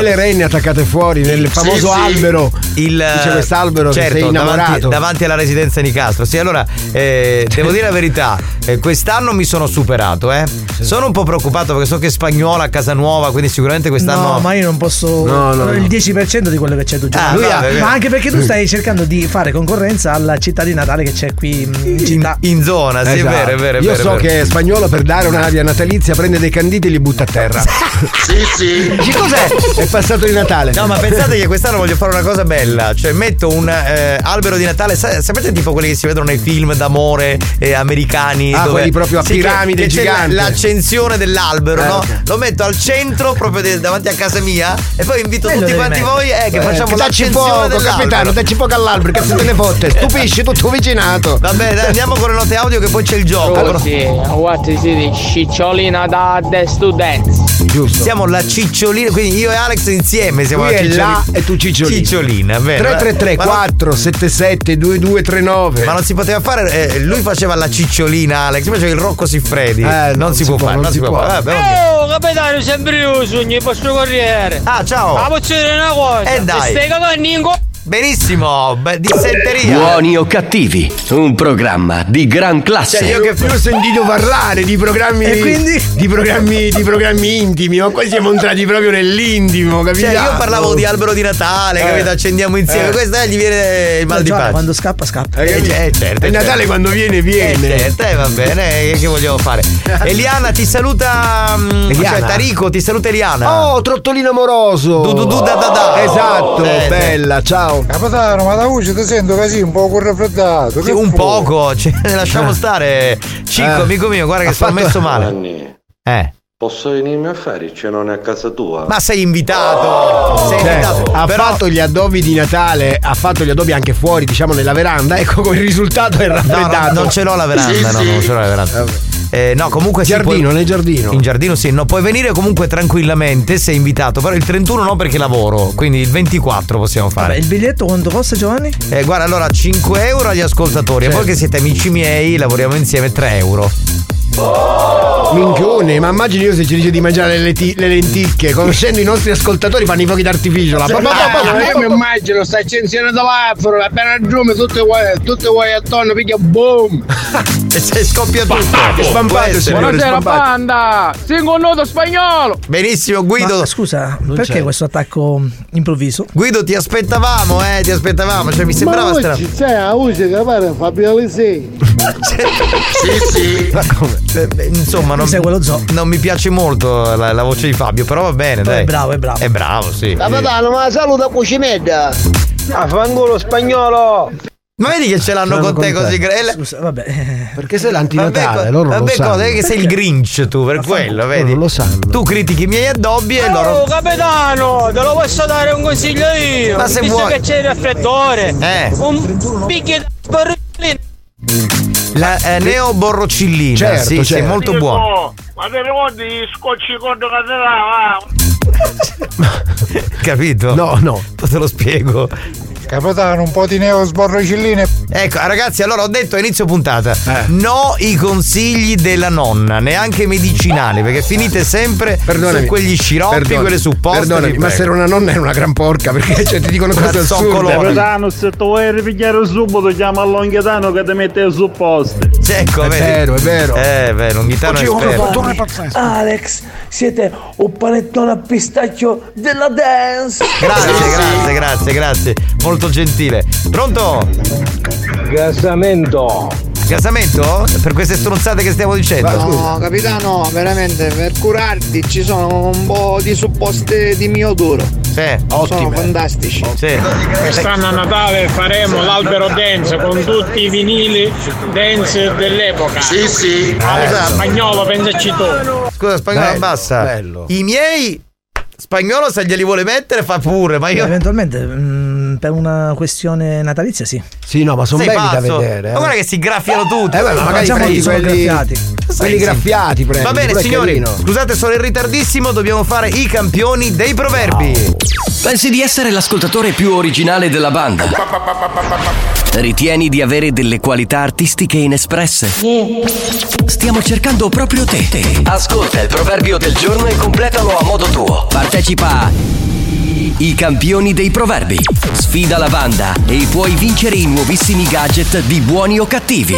le renne attaccate fuori nel famoso sì. albero. Il C'è quest'albero certo, che sei innamorato. davanti, davanti alla residenza di Castro. Sì, allora eh, devo dire la verità, eh, quest'anno mi sono superato, eh. Sono un po' preoccupato perché so che Spagnola a casa nuova, quindi sicuramente quest'anno. No, ma io non posso. No, no, no. Il dieci per cento di quello che c'è tu già. Ah, Lui ha- vabbè, ma anche perché tu stai cercando di fare concorrenza alla città di Natale che c'è qui in città. In zona, sì, Esatto. è vero, è vero. È Io vero, so è vero. che Spagnolo per dare un'aria natalizia prende dei canditi e li butta a terra. Sì, sì. Dici, cos'è? È passato di Natale. No, ma pensate che quest'anno voglio fare una cosa bella. Cioè, metto un eh, albero di Natale. sa- Sapete, tipo quelli che si vedono nei film d'amore eh, americani? Ah, dove- quelli proprio a Sì, che- piramide che c'è gigante. la- l'accensione dell'albero, Eh, no? ok. Lo metto al centro, proprio de- davanti a casa mia. E poi invito Quello tutti devi quanti mettere. voi eh, che Eh, facciamo che dacci l'accensione poco, dell'albero. capitano, dacci poco all'albero, che se te ne fotte. Stupisci tutto vicinato. Va bene, dai, andiamo con le note audio che poi c'è il gioco. Oh, sì, what is it? Cicciolina da The Students. Giusto. Siamo la cicciolina, quindi io e Alex insieme siamo Lui la è cicciolina. là e tu cicciolina. Cicciolina, vero? tre tre tre Ma non- quattro sette sette due due tre nove. Ma non si poteva fare, eh, lui faceva la cicciolina, Alex, io facevo il Rocco Siffredi. Eh, non, si, può fare, non si può fare. Vabbè, vabbè. Oh, capitano, sempre io sogni posto corriere. Ah, ciao. Ah, posso dire una cosa? Eh, dai. Stai cagando in co- Benissimo, beh, dissenteria. Buoni o cattivi, un programma di gran classe. Cioè, io che più ho sentito parlare di programmi E quindi? di programmi di programmi intimi, ma qua siamo entrati proprio nell'intimo, capito? Cioè, io parlavo di albero di Natale, Eh. capito? Accendiamo insieme. Eh. Questa eh, gli viene il mal di Già, pancia. quando scappa, scappa. Hai Eh, capito? eh, certo, E Natale certo. quando viene viene. Eh, certo, eh, va bene, eh, che vogliamo fare? Eliana ti saluta. mm, Eliana? Cioè, Tarico ti saluta Eliana. Oh, trottolino amoroso. Du, du, du, da, da, da. Esatto, Eh, sì. bella, ciao. Capitano, ma da voce ti sento così un po' raffreddato. Sì, un poco, ce ne lasciamo stare. Cicco, Eh. amico mio, guarda che Ha sono fatto- messo male. Giovanni, Eh. posso venirmi a fare? Cioè non è a casa tua? Ma sei invitato! Sei Cioè, invitato! ha Però- fatto gli addobbi di Natale, ha fatto gli addobbi anche fuori, diciamo nella veranda. Ecco come il risultato è No, raffreddato. no, non ce l'ho la veranda, Sì, no, sì. non ce l'ho la veranda. Eh, no, comunque sì, Giardino, puoi- nel giardino. In giardino sì, no, puoi venire comunque tranquillamente, sei invitato, però il trentuno no perché lavoro, quindi il ventiquattro possiamo Vabbè, fare. il biglietto quanto costa, Giovanni? Eh, guarda, allora cinque euro agli ascoltatori, e Certo. voi che siete amici miei, lavoriamo insieme tre euro. Minchione, ma immagini io se ci dice di mangiare le, ti- le lenticchie, conoscendo i nostri ascoltatori fanno i fuochi d'artificio. La Ma io mi immagino sta accensione dell'afro, appena raggiunge tutte uguali, tutte uguali attorno, picchia boom! E se scoppia tutto. Può Spampato, essere. signore, Buonasera spampato. banda! Singo nudo spagnolo! Benissimo, Guido. Ma, scusa, perché c'è. questo attacco improvviso? Guido, ti aspettavamo, eh, ti aspettavamo, cioè mi sembrava ma strano. oggi c'è la voce che pare Fabio Alisei. Sì, sì. Ma come? Eh, beh, Insomma, non, segue lo zoo. non mi piace molto la, la voce di Fabio, però va bene, dai. È bravo, è bravo. È bravo, sì. Capitano, ma saluta Cucimedda! Ah, fangolo spagnolo! Ma vedi che ce l'hanno con te così grella? Scusa, vabbè. Perché sei Vabbè, l'antinatale, co- loro non lo vabbè, sanno. cosa, è che sei il Grinch tu, per quello, Loro vedi? non lo sanno. Tu critichi i miei addobbi e Oh, loro. capitano, te lo posso dare un consiglio io. Ma se Visto vuoi- che c'è il raffreddore, Eh. un picchio di borrellino. La eh, Neo Borrocillina, Certo, sì, sì, certo. molto buono. Ma te ricordi gli scocci contro catena? Capito? No, no. Poi te lo spiego. Capitano, un po' di neo sborrocilline. Ecco, ragazzi, allora ho detto a inizio puntata: no i consigli della nonna, neanche medicinali, perché finite sempre Perdonami. su quegli sciroppi, Perdonami. quelle supposte. Perdonami, vi ma prego. se era una nonna era una gran porca, perché cioè, ti dicono cose assurde. Capitano, se tu vuoi ripigliare subito, chiama a Longhetano che ti mette le supposte. Ecco, È vedi? vero, è vero. Eh, beh, Longhitano è esperto. Alex, siete un panettone a pistacchio della dance. Grazie, grazie, grazie, grazie. Molto gentile. Pronto? Gasamento! Casamento? Per queste stronzate che stiamo dicendo? No, capitano, veramente per curarti ci sono un po' di supposte di mio duro. Sì, Sono fantastici. Sì. Quest'anno a Natale faremo l'albero dance con tutti i vinili dance dell'epoca. Sì, sì. Scusa, spagnolo, pensaci tu. Scusa, spagnolo, Bello, abbassa. bello. I miei spagnolo se glieli vuole mettere fa pure, ma io. Eventualmente, mm, per una questione natalizia, sì. Sì, no, ma sono Sei belli da pazzo? vedere. Ma guarda che si graffiano tutti. Eh, beh, ma magari Facciamo prendi chi sono quelli graffiati. quelli graffiati, prendi. Va bene, quello è signori, carino. scusate, sono in ritardissimo, dobbiamo fare i campioni dei proverbi. Pensi di essere l'ascoltatore più originale della banda? Ritieni di avere delle qualità artistiche inespresse? Stiamo cercando proprio te. Ascolta il proverbio del giorno e completalo a modo tuo. Partecipa a I campioni dei proverbi. Sfida la banda e puoi vincere i nuovissimi gadget di Buoni o Cattivi.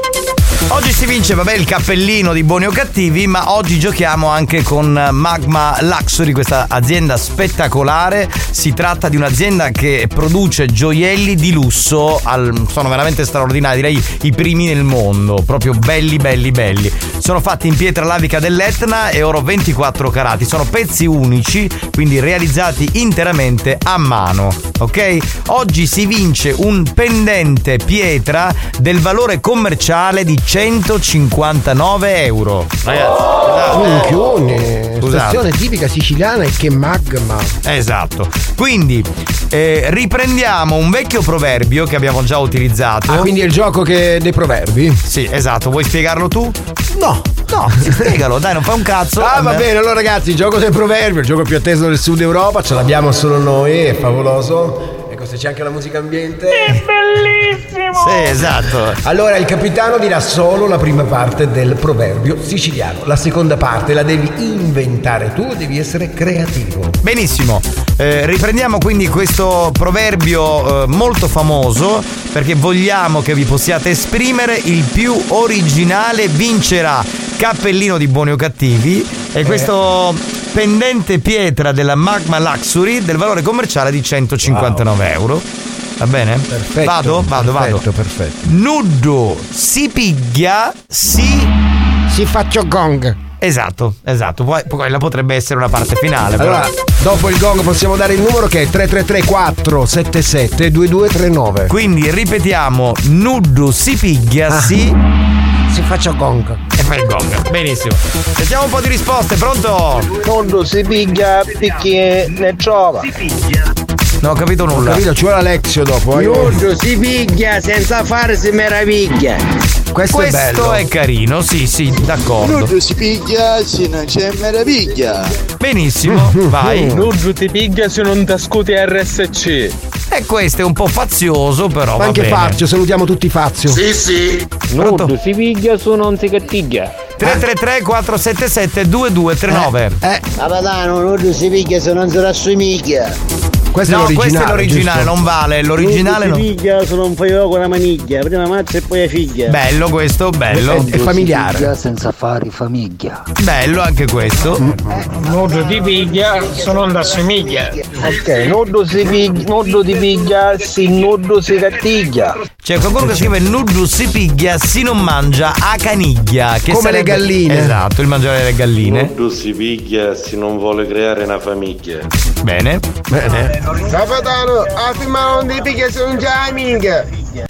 Oggi si vince, vabbè, il cappellino di Buoni o Cattivi, ma oggi giochiamo anche con Magma Luxury, questa azienda spettacolare. Si tratta di un'azienda che produce gioielli di lusso, al, sono veramente straordinari, direi i primi nel mondo, proprio belli belli belli. Sono fatti in pietra lavica dell'Etna e oro ventiquattro carati, sono pezzi unici, quindi realizzati interamente a mano, ok? Oggi si vince un pendente pietra del valore commerciale di centocinquantanove euro. Ragazzi, minchione, stazione tipica siciliana e che magma. Esatto. Quindi eh, riprendiamo un vecchio proverbio che abbiamo già utilizzato. Ah, quindi è il gioco che dei proverbi? Sì, esatto. Vuoi spiegarlo tu? No. No, spiegalo, dai, non fai un cazzo. Ah, va bene, allora ragazzi, il gioco del proverbio, il gioco più atteso del sud Europa, ce l'abbiamo solo noi, è favoloso. Ecco, se c'è anche la musica ambiente. È bellissimo! Sì, esatto. Allora, il capitano dirà solo la prima parte del proverbio siciliano. La seconda parte la devi inventare tu, devi essere creativo. Benissimo. Eh, riprendiamo quindi questo proverbio eh, molto famoso, perché vogliamo che vi possiate esprimere. Il più originale vincerà cappellino di Buoni o Cattivi e questo pendente pietra della Magma Luxury del valore commerciale di centocinquantanove euro. Va bene? Perfetto. Vado? Vado, perfetto, vado. Perfetto. Nudo si piglia, si si faccio gong. Esatto, esatto. Poi quella potrebbe essere una parte finale. Allora, però. dopo il gong possiamo dare il numero che è tre tre tre quattro sette sette due due tre nove. Quindi ripetiamo: nudo si piglia, ah. si si faccia gong. E fai il gong. Benissimo. Sentiamo un po' di risposte. Pronto? Nudo si piglia perché ne trova. Si piglia. Non ho capito nulla. Ho capito, ci vuole Alexio dopo. Eh. Nudo si piglia senza farsi meraviglia. Questo, Questo è, bello. È carino, sì, sì, d'accordo. Nudo si piglia se non c'è meraviglia. Benissimo, vai. Nudo ti piglia se non ti ascolti R S C. E questo è un po' fazioso, però. Ma anche bene. Fazio, salutiamo tutti Fazio. Sì, sì. Nudo si piglia se non si cattiglia. tre tre tre quattro sette sette due due tre nove. Eh. eh. Capitano, nudo si piglia se non si rassomiglia. Questo no, è l'originale, questo è l'originale, giusto? Non vale. L'originale non. non. Figlia se non fai con la maniglia, prima mazza e poi la figlia. Bello questo, bello. È, è familiare. Figlia senza fare famiglia. Bello anche questo. Nudo di piglia se non da somiglia. Ok, nudo si piglia, nudo di piglia, si nudo si cattiglia. C'è qualcuno che scrive nudo si piglia, si non mangia a caniglia. Che come sarebbe... le galline. Esatto, il mangiare le galline. Nudo si piglia, si non vuole creare una famiglia. Bene, bene. Capitano, a firmare non ti piglia se non c'è amica.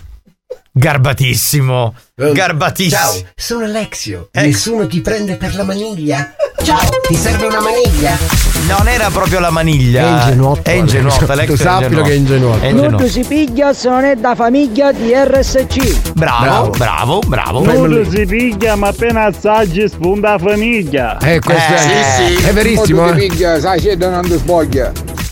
Garbatissimo, garbatissimo. Ciao, sono Alexio. Eh. Nessuno ti prende per la maniglia. Ciao, ti serve una maniglia? Non era proprio la maniglia. È ingenuotto. È ingenuotto, Alexio. Tu sappilo che è ingenuotto. Nudo si piglia se non è da famiglia di R S C. Bravo, bravo, bravo. Nudo si piglia ma appena assaggi spunta la famiglia. Eh, questo eh, è, sì, sì. è verissimo. Nudo eh. si piglia, sai, c'è da non ti spoglia.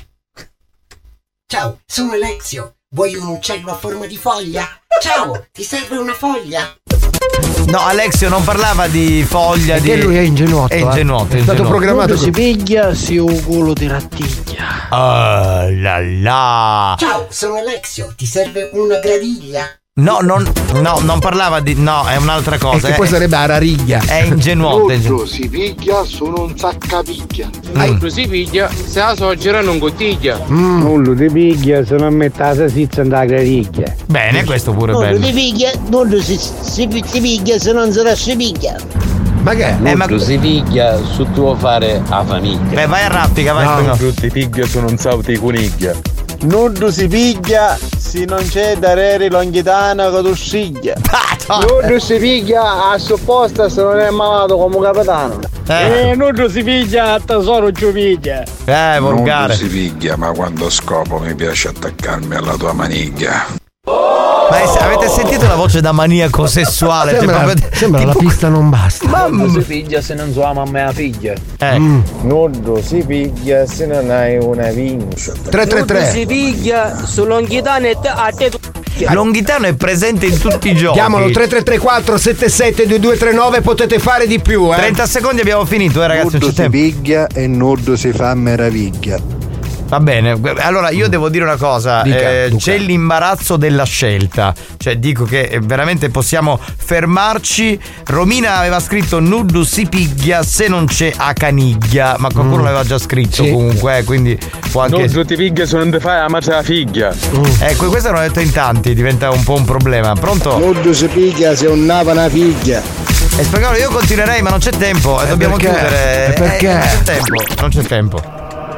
Ciao, sono Alexio. Vuoi un uccello a forma di foglia? Ciao, ti serve una foglia? No, Alexio non parlava di foglia. Di... Che lui è ingenuotto. È ingenuotto. Eh. È stato programmato. Nudo si piglia, si un culo di rattiglia. Oh la la. Ciao, sono Alexio. Ti serve una gradiglia? No, non, no, non parlava di. No, è un'altra cosa. E che poi sarebbe arariglia. È ingenuotto. Nudo si piglia sono un saccapiglia. Nudo si piglia se la soggira non cottiglia. Mm. Nudo ti piglia se non mette la salsiccia in da gradiglia. Bene, questo pure nudo bello. Nudo ti piglia, nudo si, si, si piglia se non si lascia piglia. Ma che è? Eh, ma si piglia su tuo fare a famiglia. Beh, vai a raffica, vai. No, nudo ti piglia se non salti coniglia. Nudo si piglia se non c'è da rere longhitana che tu sciglia. Nudo si piglia a supposta se non è malato come capitano. Eh, eh nudo si piglia a tesoro giù piglia. Eh, volgare. Nudo si piglia, ma quando scopo mi piace attaccarmi alla tua maniglia. Ma avete sentito la voce da maniaco sessuale? Sembra, cioè, proprio, sembra tipo... la pista non basta. Ma nudo si piglia se non sua mamma è la figlia. Eh. Mm. Nudo si piglia se non hai una vincia. tre tre tre. Nudo si piglia su longhitano e a te tu. Longhitano è presente in tutti i giochi. Chiamalo tre tre tre quattro sette sette due due tre nove, potete fare di più, eh. trenta secondi abbiamo finito, eh ragazzi. Nudo si piglia e nudo si fa meraviglia. Va bene, allora io devo dire una cosa, Dica, eh, Luca. c'è l'imbarazzo della scelta, cioè dico che eh, veramente possiamo fermarci. Romina aveva scritto nudo si piglia se non c'è a caniglia, ma qualcuno Mm. l'aveva già scritto Sì. comunque, eh, quindi può anche... Non ti piglia se non ti fai la mazza figlia. Ecco, questo l'hanno detto in tanti, diventa un po' un problema. Pronto? Nudo si piglia se un nava una figlia. E spagnolo io continuerei ma non c'è tempo e dobbiamo perché? chiudere. E perché? Eh, non c'è tempo, non c'è tempo.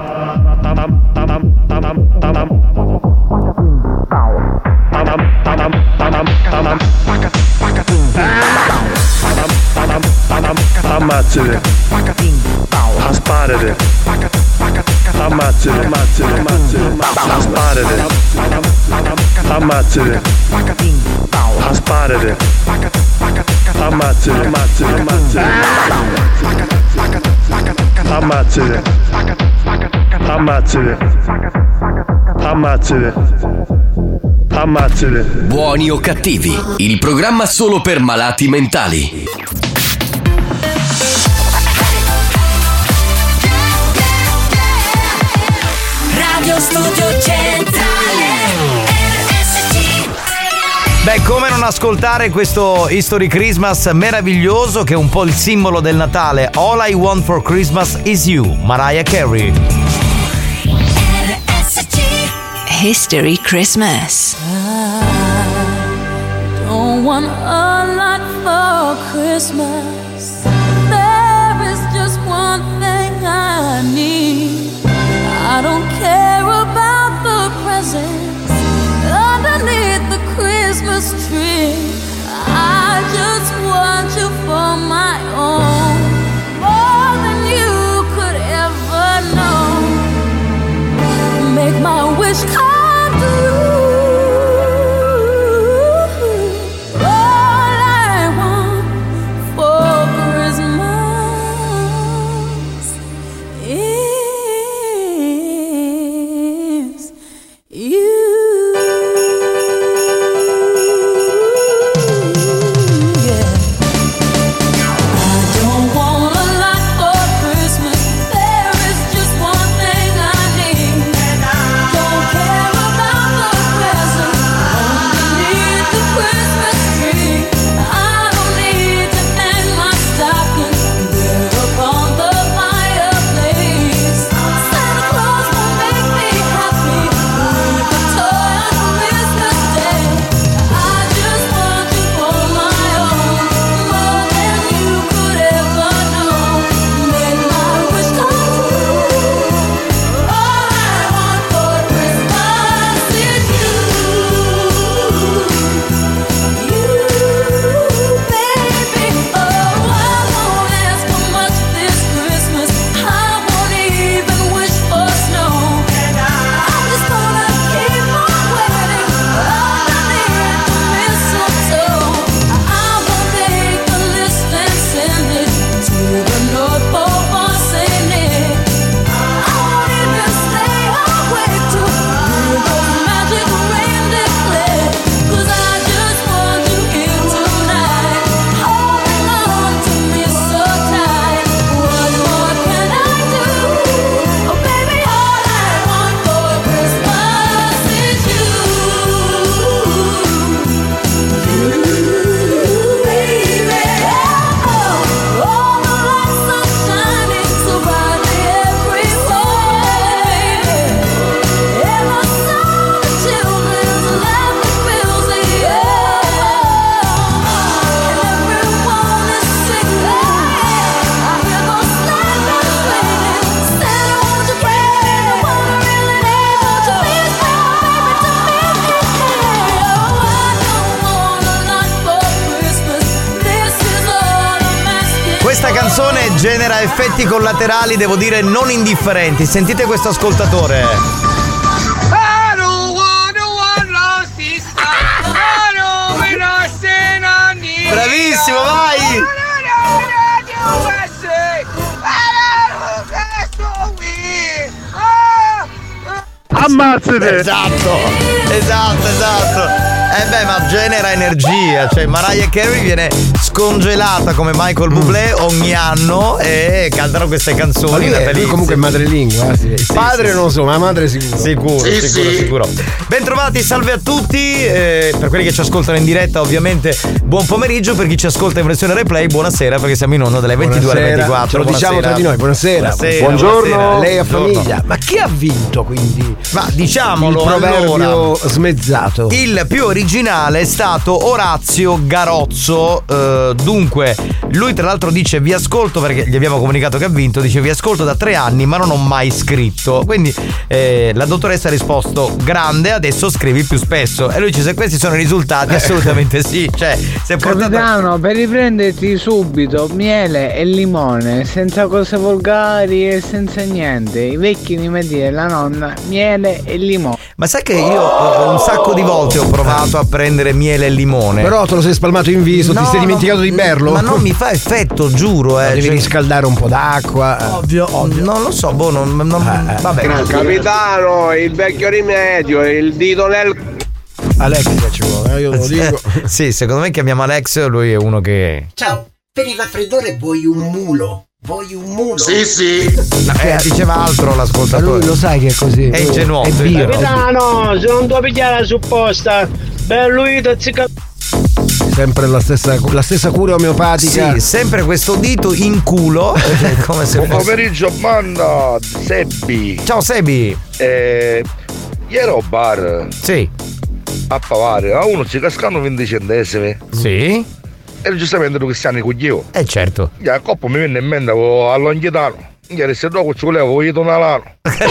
Ammazzate. Asparate. Ammazzate, ammazzate, ammazzate. Asparate. Ammazzate. Asparate. Ammazzate, ammazzate, ammazzate. Ammazzate. Ammazzate. Ammazzate. Ammazzate. Buoni o cattivi, il programma solo per malati mentali. Radio Studio Centrale R S C. Beh, come non ascoltare questo History Christmas meraviglioso che è un po' il simbolo del Natale. All I Want for Christmas is You, Mariah Carey. History Christmas. Don't want a lot for Christmas. There is just one thing I need. I don't care about the presents underneath the Christmas tree. I just want you for my own, more than you could ever know. Make my wish come true. All I want for Christmas is you. Yeah. I don't want a lot for Christmas. There is just one thing I need. Don't care about the presents underneath the Christmas tree. I don't need to hang my stocking there upon the fireplace. Santa Claus will make me happy with a toy on Christmas Day. I just want you for my own, more than you could ever know. Make my wish come true. All I want for Christmas is you. You, baby. Oh, I won't ask for much this Christmas. I won't even wish for snow. I'm just gonna keep on waiting underneath the mistletoe. I'm gonna make a list and send it to the North Pole for Saint Nick. I won't even stay awake to hear those magic reindeer play. 'Cause I just want you here tonight, holding on to me so tight. What more can I do? Oh baby, all I want for Christmas is you. You, baby. Oh, all the lights are shining so brightly everywhere. And the sound of children's laughter fills the air. And everyone is singing. I hear those sleigh bells ringing. Santa, won't you bring me the one I really need? Won't you please bring my baby to me? Oh, I don't want a lot for Christmas. This is all I'm asking. Questa canzone genera effetti collaterali, devo dire, non indifferenti. Sentite questo ascoltatore. I don't want one lost sister. I don't want no sin on me. Bravissimo, vai! Ammazzate! Esatto, esatto, esatto. Eh beh, ma genera energia, cioè Mariah Carey viene scongelata come Michael Bublé ogni anno e cantano queste canzoni. Ma lui, lui comunque è madrelingua, sì. Sì, padre sì, non lo so, ma madre sicuro. Sicuro, sì, sicuro, sì. sicuro. Bentrovati, salve a tutti, eh, per quelli che ci ascoltano in diretta ovviamente buon pomeriggio, per chi ci ascolta in versione replay buonasera perché siamo in onda dalle ventidue alle ventiquattro. Ce lo diciamo tra di noi, buonasera. Buonasera, buongiorno. buonasera. Lei a Buongiorno. famiglia. Ma chi ha vinto quindi? Ma diciamolo, il proverbio allora, smezzato. Il più originale è stato Orazio Garozzo. Uh, dunque, lui tra l'altro dice vi ascolto, perché gli abbiamo comunicato che ha vinto, dice vi ascolto da tre anni ma non ho mai scritto. Quindi eh, la dottoressa ha risposto grande, adesso scrivi più spesso. E lui dice se questi sono i risultati assolutamente sì. Cioè, se è portato... Capitano, per riprenderti subito miele e limone, senza cose volgari e senza niente. I vecchi di me dire la nonna miele e limone. Ma sai che io ho un sacco di volte ho provato a prendere miele e limone. Però te lo sei spalmato in viso, No, ti sei dimenticato no, di berlo? Ma non mi fa effetto, giuro, eh. Devi cioè... riscaldare un po' d'acqua. Ovvio, ovvio. Non lo so, boh, non, non eh, vabbè. Capitano, il vecchio rimedio, il dito nel... Alexia ci vuole, io lo dico. Sì, secondo me chiamiamo Alex, lui è uno che... Ciao, per il raffreddore vuoi un mulo? Vuoi un mulo? Sì, sì. No, eh, diceva altro l'ascoltatore. Lui lo sai che è così. È ingenuo. È bio. Capitano, se non devo pigliare la supposta, bello io zicca. Sempre la stessa, la stessa cura omeopatica. Sì, sempre questo dito in culo. Come se Buon fosse... pomeriggio, banda. Sebbi. Ciao Sebi. Eh, ieri al bar. Sì. A Pavare, a uno ci cascano venti centesimi. Sì. E giustamente lui Cristiano coglieo. Eh certo. Ya, a coppa mi venne in mente a Longhitano. Ieri se dopo ci volevo io tornare.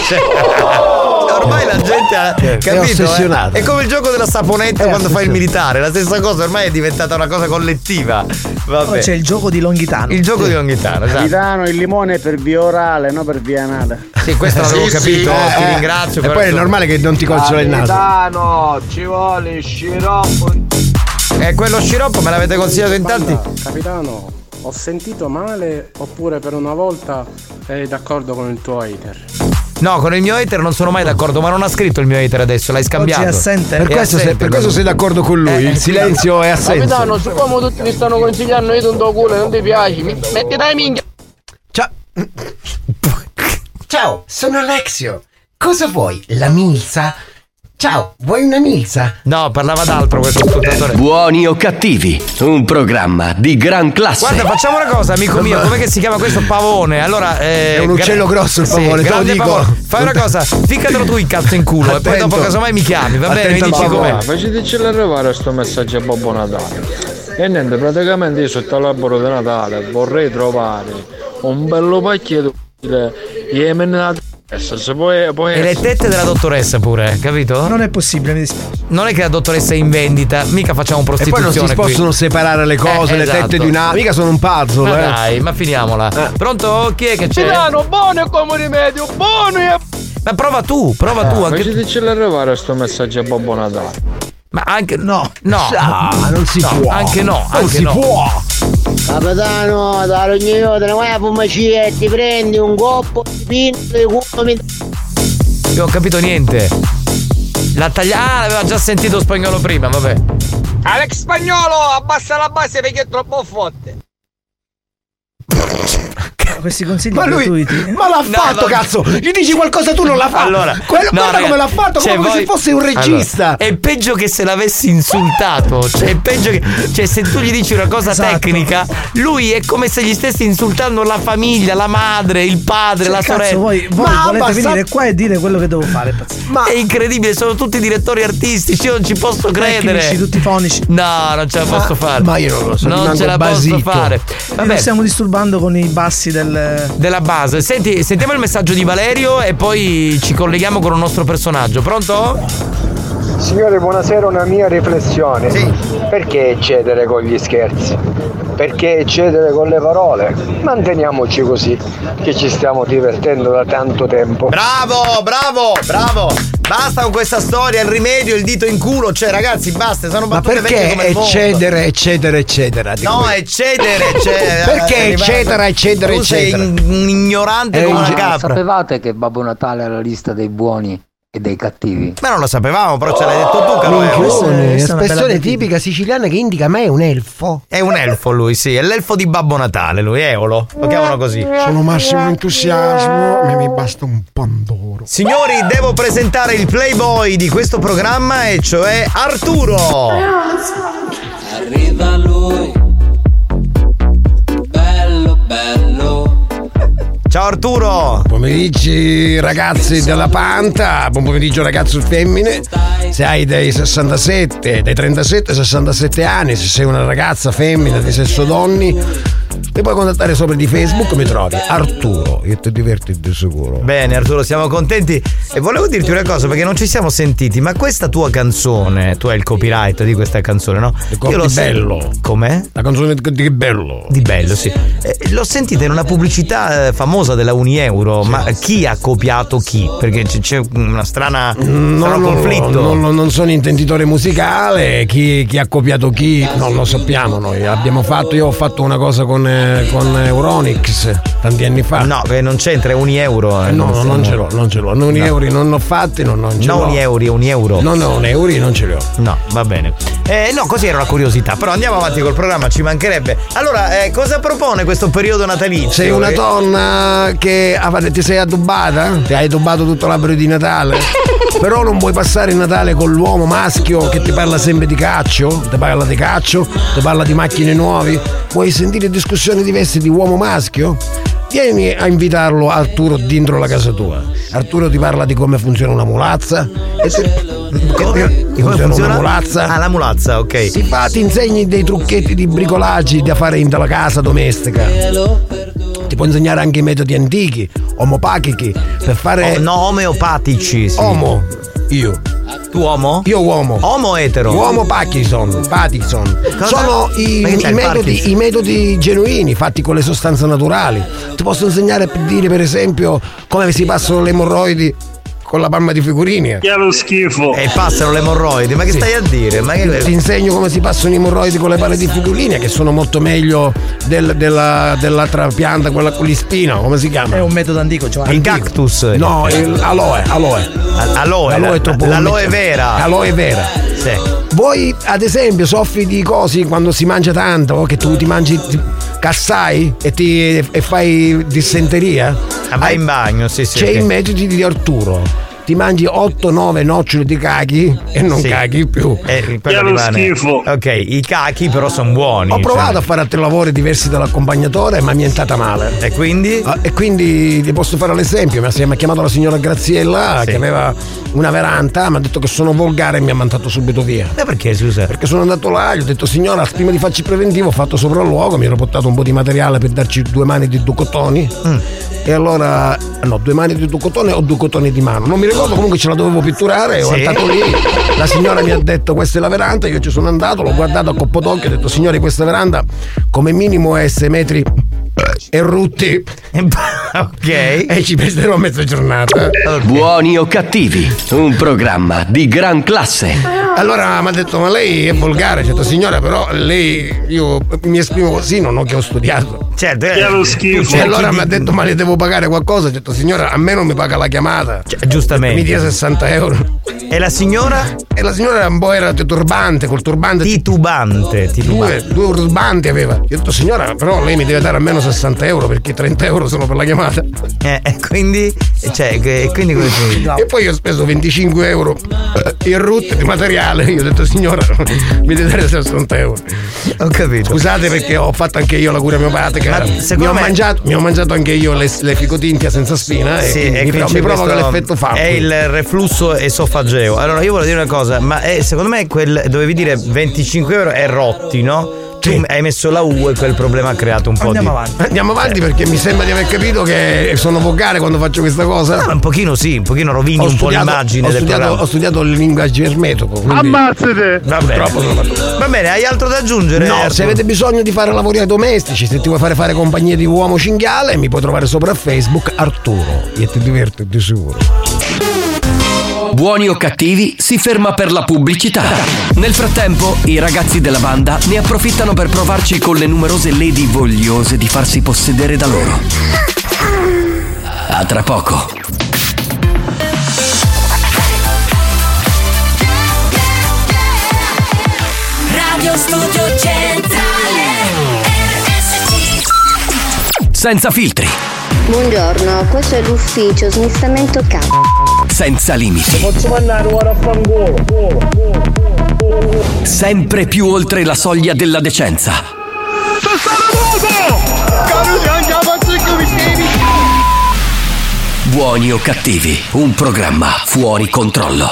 Ormai la gente ha è capito, ossessionata. eh? È come il gioco della saponetta È quando fai il ossessionata. militare, la stessa cosa, ormai è diventata una cosa collettiva. Vabbè. Poi c'è il gioco di Longhitano. Il gioco di Longhitano, esatto. Capitano, il limone è per via orale, non per via anale. Sì, questo l'avevo Sì, capito, sì. ti Eh, ringrazio. E però poi è insomma- normale che non ti consola il naso. Capitano, ci vuole sciroppo. Eh, quello sciroppo me l'avete consigliato in tanti. Capitano, ho sentito male oppure per una volta eri d'accordo con il tuo hater? No, con il mio hater non sono mai d'accordo, ma non ha scritto il mio hater adesso, l'hai scambiato. Oggi è assente. Per È questo, assente, sei, per questo sei d'accordo con lui. Eh, Il silenzio è assenso. Capitano, siccome tutti mi stanno consigliando io non do culo e non ti piaci, mi metti dai minchia. Ciao. Ciao, sono Alexio. Cosa vuoi? La milza? Ciao, vuoi una milza? No, parlava d'altro questo ascoltatore. Buoni o cattivi, un programma di gran classe. Guarda, facciamo una cosa, amico mio, com'è che si chiama questo pavone? Allora, eh, È un uccello gra- grosso il sì, pavone, te lo grande dico. pavone. Fai una cosa, ficcatelo tu il cazzo in culo e poi Attento. dopo casomai mi chiami, va bene? Attento Mi al dici pavone. com'è. Faceteci arrivare sto messaggio a Babbo Natale. E niente, praticamente io sotto l'albero di Natale vorrei trovare un bello pacchetto di Yemen. Se poi, poi E le tette della dottoressa pure, capito? Non è possibile, mi dispiace. Non è che la dottoressa è in vendita, mica facciamo E poi prostituzione non si qui. possono separare le cose, Eh, le esatto. tette di una. Mica sono un puzzle, Ma eh. dai, ma finiamola. Eh. Pronto? Chi è che c'è? Milano, buono come rimedio, buono e... Ma prova tu, prova tu anche tu. Faceteci arrivare sto messaggio a Babbo Natale. Ma anche no, no, Ah, non si no, può. anche no, Non anche si no. può. Capitano, da rogno, te ne vai a fumacia e ti prendi un coppo di pinto e culo mi... Io non ho capito niente. La taglia. Ah, l'aveva già sentito spagnolo prima, vabbè. Alex Spagnolo, abbassa la base perché è troppo forte. Questi consigli Ma lui, gratuiti. ma l'ha No, fatto, no. cazzo! Gli dici qualcosa, tu non l'ha fatto. Allora, Quello, no, guarda raga, come l'ha fatto, cioè, come voi- se fosse un regista. Allora, è peggio che se l'avessi insultato. Cioè, è peggio che. Cioè, se tu gli dici una cosa Esatto. tecnica, lui è come se gli stessi insultando la famiglia, la madre, il padre, Cioè, la cazzo, sorella. voi, voi Ma volete basta- venire qua e dire quello che devo fare, pazzesco. Ma È incredibile, sono tutti direttori artistici, io non ci posso credere. Tecnici, tutti fonici. No, non ce la posso fare. ma io non lo so, Non rimango ce la basito. posso fare. Vabbè. Vabbè, Lo stiamo disturbando con i bassi del. della base. Senti, sentiamo il messaggio di Valerio e poi ci colleghiamo con un nostro personaggio. Pronto? Signore, buonasera, una mia riflessione. Sì. Perché eccedere con gli scherzi? Perché eccedere con le parole? Manteniamoci così, che ci stiamo divertendo da tanto tempo. Bravo, bravo, bravo. Basta con questa storia, il rimedio, il dito in culo. Cioè, ragazzi, basta, sono Ma battute vecchie perché come il mondo. eccedere, eccedere, eccetera? di No, questo? eccedere, eccedere. Perché Arrivato- eccetera, eccedera, tu sei eccetera? un un ignorante È come una inge- capra. Sapevate che Babbo Natale ha la lista dei buoni e dei cattivi. Ma non lo sapevamo, però ce l'hai detto tu, caro Eolo. Minchione, espressione tipica siciliana che indica me è un elfo. È un elfo lui, sì, è l'elfo di Babbo Natale, lui, Eolo. Lo chiamano così. Sono massimo entusiasmo, ma mi basta un pandoro. Signori, devo presentare il playboy di questo programma, e cioè Arturo. Arriva lui, bello bello. Ciao Arturo. Buon pomeriggio ragazzi della Panta, buon pomeriggio ragazzi femmine. Se hai dai sessantasette, dai trentasette ai sessantasette anni, se sei una ragazza femmina di sesso donni, mi puoi contattare sopra di Facebook, mi trovi Arturo, io ti diverti di sicuro. Bene Arturo, siamo contenti. E volevo dirti una cosa, perché non ci siamo sentiti, ma questa tua canzone, tu hai il copyright di questa canzone, no? Io l'ho bello. Sen- Com'è? La canzone di, di Bello. Di Bello, sì. Eh, l'ho sentita in una pubblicità eh, famosa della Unieuro, sì. Ma chi ha copiato chi? Perché c- c'è una strana, no, strano no, conflitto. No, no, non sono intenditore musicale, chi, chi ha copiato chi non lo sappiamo noi. Abbiamo fatto, io ho fatto una cosa con, eh, con Euronix tanti anni fa. No, perché non c'entra, è un euro. Eh, no, no, non ce l'ho, non ce l'ho. Non no. euro non ho fatti, non, non ce no, l'ho. un euro, un euro. No, no, un euro non ce li ho. No, va bene. Eh, no, così era una curiosità. Però andiamo avanti col programma, ci mancherebbe. Allora, eh, cosa propone questo periodo natalizio? Sei una donna che ti sei addobbata? Ti hai addobbato tutto l'albero di Natale? Però non puoi passare il Natale con l'uomo maschio che ti parla sempre di calcio, ti parla di calcio, ti parla di macchine nuove. Vuoi sentire discussioni diverse di uomo maschio? Vieni a invitarlo Arturo dentro la casa tua. Arturo ti parla di come funziona una mulazza e ti, come? E ti, come funziona una mulazza. Ah, la mulazza, ok. Ti fa, ti insegni dei trucchetti di bricolaggi da fare in della casa domestica. Ti può insegnare anche i metodi antichi, omopachichi, per fare. Oh, no, omeopatici, sì. Omo, io. Tu uomo? Io uomo. Homo etero? Uomo Parkinson. Parkinson. Sono i, i, metodi, i metodi genuini fatti con le sostanze naturali. Ti posso insegnare per dire, per esempio, come si passano le emorroidi con la palma di figurini. Che è lo schifo. E passano le emorroidi, ma che sì. stai a dire? Ma che... Ti insegno come si passano i emorroidi con le palle di figurine, che sono molto meglio del, della, dell'altra pianta, quella con l'ispina, come si chiama? È un metodo antico, cioè. Il cactus. No, il aloe, aloe. Aloe, aloe è troppo l'aloe vera. Aloe vera. Sì. Voi ad esempio soffri di cosi quando si mangia tanto, che tu ti mangi cassai e ti e fai dissenteria? Ah, vai in bagno, sì, sì. C'è okay. i metodi di Arturo. Ti mangi otto nove noccioli di cachi e non sì. cachi più. Eh, che è lo schifo. Ok, i cachi però sono buoni. Ho provato cioè. a fare altri lavori diversi dall'accompagnatore, ma mi è andata male. E quindi? Uh, e quindi ti posso fare l'esempio. Mi ha chiamato la signora Graziella, sì. che aveva una veranda, mi ha detto che sono volgare e mi ha mandato subito via. Ma perché, scusa? Perché sono andato là, gli ho detto signora, prima di farci il preventivo ho fatto sopralluogo, mi ero portato un po' di materiale per darci due mani di due cotoni. Mm. E allora, no, due mani di due cotoni o due cotoni di mano. Non mi ricordo, comunque ce la dovevo pitturare, ho sì. andato lì, la signora mi ha detto questa è la veranda, io ci sono andato, l'ho guardato a coppo d'occhio, ho detto signori questa veranda come minimo è sei metri e rutti. Ok. E ci peserò mezza giornata. Okay. Buoni o cattivi, un programma di gran classe. Allora mi ha detto ma lei è volgare, ho detto signora però lei, io mi esprimo così, non ho che ho studiato. Certo, è lo schifo. E allora mi ha detto ma le devo pagare qualcosa, ho detto signora a me non mi paga la chiamata, cioè, giustamente mi dia sessanta euro. E la signora? E la signora un po' era turbante, col turbante titubante, titubante. Due, due turbanti aveva. Io ho detto signora però lei mi deve dare almeno sessanta euro perché trenta euro sono per la chiamata. Eh, e quindi cioè e quindi come si... no. E poi io ho speso venticinque euro in route di materiale. Io ho detto signora mi deve dare sessanta euro. Ho capito. Scusate perché ho fatto anche io la cura miopatica. Mi ho, me... mangiato, mi ho mangiato anche io le, le ficotintia senza spina. Sì, e, e mi, pro, mi provoca l'effetto fame. È il reflusso esofageo. Allora io volevo dire una cosa, ma è, secondo me quel dovevi dire venticinque euro è rotti, no? Tu sì. hai messo la U e quel problema ha creato un po' Andiamo di... avanti. Andiamo avanti perché mi sembra di aver capito che sono volgare quando faccio questa cosa. No, un pochino sì, un pochino rovini ho un studiato, po' l'immagine ho del studiato, programma. Ho studiato il linguaggio ermetico. Quindi... Ammazzate! Va bene. Sono... Va bene, hai altro da aggiungere? No, Erto? Se avete bisogno di fare lavori domestici, se ti vuoi fare fare compagnia di uomo cinghiale, mi puoi trovare sopra Facebook Arturo. E ti diverti di sicuro. Buoni o cattivi si ferma per la pubblicità. Nel frattempo, i ragazzi della banda ne approfittano per provarci con le numerose lady vogliose di farsi possedere da loro. A tra poco. studio centrale R S C. Senza filtri, Buongiorno, questo è l'ufficio smistamento C. senza limiti, Posso mandare ora a fangolo? sempre più oltre la soglia della decenza. Buoni o cattivi, un programma fuori controllo.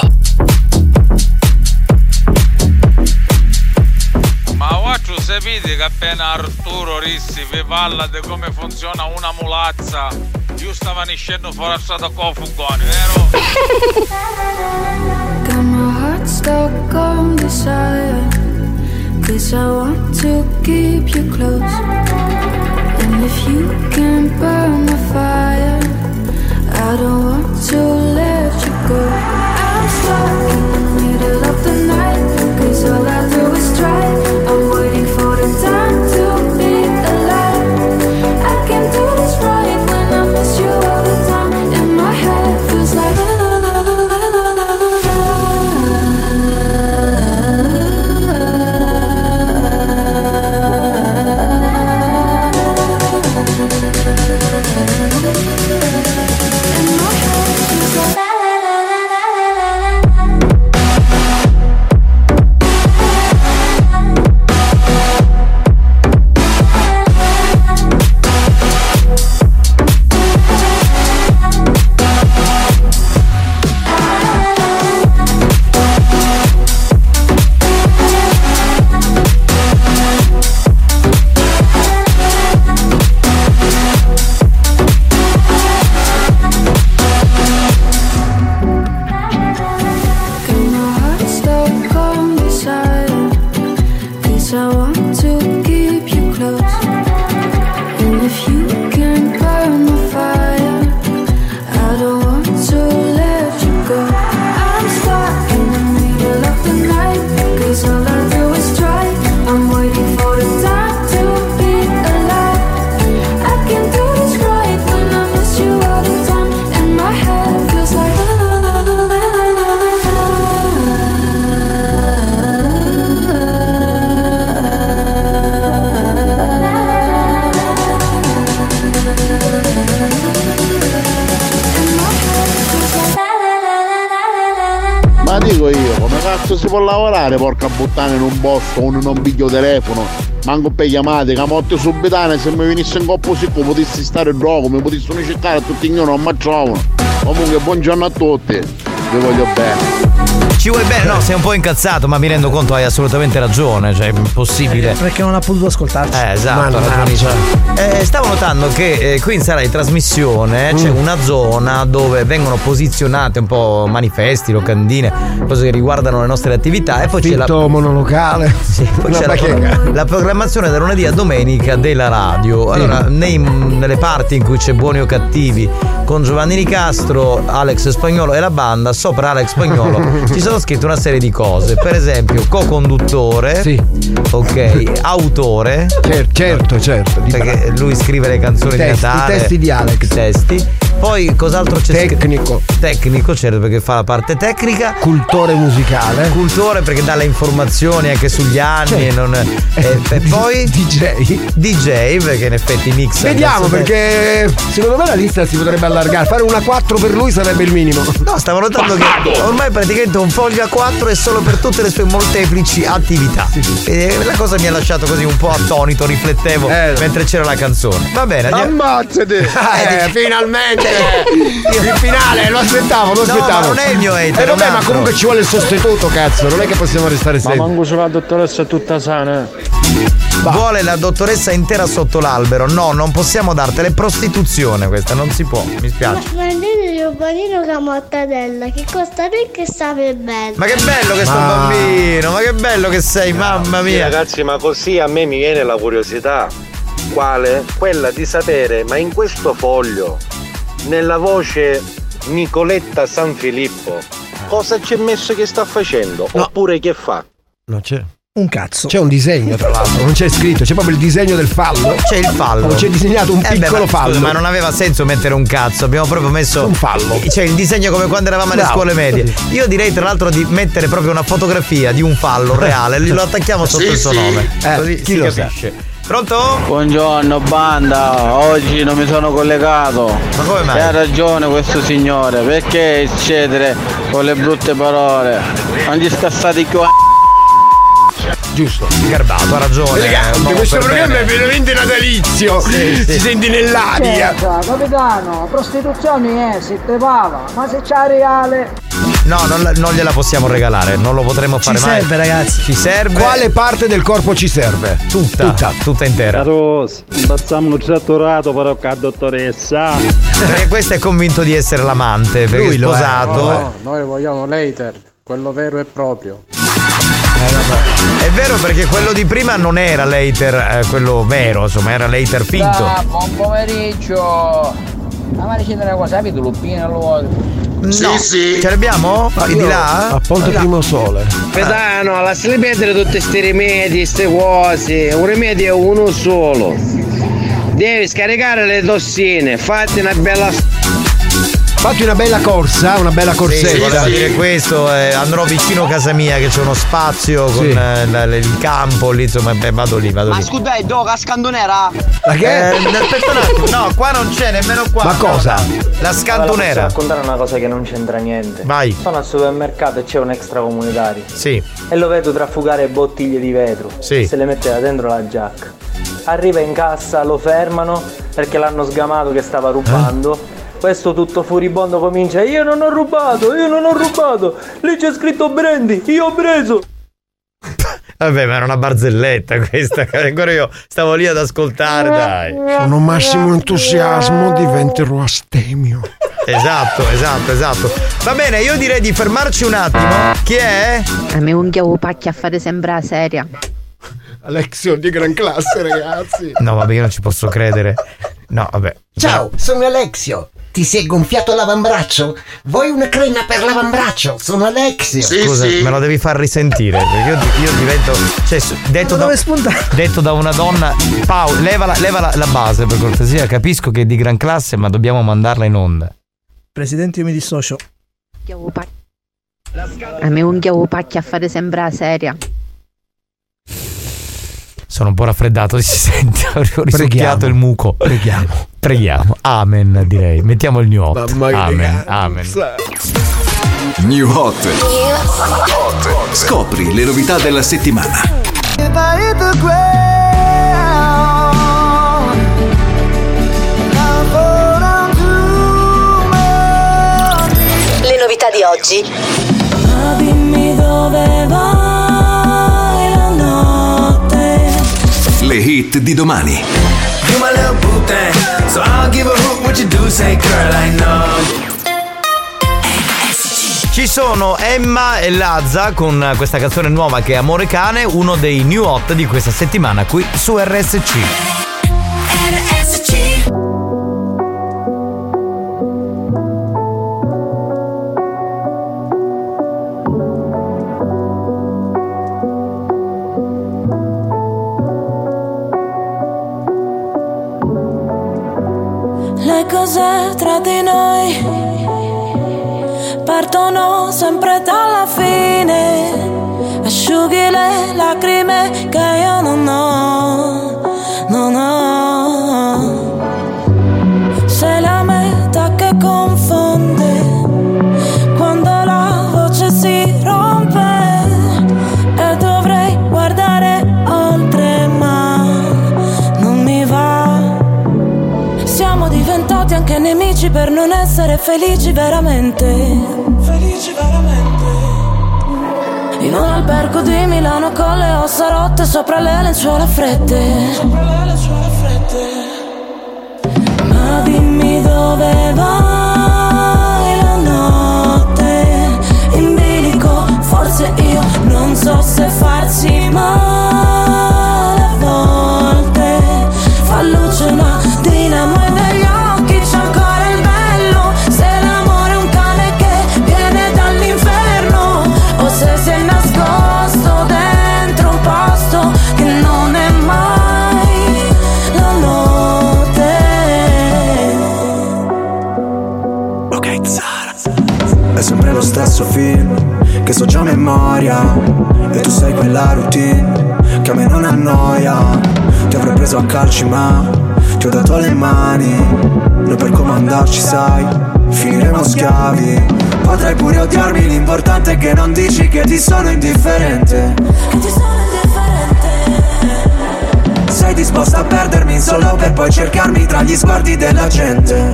Ma quattro sapete che appena Arturo Rissi vi parla di come funziona una mulazza, io stavo nascendo fuori la strada con fugoni, vero? Got my heart stuck on desire, 'cause I want to keep you close. And if you can burn the fire, I don't want to let you go. I'm stuck in the middle of the night, 'cause all I do is try. I'm waiting for the time to be alive. I can't do this right when I miss you all the time. And my head feels like si può lavorare, porca puttana, in un posto, uno non piglio telefono, manco per chiamate, che morte subitane, se mi venisse in coppa così come potessi stare drogo, mi potessero cercare a tutti i giorni, non mi trovano. Comunque buongiorno a tutti, vi voglio bene. Ci vuoi bene? No, sei un po' incazzato, ma mi rendo conto hai assolutamente ragione, cioè è impossibile. Eh, perché non ha potuto ascoltarci. Eh, esatto, eh, stavo notando che eh, qui in sala di trasmissione mm. c'è una zona dove vengono posizionate un po' manifesti, locandine, cose che riguardano le nostre attività e poi Fitto c'è la monolocale. Sì, poi c'è la, la programmazione da lunedì a domenica della radio. Allora, mm. nei, nelle parti in cui c'è Buoni o Cattivi con Giovanni Nicastro, Alex Spagnolo e la banda, sopra Alex Spagnolo ci sono scritte una serie di cose, per esempio co-conduttore, sì. ok, autore, certo, certo, certo perché lui scrive le canzoni testi, di Natale, i testi di Alex, testi. Poi cos'altro c'è? Tecnico. Tecnico, certo, perché fa la parte tecnica. Cultore musicale. Cultore perché dà le informazioni anche sugli anni, certo. e, non, e, e poi D J. D J perché in effetti mixa. Vediamo perché secondo me la lista si potrebbe allargare. Fare una quattro per lui sarebbe il minimo. No, stavo notando Passato. che ormai praticamente un foglio A quattro è solo per tutte le sue molteplici attività. Sì, sì. E la cosa mi ha lasciato così un po' attonito, riflettevo eh. mentre c'era la canzone. Va bene, andiamo. Ammazzate! Eh, finalmente! Il finale, lo aspettavo, lo aspettavo. No, ma non è il mio hater. Eh vabbè, ma comunque ci vuole il sostituto, cazzo. Non è che possiamo restare sempre. Ma manco c'è la dottoressa tutta sana. Bah. Vuole la dottoressa intera sotto l'albero. No, non possiamo dartela. È prostituzione questa, non si può. Mi spiace. Ma prendete un panino con mortadella che costa tre che sape bene. Ma che bello che sto ma... bambino, ma che bello che sei, no, mamma mia. Sì, ragazzi, ma così a me mi viene la curiosità. Quale? Quella di sapere, ma in questo foglio, nella voce Nicoletta Sanfilippo, cosa c'è messo che sta facendo? No. Oppure che fa? Non c'è. Un cazzo. C'è un disegno, tra l'altro, non c'è scritto, c'è proprio il disegno del fallo. C'è il fallo. O c'è disegnato un Eh beh, piccolo ma, fallo. scusa, ma non aveva senso mettere un cazzo, abbiamo proprio messo un fallo. C'è il disegno come quando eravamo alle Bravo, scuole medie. così. Io direi tra l'altro di mettere proprio una fotografia di un fallo reale, lo attacchiamo sotto Sì, il suo sì. nome. Eh, Così chi si lo sa. capisce. Pronto? Buongiorno banda, oggi non mi sono collegato. Ma come mai? E ha ragione questo signore, perché eccedere con le brutte parole? Non gli scassate i co***o. Giusto, Garbato ha ragione. Elegante, eh, questo per programma bene. è veramente natalizio. Sì, sì. Si senti nell'aria. Certo, capitano, prostituzione è, se te pava, ma se c'ha reale. No, non, la- non gliela possiamo regalare, non lo potremo fare mai. serve, ragazzi. Ci serve. Quale parte del corpo ci serve? Tutta, Tutta. tutta intera. Caros, impazziamo un trattorato però con la dottoressa. Perché questo è convinto di essere l'amante, perché Lui è lo è, sposato. No, noi vogliamo later, quello vero e proprio. È vero perché quello di prima non era later, eh, quello vero, insomma, era later finto. Ah, buon pomeriggio. Ma mi dicete una cosa, avete lupino allora? No, Sì, sì. ce l'abbiamo? Ma di io là? A Ponte Primo Sole. Pedano, lasciali perdere tutte queste rimedi, queste cose. Un rimedio è uno solo. Devi scaricare le tossine, fatti una bella. Fatti una bella corsa, una bella Sì, corsetta. voleva dire questo, eh, andrò vicino a casa mia che c'è uno spazio con Sì. eh, la- il campo lì, insomma, beh, vado lì, vado Ma lì. scusate, do, cascandonera? Ma che? Eh, aspetta un attimo, no, qua non c'è nemmeno qua. Ma cosa? No, no. La scantonera. raccontare una cosa che non c'entra niente. Vai. Sono al supermercato e c'è un extracomunitario. Sì. E lo vedo trafugare bottiglie di vetro. Sì. Se le metteva dentro la giacca. Arriva in cassa, lo fermano perché l'hanno sgamato che stava rubando. Questo tutto furibondo comincia: io non ho rubato, io non ho rubato. Lì c'è scritto Brandy, io ho preso. Vabbè, ma era una barzelletta questa. Ancora io stavo lì ad ascoltare, dai. Sono massimo entusiasmo, diventerò astemio. Esatto, esatto, esatto. Va bene, io direi di fermarci un attimo. Chi è? A me un chiavo pacchi a fare sembra seria. Alexio di gran classe, ragazzi. No, vabbè, io non ci posso credere. No, vabbè. Ciao, sono Alexio. Ti si è gonfiato l'avambraccio? Vuoi una crema per l'avambraccio? Sono Alexio. Scusa, me lo devi far risentire. Perché io, io divento. Cioè, su- detto, da, detto da una donna. Paolo, leva, la, leva la, la base per cortesia. Capisco che è di gran classe, ma dobbiamo mandarla in onda. Presidente, io mi dissocio. Chiavo pacchi. A me un chiavo pacchi a fare sembra seria. Sono un po' raffreddato, si sente. Ho risucchiato Preghiamo. il muco. Preghiamo. Preghiamo. Amen, direi. Mettiamo il new hot. Mamma che Amen. cazzo. Amen. New Hot. Scopri le novità della settimana. Le novità di oggi. Ma dimmi dove vai la notte. Le hit di domani. You my little boo thing, so I'll give a hoot what you do, say girl I know. Ci sono Emma e Lazza con questa canzone nuova che è Amore Cane, uno dei new hot di questa settimana qui su R S C. R S C. Le cose tra di noi partono sempre dalla fine. Asciughi le lacrime che io non ho, non ho. Sei la meta che confonde quando la voce si rompe e dovrei guardare oltre ma non mi va. Siamo diventati anche nemici per non essere felici veramente. Felici veramente. In un albergo di Milano con le ossa rotte sopra le lenzuola fredde. Sopra le lenzuola fredde. Ma dimmi dove vai la notte. In bilico forse io non so se farsi male a volte. Fa luce una dinamo e negli occhi c'è ancora il bello. Se l'amore è un cane che viene dall'inferno o se si è nascosto dentro un po' memoria. E tu sei quella routine che a me non annoia. Ti avrei preso a calci ma ti ho dato le mani. Noi per comandarci sai, finiremo schiavi. Potrai pure odiarmi, l'importante è che non dici che ti sono indifferente. Che ti sono indifferente. Sei disposta a perdermi solo per poi cercarmi tra gli sguardi della gente.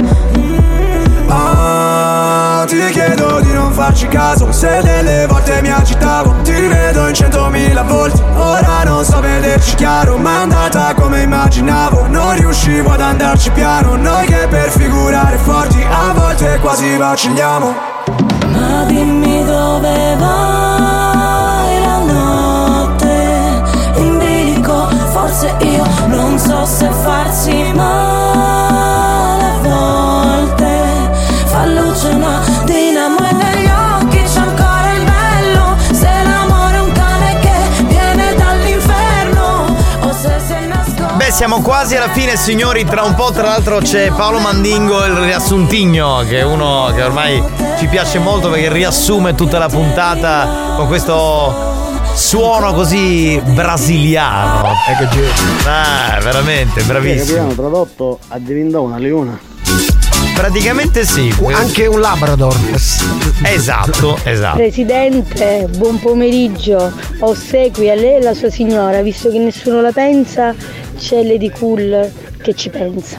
Ah, ti chiedo di non farci caso, se delle volte mi agitavo. Ti rivedo in centomila volti, ora non so vederci chiaro. Ma è andata come immaginavo, non riuscivo ad andarci piano. Noi che per figurare forti a volte quasi vacilliamo. Ma dimmi dove vai la notte in bilico. Forse io non so se farsi male a volte. Fa luce una dinamo e negli occhi c'è ancora il bello. Se l'amore è un cane che viene dall'inferno o se si è nascosto. Beh, siamo quasi alla fine, signori. Tra un po', tra l'altro, c'è Paolo Mandingo, il riassuntigno, che è uno che ormai ci piace molto perché riassume tutta la puntata con questo suono così brasiliano. È che c'è. Ah, veramente, bravissimo. Abbiamo tradotto a diventare una leona. Praticamente sì. Anche un Labrador. Esatto, esatto. Presidente, buon pomeriggio. Ossequi a lei e alla sua signora, visto che nessuno la pensa, c'è Lady Cool che ci pensa.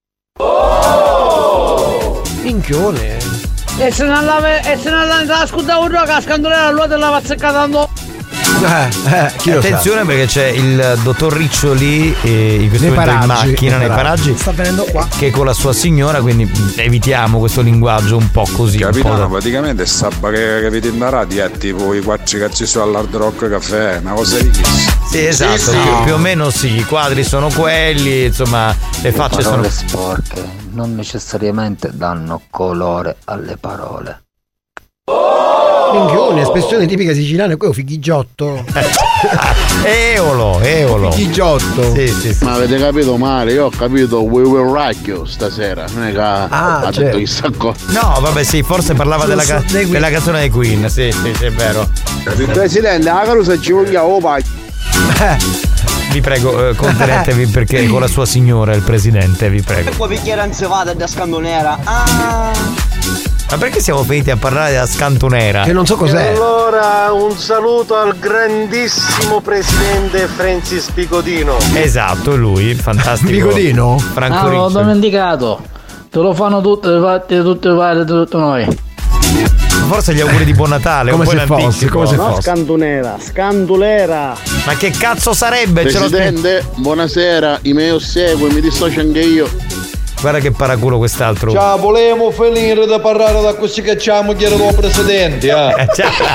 Minchione. E se non la e se non la ascolta un rock a scandolare l'uomo della pazzeccata. Eh, eh, attenzione perché c'è il dottor Riccioli eh, in questo momento in macchina nei paraggi, sta venendo qua, che è con la sua signora, quindi evitiamo questo linguaggio un po' così. Capitano, un po' da... praticamente sta che capite in radio è tipo i quattro che ci sono all'Hard Rock Caffè, una cosa di chi. Sì, esatto, sì, sì. Più, più o meno sì, i quadri sono quelli, insomma, le facce le parole sono sporche non necessariamente danno colore alle parole. Minchione, espressione tipica siciliana, quello fighigiotto. Eolo, eolo. Fighigiotto. Sì, sì, sì. Ma avete capito male, io ho capito We Will Rock You stasera. Non è che ha, Ah, ha certo. detto chissà cosa. No, vabbè, sì, forse parlava della, ca- della canzone dei Queen, sì, sì, sì, è vero. Presidente, la carusa ci vogliamo paghi. Vi prego, eh, contenetevi perché con la sua signora, il presidente, vi prego. Poi picchiere anzevata da scandonera. Ah. Ma perché siamo finiti a parlare della scantonera? Che non so cos'è. E allora un saluto al grandissimo presidente Francis Picodino. Esatto, lui, il fantastico Picodino? Franco Ah, l'ho Riccioli. dimenticato. Te lo fanno tutte, tutte, tutte, tutte, tutte noi. Forse gli auguri di buon Natale, Come un po' se in fosse, anticipo. come se No, scandolera, scandolera. Ma che cazzo sarebbe? Ce l'ho Presidente, buonasera, i miei ossequi, mi dissocio anche io. Guarda che paraculo quest'altro. Ciao, volevamo finire da parlare da così che c'hanno chiaro tuo presidente, eh.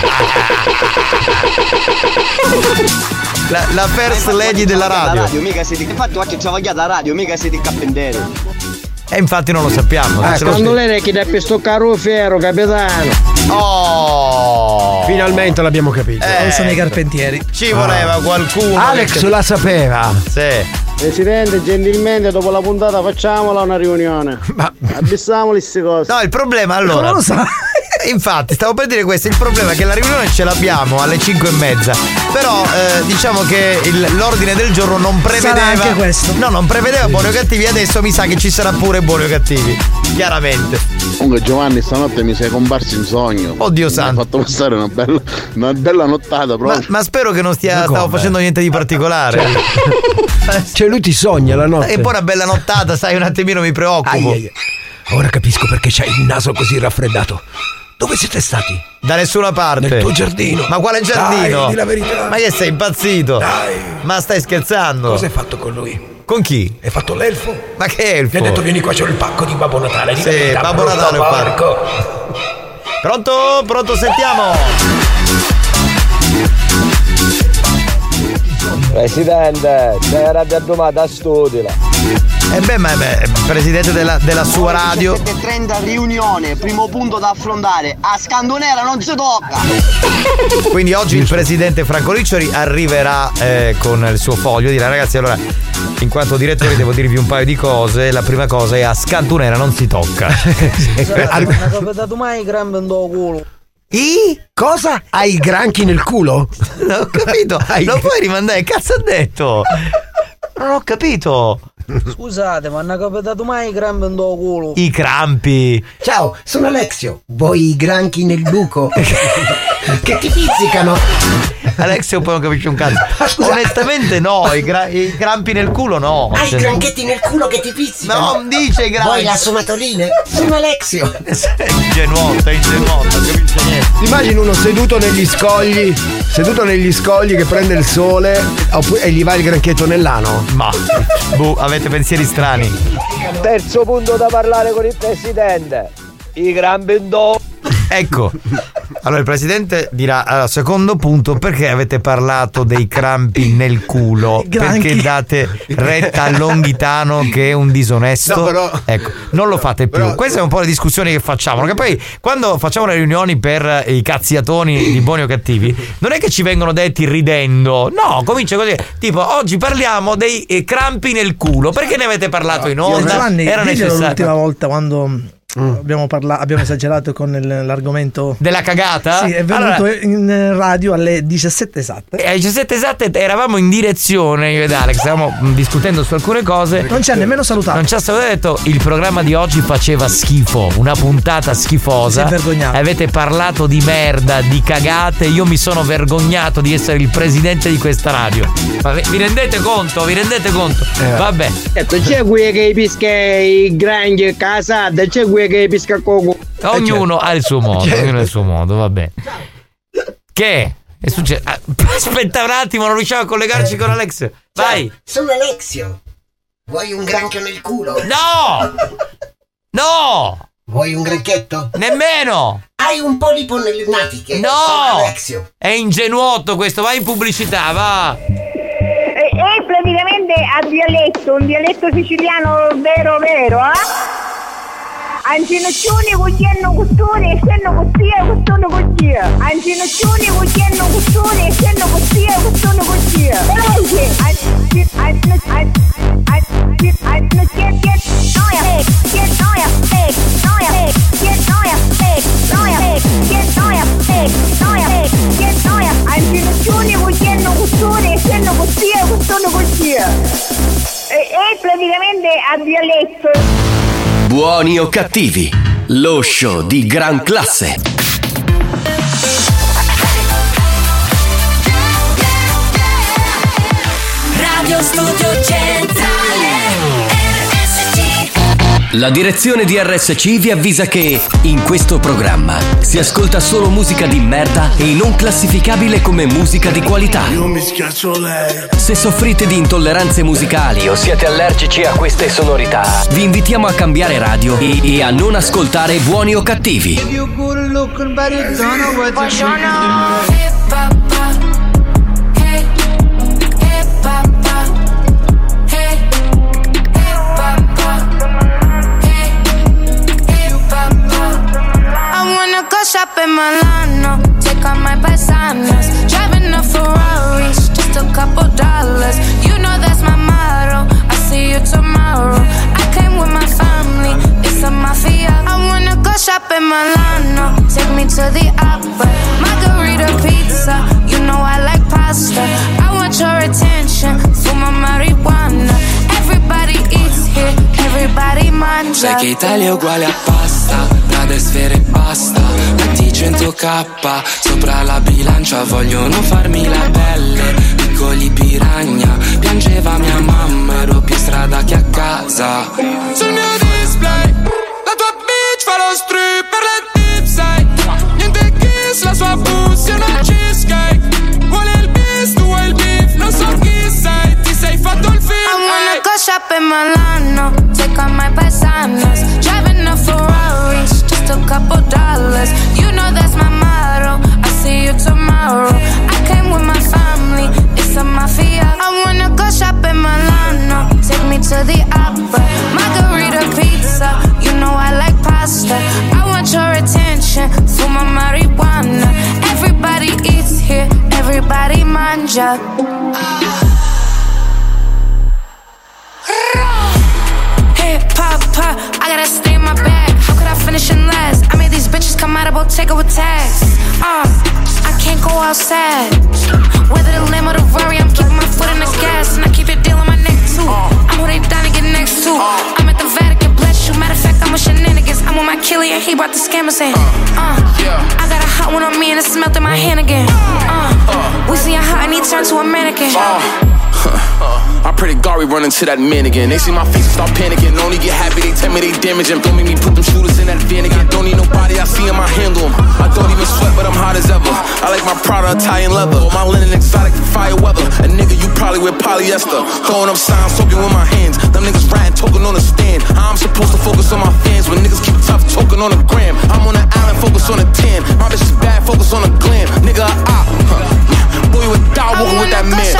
La, la first lady della radio. radio mica si dica, infatti oggi ci vogliamo la radio, mica si dica appendere. E infatti non lo sappiamo. Eh, ce lo quando lei è chi deve stoccare il ferro, capitano. Oh! Finalmente l'abbiamo capito. Eh, non sono i carpentieri. Ci voleva qualcuno. Alex che... la sapeva. Sì. Presidente, gentilmente dopo la puntata facciamola una riunione. Ma abbissiamoli queste cose. No, il problema allora. Non lo sa. Infatti, stavo per dire questo, il problema è che la riunione ce l'abbiamo alle cinque e mezza. Però eh, diciamo che il, l'ordine del giorno non prevedeva. Sarà anche questo. No, non prevedeva buoni o cattivi, adesso mi sa che ci sarà pure buoni o cattivi. Chiaramente. Comunque Giovanni, stanotte mi sei comparso in sogno. Oddio santo. Mi ha fatto passare una bella, una bella nottata proprio. Ma, ma spero che non stia stavo facendo niente di particolare. Cioè, cioè lui ti sogna la notte. E poi una bella nottata, sai, un attimino mi preoccupo. Ai, ai, ai. Ora capisco perché c'hai il naso così raffreddato. Dove siete stati? Da nessuna parte. Nel tuo giardino. Ma quale giardino? Dai, di la verità. Ma che sei impazzito? Dai. Ma stai scherzando? Cosa hai fatto con lui? Con chi? Hai fatto l'elfo? Ma che elfo? Mi ha detto vieni qua, c'ho il pacco di Babbo Natale. Di sì, verità, Babbo Natale ho fatto. Pronto? Pronto, sentiamo. Presidente, c'è rabbia domata, studila. Eh beh, ma beh, presidente della, della sua radio. sette e trenta riunione, primo punto da affrontare. A Scandonera non si tocca. Quindi oggi il presidente Franco Riccioli arriverà eh, con il suo foglio. Dirà ragazzi, allora, in quanto direttore devo dirvi un paio di cose. La prima cosa è a Scantunera non si tocca. Non ho dato mai crampe in tuo culo. I? Cosa? Hai i granchi nel culo? Non ho capito. Hai... Lo puoi rimandare? Cazzo ha detto? Non ho capito. Scusate, ma hanno capitato mai i crampi in tuo culo? I crampi. Ciao, sono Alexio. Vuoi i granchi nel buco? Che ti pizzicano? Alexio poi non capisce un cazzo. Onestamente no, i, gra- i crampi nel culo no. Hai cioè, i granchetti nel culo che ti pizzicano? Non dice i granchi. Vuoi la somatoline? Sono Alexio. È ingenuotto, è ingenuotto, non capisce niente. Immagino uno seduto negli scogli, seduto negli scogli che prende il sole oppure, e gli va il granchetto nell'ano. Ma, boh, avete pensieri strani. Terzo punto da parlare con il presidente. I crampi in do. Ecco, allora il presidente dirà allora, secondo punto, perché avete parlato dei crampi nel culo? Perché date retta a Longhitano che è un disonesto? No, però... Ecco, non lo fate più. Però... Queste è un po' le discussioni che facciamo, che poi quando facciamo le riunioni per i cazziatoni di buoni o cattivi, non è che ci vengono detti ridendo, no, comincia così, tipo oggi parliamo dei eh, crampi nel culo, perché ne avete parlato in onda? Giovanni, era necessario. L'ultima volta quando Mm. Abbiamo, parla- abbiamo esagerato con il, l'argomento della cagata? Sì, è venuto allora, in radio alle diciassette esatte. Alle diciassette esatte eravamo in direzione, io ed Alex, stavamo discutendo su alcune cose. Non ci ha nemmeno salutato. Non ci ha salutato, ha detto il programma di oggi faceva schifo, una puntata schifosa. Si è vergognato. Avete parlato di merda, di cagate, io mi sono vergognato di essere il presidente di questa radio. Ma vi rendete conto? Vi rendete conto? Eh. Vabbè. C'è qui che pisca i grandi casate, c'è qui che pisca coco. Ognuno ha il suo modo, ognuno ha il suo modo, vabbè. Che è successo? Aspetta un attimo, non riusciamo a collegarci con Alex. Vai. Sono Alexio. Vuoi un granchio nel culo? No! No! Vuoi un granchetto? Nemmeno! Hai un polipo nelle natiche? No! Sono Alexio. È ingenuotto questo, vai in pubblicità, va! È praticamente a dialetto, un dialetto siciliano vero vero, eh? Ancinoccioni cucchiano custone e senno costia custone costia. Ancinoccioni cucchiano custone e senno costia custone costia. Veloce! Ancinoccioni cucchiano custone e senno costia custone costia. È praticamente a dialetto. Buoni o cattivi, lo show di gran classe. Radio Studio Centrale R S C. La direzione di R S C vi avvisa che in questo programma si ascolta solo musica di merda e non classificabile come musica di qualità. Io mi schiaccio lei. Se soffrite di intolleranze musicali o siete allergici a queste sonorità, vi invitiamo a cambiare radio e, e a non ascoltare Buoni o Cattivi. Go shop in Milano, take on my paisanos, driving a Ferrari, just a couple dollars. You know that's my motto. I see you tomorrow. I came with my family, it's a mafia. I wanna go shop in Milano, take me to the opera, margarita pizza. You know I like pasta. I want your attention, fuma marijuana. Everybody eats here, everybody mangia. Sai che Italia è uguale a pasta, Prada sfere e basta. Metti cento k sopra la bilancia, vogliono farmi la pelle. Piccoli piragna, piangeva mia mamma, ero più strada che a casa. Sul mio display, la tua bitch fa lo strip per le tip, sai. Niente kiss, la sua pussy è una cheesecake. Vuole il bis, tu vuoi il beef, non so chi sei, ti sei fatto il film. I wanna go shop in Milano, take on my paisanos, driving a Ferrari, just a couple dollars. You know that's my motto. I see you tomorrow. I came with my family, it's a mafia. I wanna go shop in Milano, take me to the opera, margarita pizza. You know I like pasta. I want your attention, fuma marijuana. Everybody eats here, everybody mangia. Hip hop, pop, I gotta stay in my bag. How could I finish in last? I made these bitches come out of Bottega with tags. Uh, I can't go outside. Whether the limb or the Rari, I'm keeping my foot in the gas. And I keep your deal on my neck too. I'm who they down to get next to. I'm at the Vatican, bless you. Matter of fact, I'm with shenanigans. I'm with my Killian, he brought the scammers in. Uh, I got a hot one on me and it's melting my hand again. Uh, we see a hot and he turned to a mannequin. I'm pretty Gary running to that man again. They see my face and start panicking. Only get happy, they tell me they damaging. Don't make me put them shooters in that van again. Don't need nobody, I see him, I handle him. I don't even sweat, but I'm hot as ever. I like my Prada Italian leather. My linen exotic fire weather. A nigga, you probably wear polyester. Throwing up signs, soaking with my hands. Them niggas ratting, talking on the stand. I'm supposed to focus on my fans. When niggas keep tough, talking on the gram. I'm on the island, focus on the tan. My bitch is bad, focus on the glam. Nigga, I, huh. Boy, you a dog walking with that man.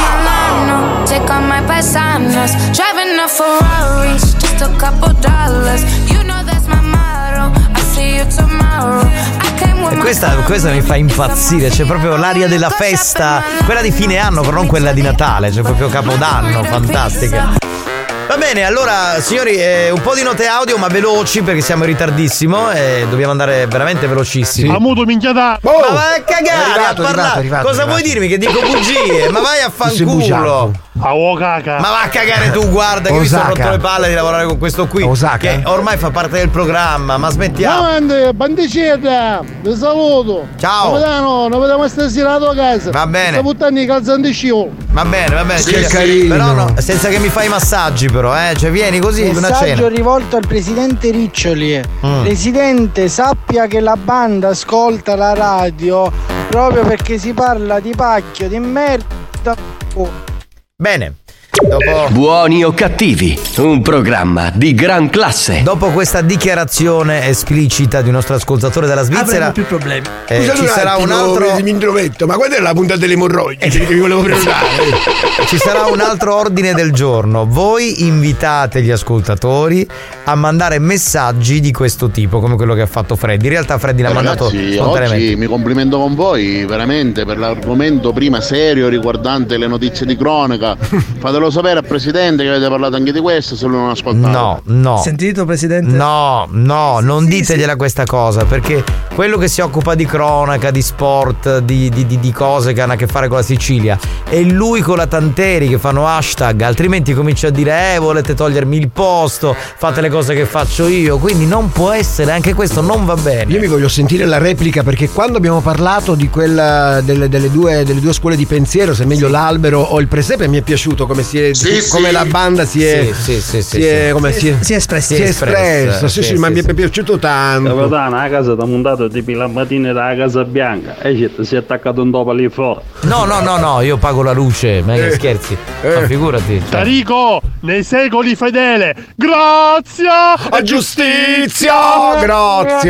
Take all my paisanos, driving a Ferrari, just a couple dollars. You know that's my motto. I see you tomorrow. I came with my Questa, questa mi fa impazzire, c'è proprio l'aria della festa, quella di fine anno, però non quella di Natale, c'è proprio Capodanno, fantastica. Va bene, allora signori, eh, un po' di note audio ma veloci perché siamo in ritardissimo e dobbiamo andare veramente velocissimi. Ha muto minchiata. Oh, ma vai a cagare, è arrivato, a parlare. è arrivato, è arrivato, Cosa è vuoi arrivato. dirmi? Che dico bugie? Ma vai a fanculo. A Osaka. Ma va a cagare tu, guarda che mi sono Osaka. rotto le palle di lavorare con questo qui. Osaka. Che ormai fa parte del programma, ma smettiamo. Grande, bandicetta, vi saluto. Ciao. Capitano, non vediamo stasera a casa. Va bene. Sta buttando i calzanti scivolo. Va bene, va bene. Sì, Cioè, carino. Però no, senza che mi fai i massaggi però, eh. Cioè vieni così, una Messaggio cena. rivolto al presidente Riccioli. Mm. Presidente, sappia che la banda ascolta la radio proprio perché si parla di pacchio di merda. Oh. Bene. Dopo... Buoni o cattivi, un programma di gran classe. Dopo questa dichiarazione esplicita di un nostro ascoltatore della Svizzera, Avremo più problemi. eh, Scusate ci un sarà un attimo, altro. Mi intrometto, ma quando è la puntata delle emorroidi che vi volevo prenotare? Ci sarà un altro ordine del giorno. Voi invitate gli ascoltatori a mandare messaggi di questo tipo, come quello che ha fatto Freddy. In realtà Freddy l'ha Eh, mandato ragazzi, spontaneamente. oggi mi complimento con voi veramente per l'argomento prima serio riguardante le notizie di cronaca. Fatelo sapere al presidente che avete parlato anche di questo, se lui non ha ascoltato. No, no. Sentito, presidente? No, no, non ditegliela questa cosa, perché quello che si occupa di cronaca, di sport, di, di, di, di cose che hanno a che fare con la Sicilia, è lui con la Tanteri che fanno hashtag, altrimenti comincia a dire eh volete togliermi il posto, fate le cose che faccio io, quindi non può essere, anche questo non va bene. Io mi voglio sentire la replica perché quando abbiamo parlato di quella delle, delle, due, delle due scuole di pensiero, se è meglio l'albero o il presepe, mi è piaciuto come si è Sì, come sì. la banda si è Sì, sì, sì, si sì, è, sì. come si è, Si è espresso. si è espresso. Sì, Sì, sì, sì, ma sì, mi sì. è piaciuto tanto. Capitano, a casa ti ha montato tipo la mattina dalla Casa Bianca e si è attaccato un dopo lì fuori. No, no, no, no, io pago la luce, ma che scherzi. Ma figurati. Cioè. Tarico, nei secoli fedele, grazie A giustizia! Grazie!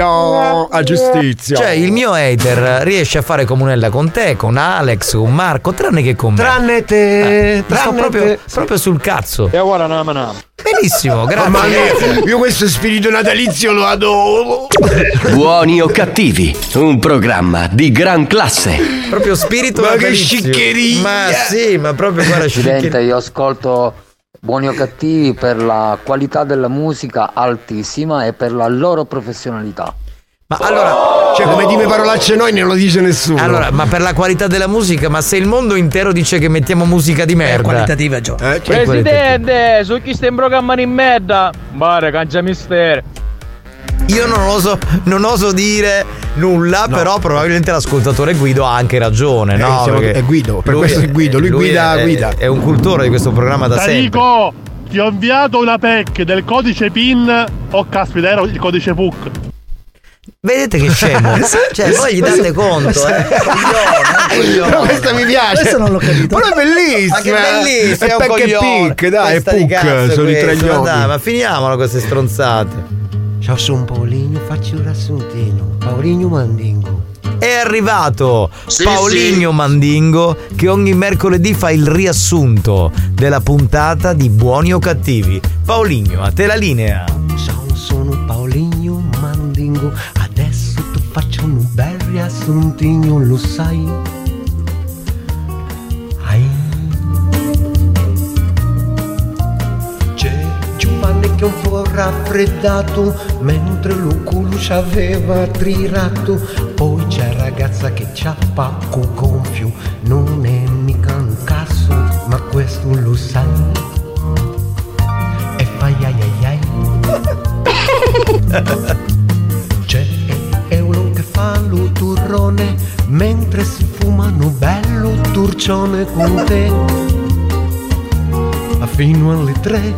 A giustizia! Cioè, il mio hater riesce a fare comunella con te, con Alex, con Marco, tranne che con me. Tranne te! Eh, sto tranne proprio, te. proprio sul cazzo. E ora no, no. Benissimo, grazie. Mamma mia, io questo spirito natalizio lo adoro! Buoni o cattivi, un programma di gran classe. Proprio spirito Ma che natalizio. sciccheria! Ma sì, ma proprio guarda Presidente, sciccheria. io ascolto Buoni o Cattivi per la qualità della musica altissima e per la loro professionalità. Ma allora, Cioè, come dime parolacce noi, non lo dice nessuno. allora, ma per la qualità della musica, ma se il mondo intero dice che mettiamo musica di merda. Qualitativa, Gio. Eh, Che Presidente, su chi sta in programma in merda? Bare, cancia mistero. Io non oso, non oso dire nulla, però probabilmente l'ascoltatore Guido ha anche ragione, Eh, no? siamo- Perché è Guido, per lui questo è Guido, lui guida- è, guida. È un cultore di questo programma da sempre. Tarico, ti ho inviato una P E C del codice PIN. Oh caspita, era il codice P U C. Vedete che scemo? Cioè, voi gli date conto, eh? Coglione, Però questa mi piace. Questo non l'ho capito. Però è bellissima. Ma che bellissimo, È è un Peck e coglione. Pic, dai, è Questa di cazzo Puc, sono i tre questo, ma gnomi. dai, ma finiamola queste stronzate. Ciao, sono Paolino, faccio un riassuntino. Paolino Mandingo. È arrivato Paoligno Mandingo che ogni mercoledì fa il riassunto della puntata di Buoni o Cattivi. Paoligno, a te la linea. Ciao, sono Paoligno Mandingo. Adesso ti faccio un bel riassuntino, lo sai? Ai. C'è Giovanni che è un forte raffreddato mentre lo culo ci aveva trirato. Poi c'è ragazza che c'ha pacco gonfio, non è mica un cazzo, ma questo lo sai. E fai ai ai ai. C'è Eolo che fa lo turrone mentre si fumano bello turcione con te. Ma fino alle tre.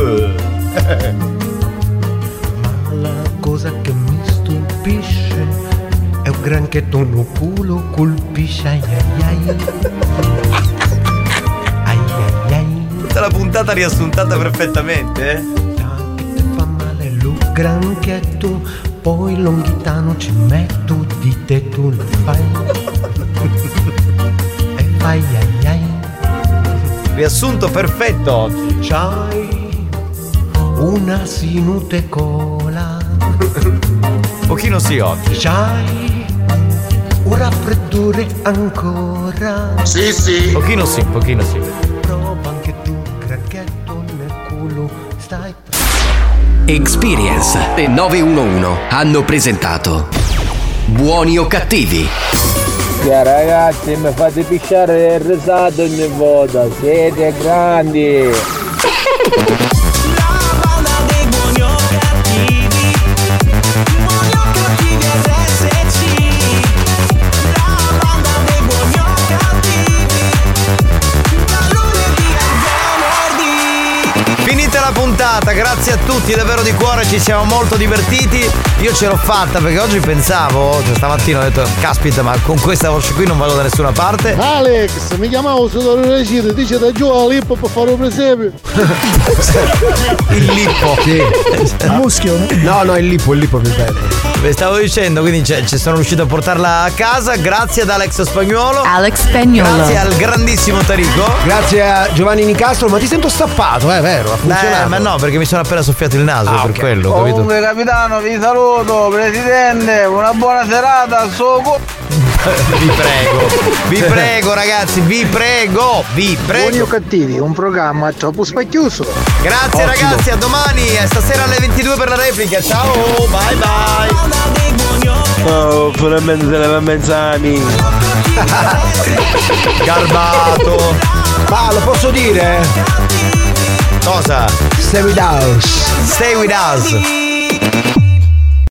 Ma la cosa che mi stupisce è un granchetto no culo colpisce ai ai ai. Ai ai ai. Tutta la puntata riassuntata perfettamente, eh? Ti fa male lo granchetto, poi longhitano ci metto di te tu lo fai. E fai ai ai. Riassunto perfetto oggi. C'hai una sinute cola. Pochino sì oggi. C'hai un raffreddore ancora. Sì, sì. Pochino sì, pochino sì. Prova anche tu, cracchetto nel culo, stai. Experience e nove uno uno hanno presentato Buoni o cattivi? Yeah, ragazzi, mi fate pisciare il risato ogni volta, siete grandi. La puntata, grazie a tutti davvero di cuore, ci siamo molto divertiti. Io ce l'ho fatta perché oggi pensavo, cioè stamattina ho detto caspita, ma con questa voce qui non vado da nessuna parte. Alex, mi chiamavo Sudore Recite, dice da giù a Lippo per fare un presepe. Il Lippo. Sì. Il muschio? No, no, il Lippo, il Lippo più bello. Vi stavo dicendo, quindi cioè, ci sono riuscito a portarla a casa grazie ad Alex Spagnuolo. Alex Spagnuolo. Grazie al grandissimo Tarico. Grazie a Giovanni Nicastro, ma ti sento stappato, è vero? Ha funzionato. Eh, ma no, perché mi sono appena soffiato il naso, Ah, per ok. quello, capito? Comunque capitano, vi saluto, presidente, una buona serata al suo co- Vi prego, vi prego ragazzi, vi prego, vi prego. Buoni o cattivi, un programma troppo spacchioso. Grazie ragazzi, a domani, e stasera alle ventidue per la replica. Ciao, bye bye. Oh, finalmente se ne va Menzani. Garbato. Ma lo posso dire? Cosa? Stay with us. Stay with us.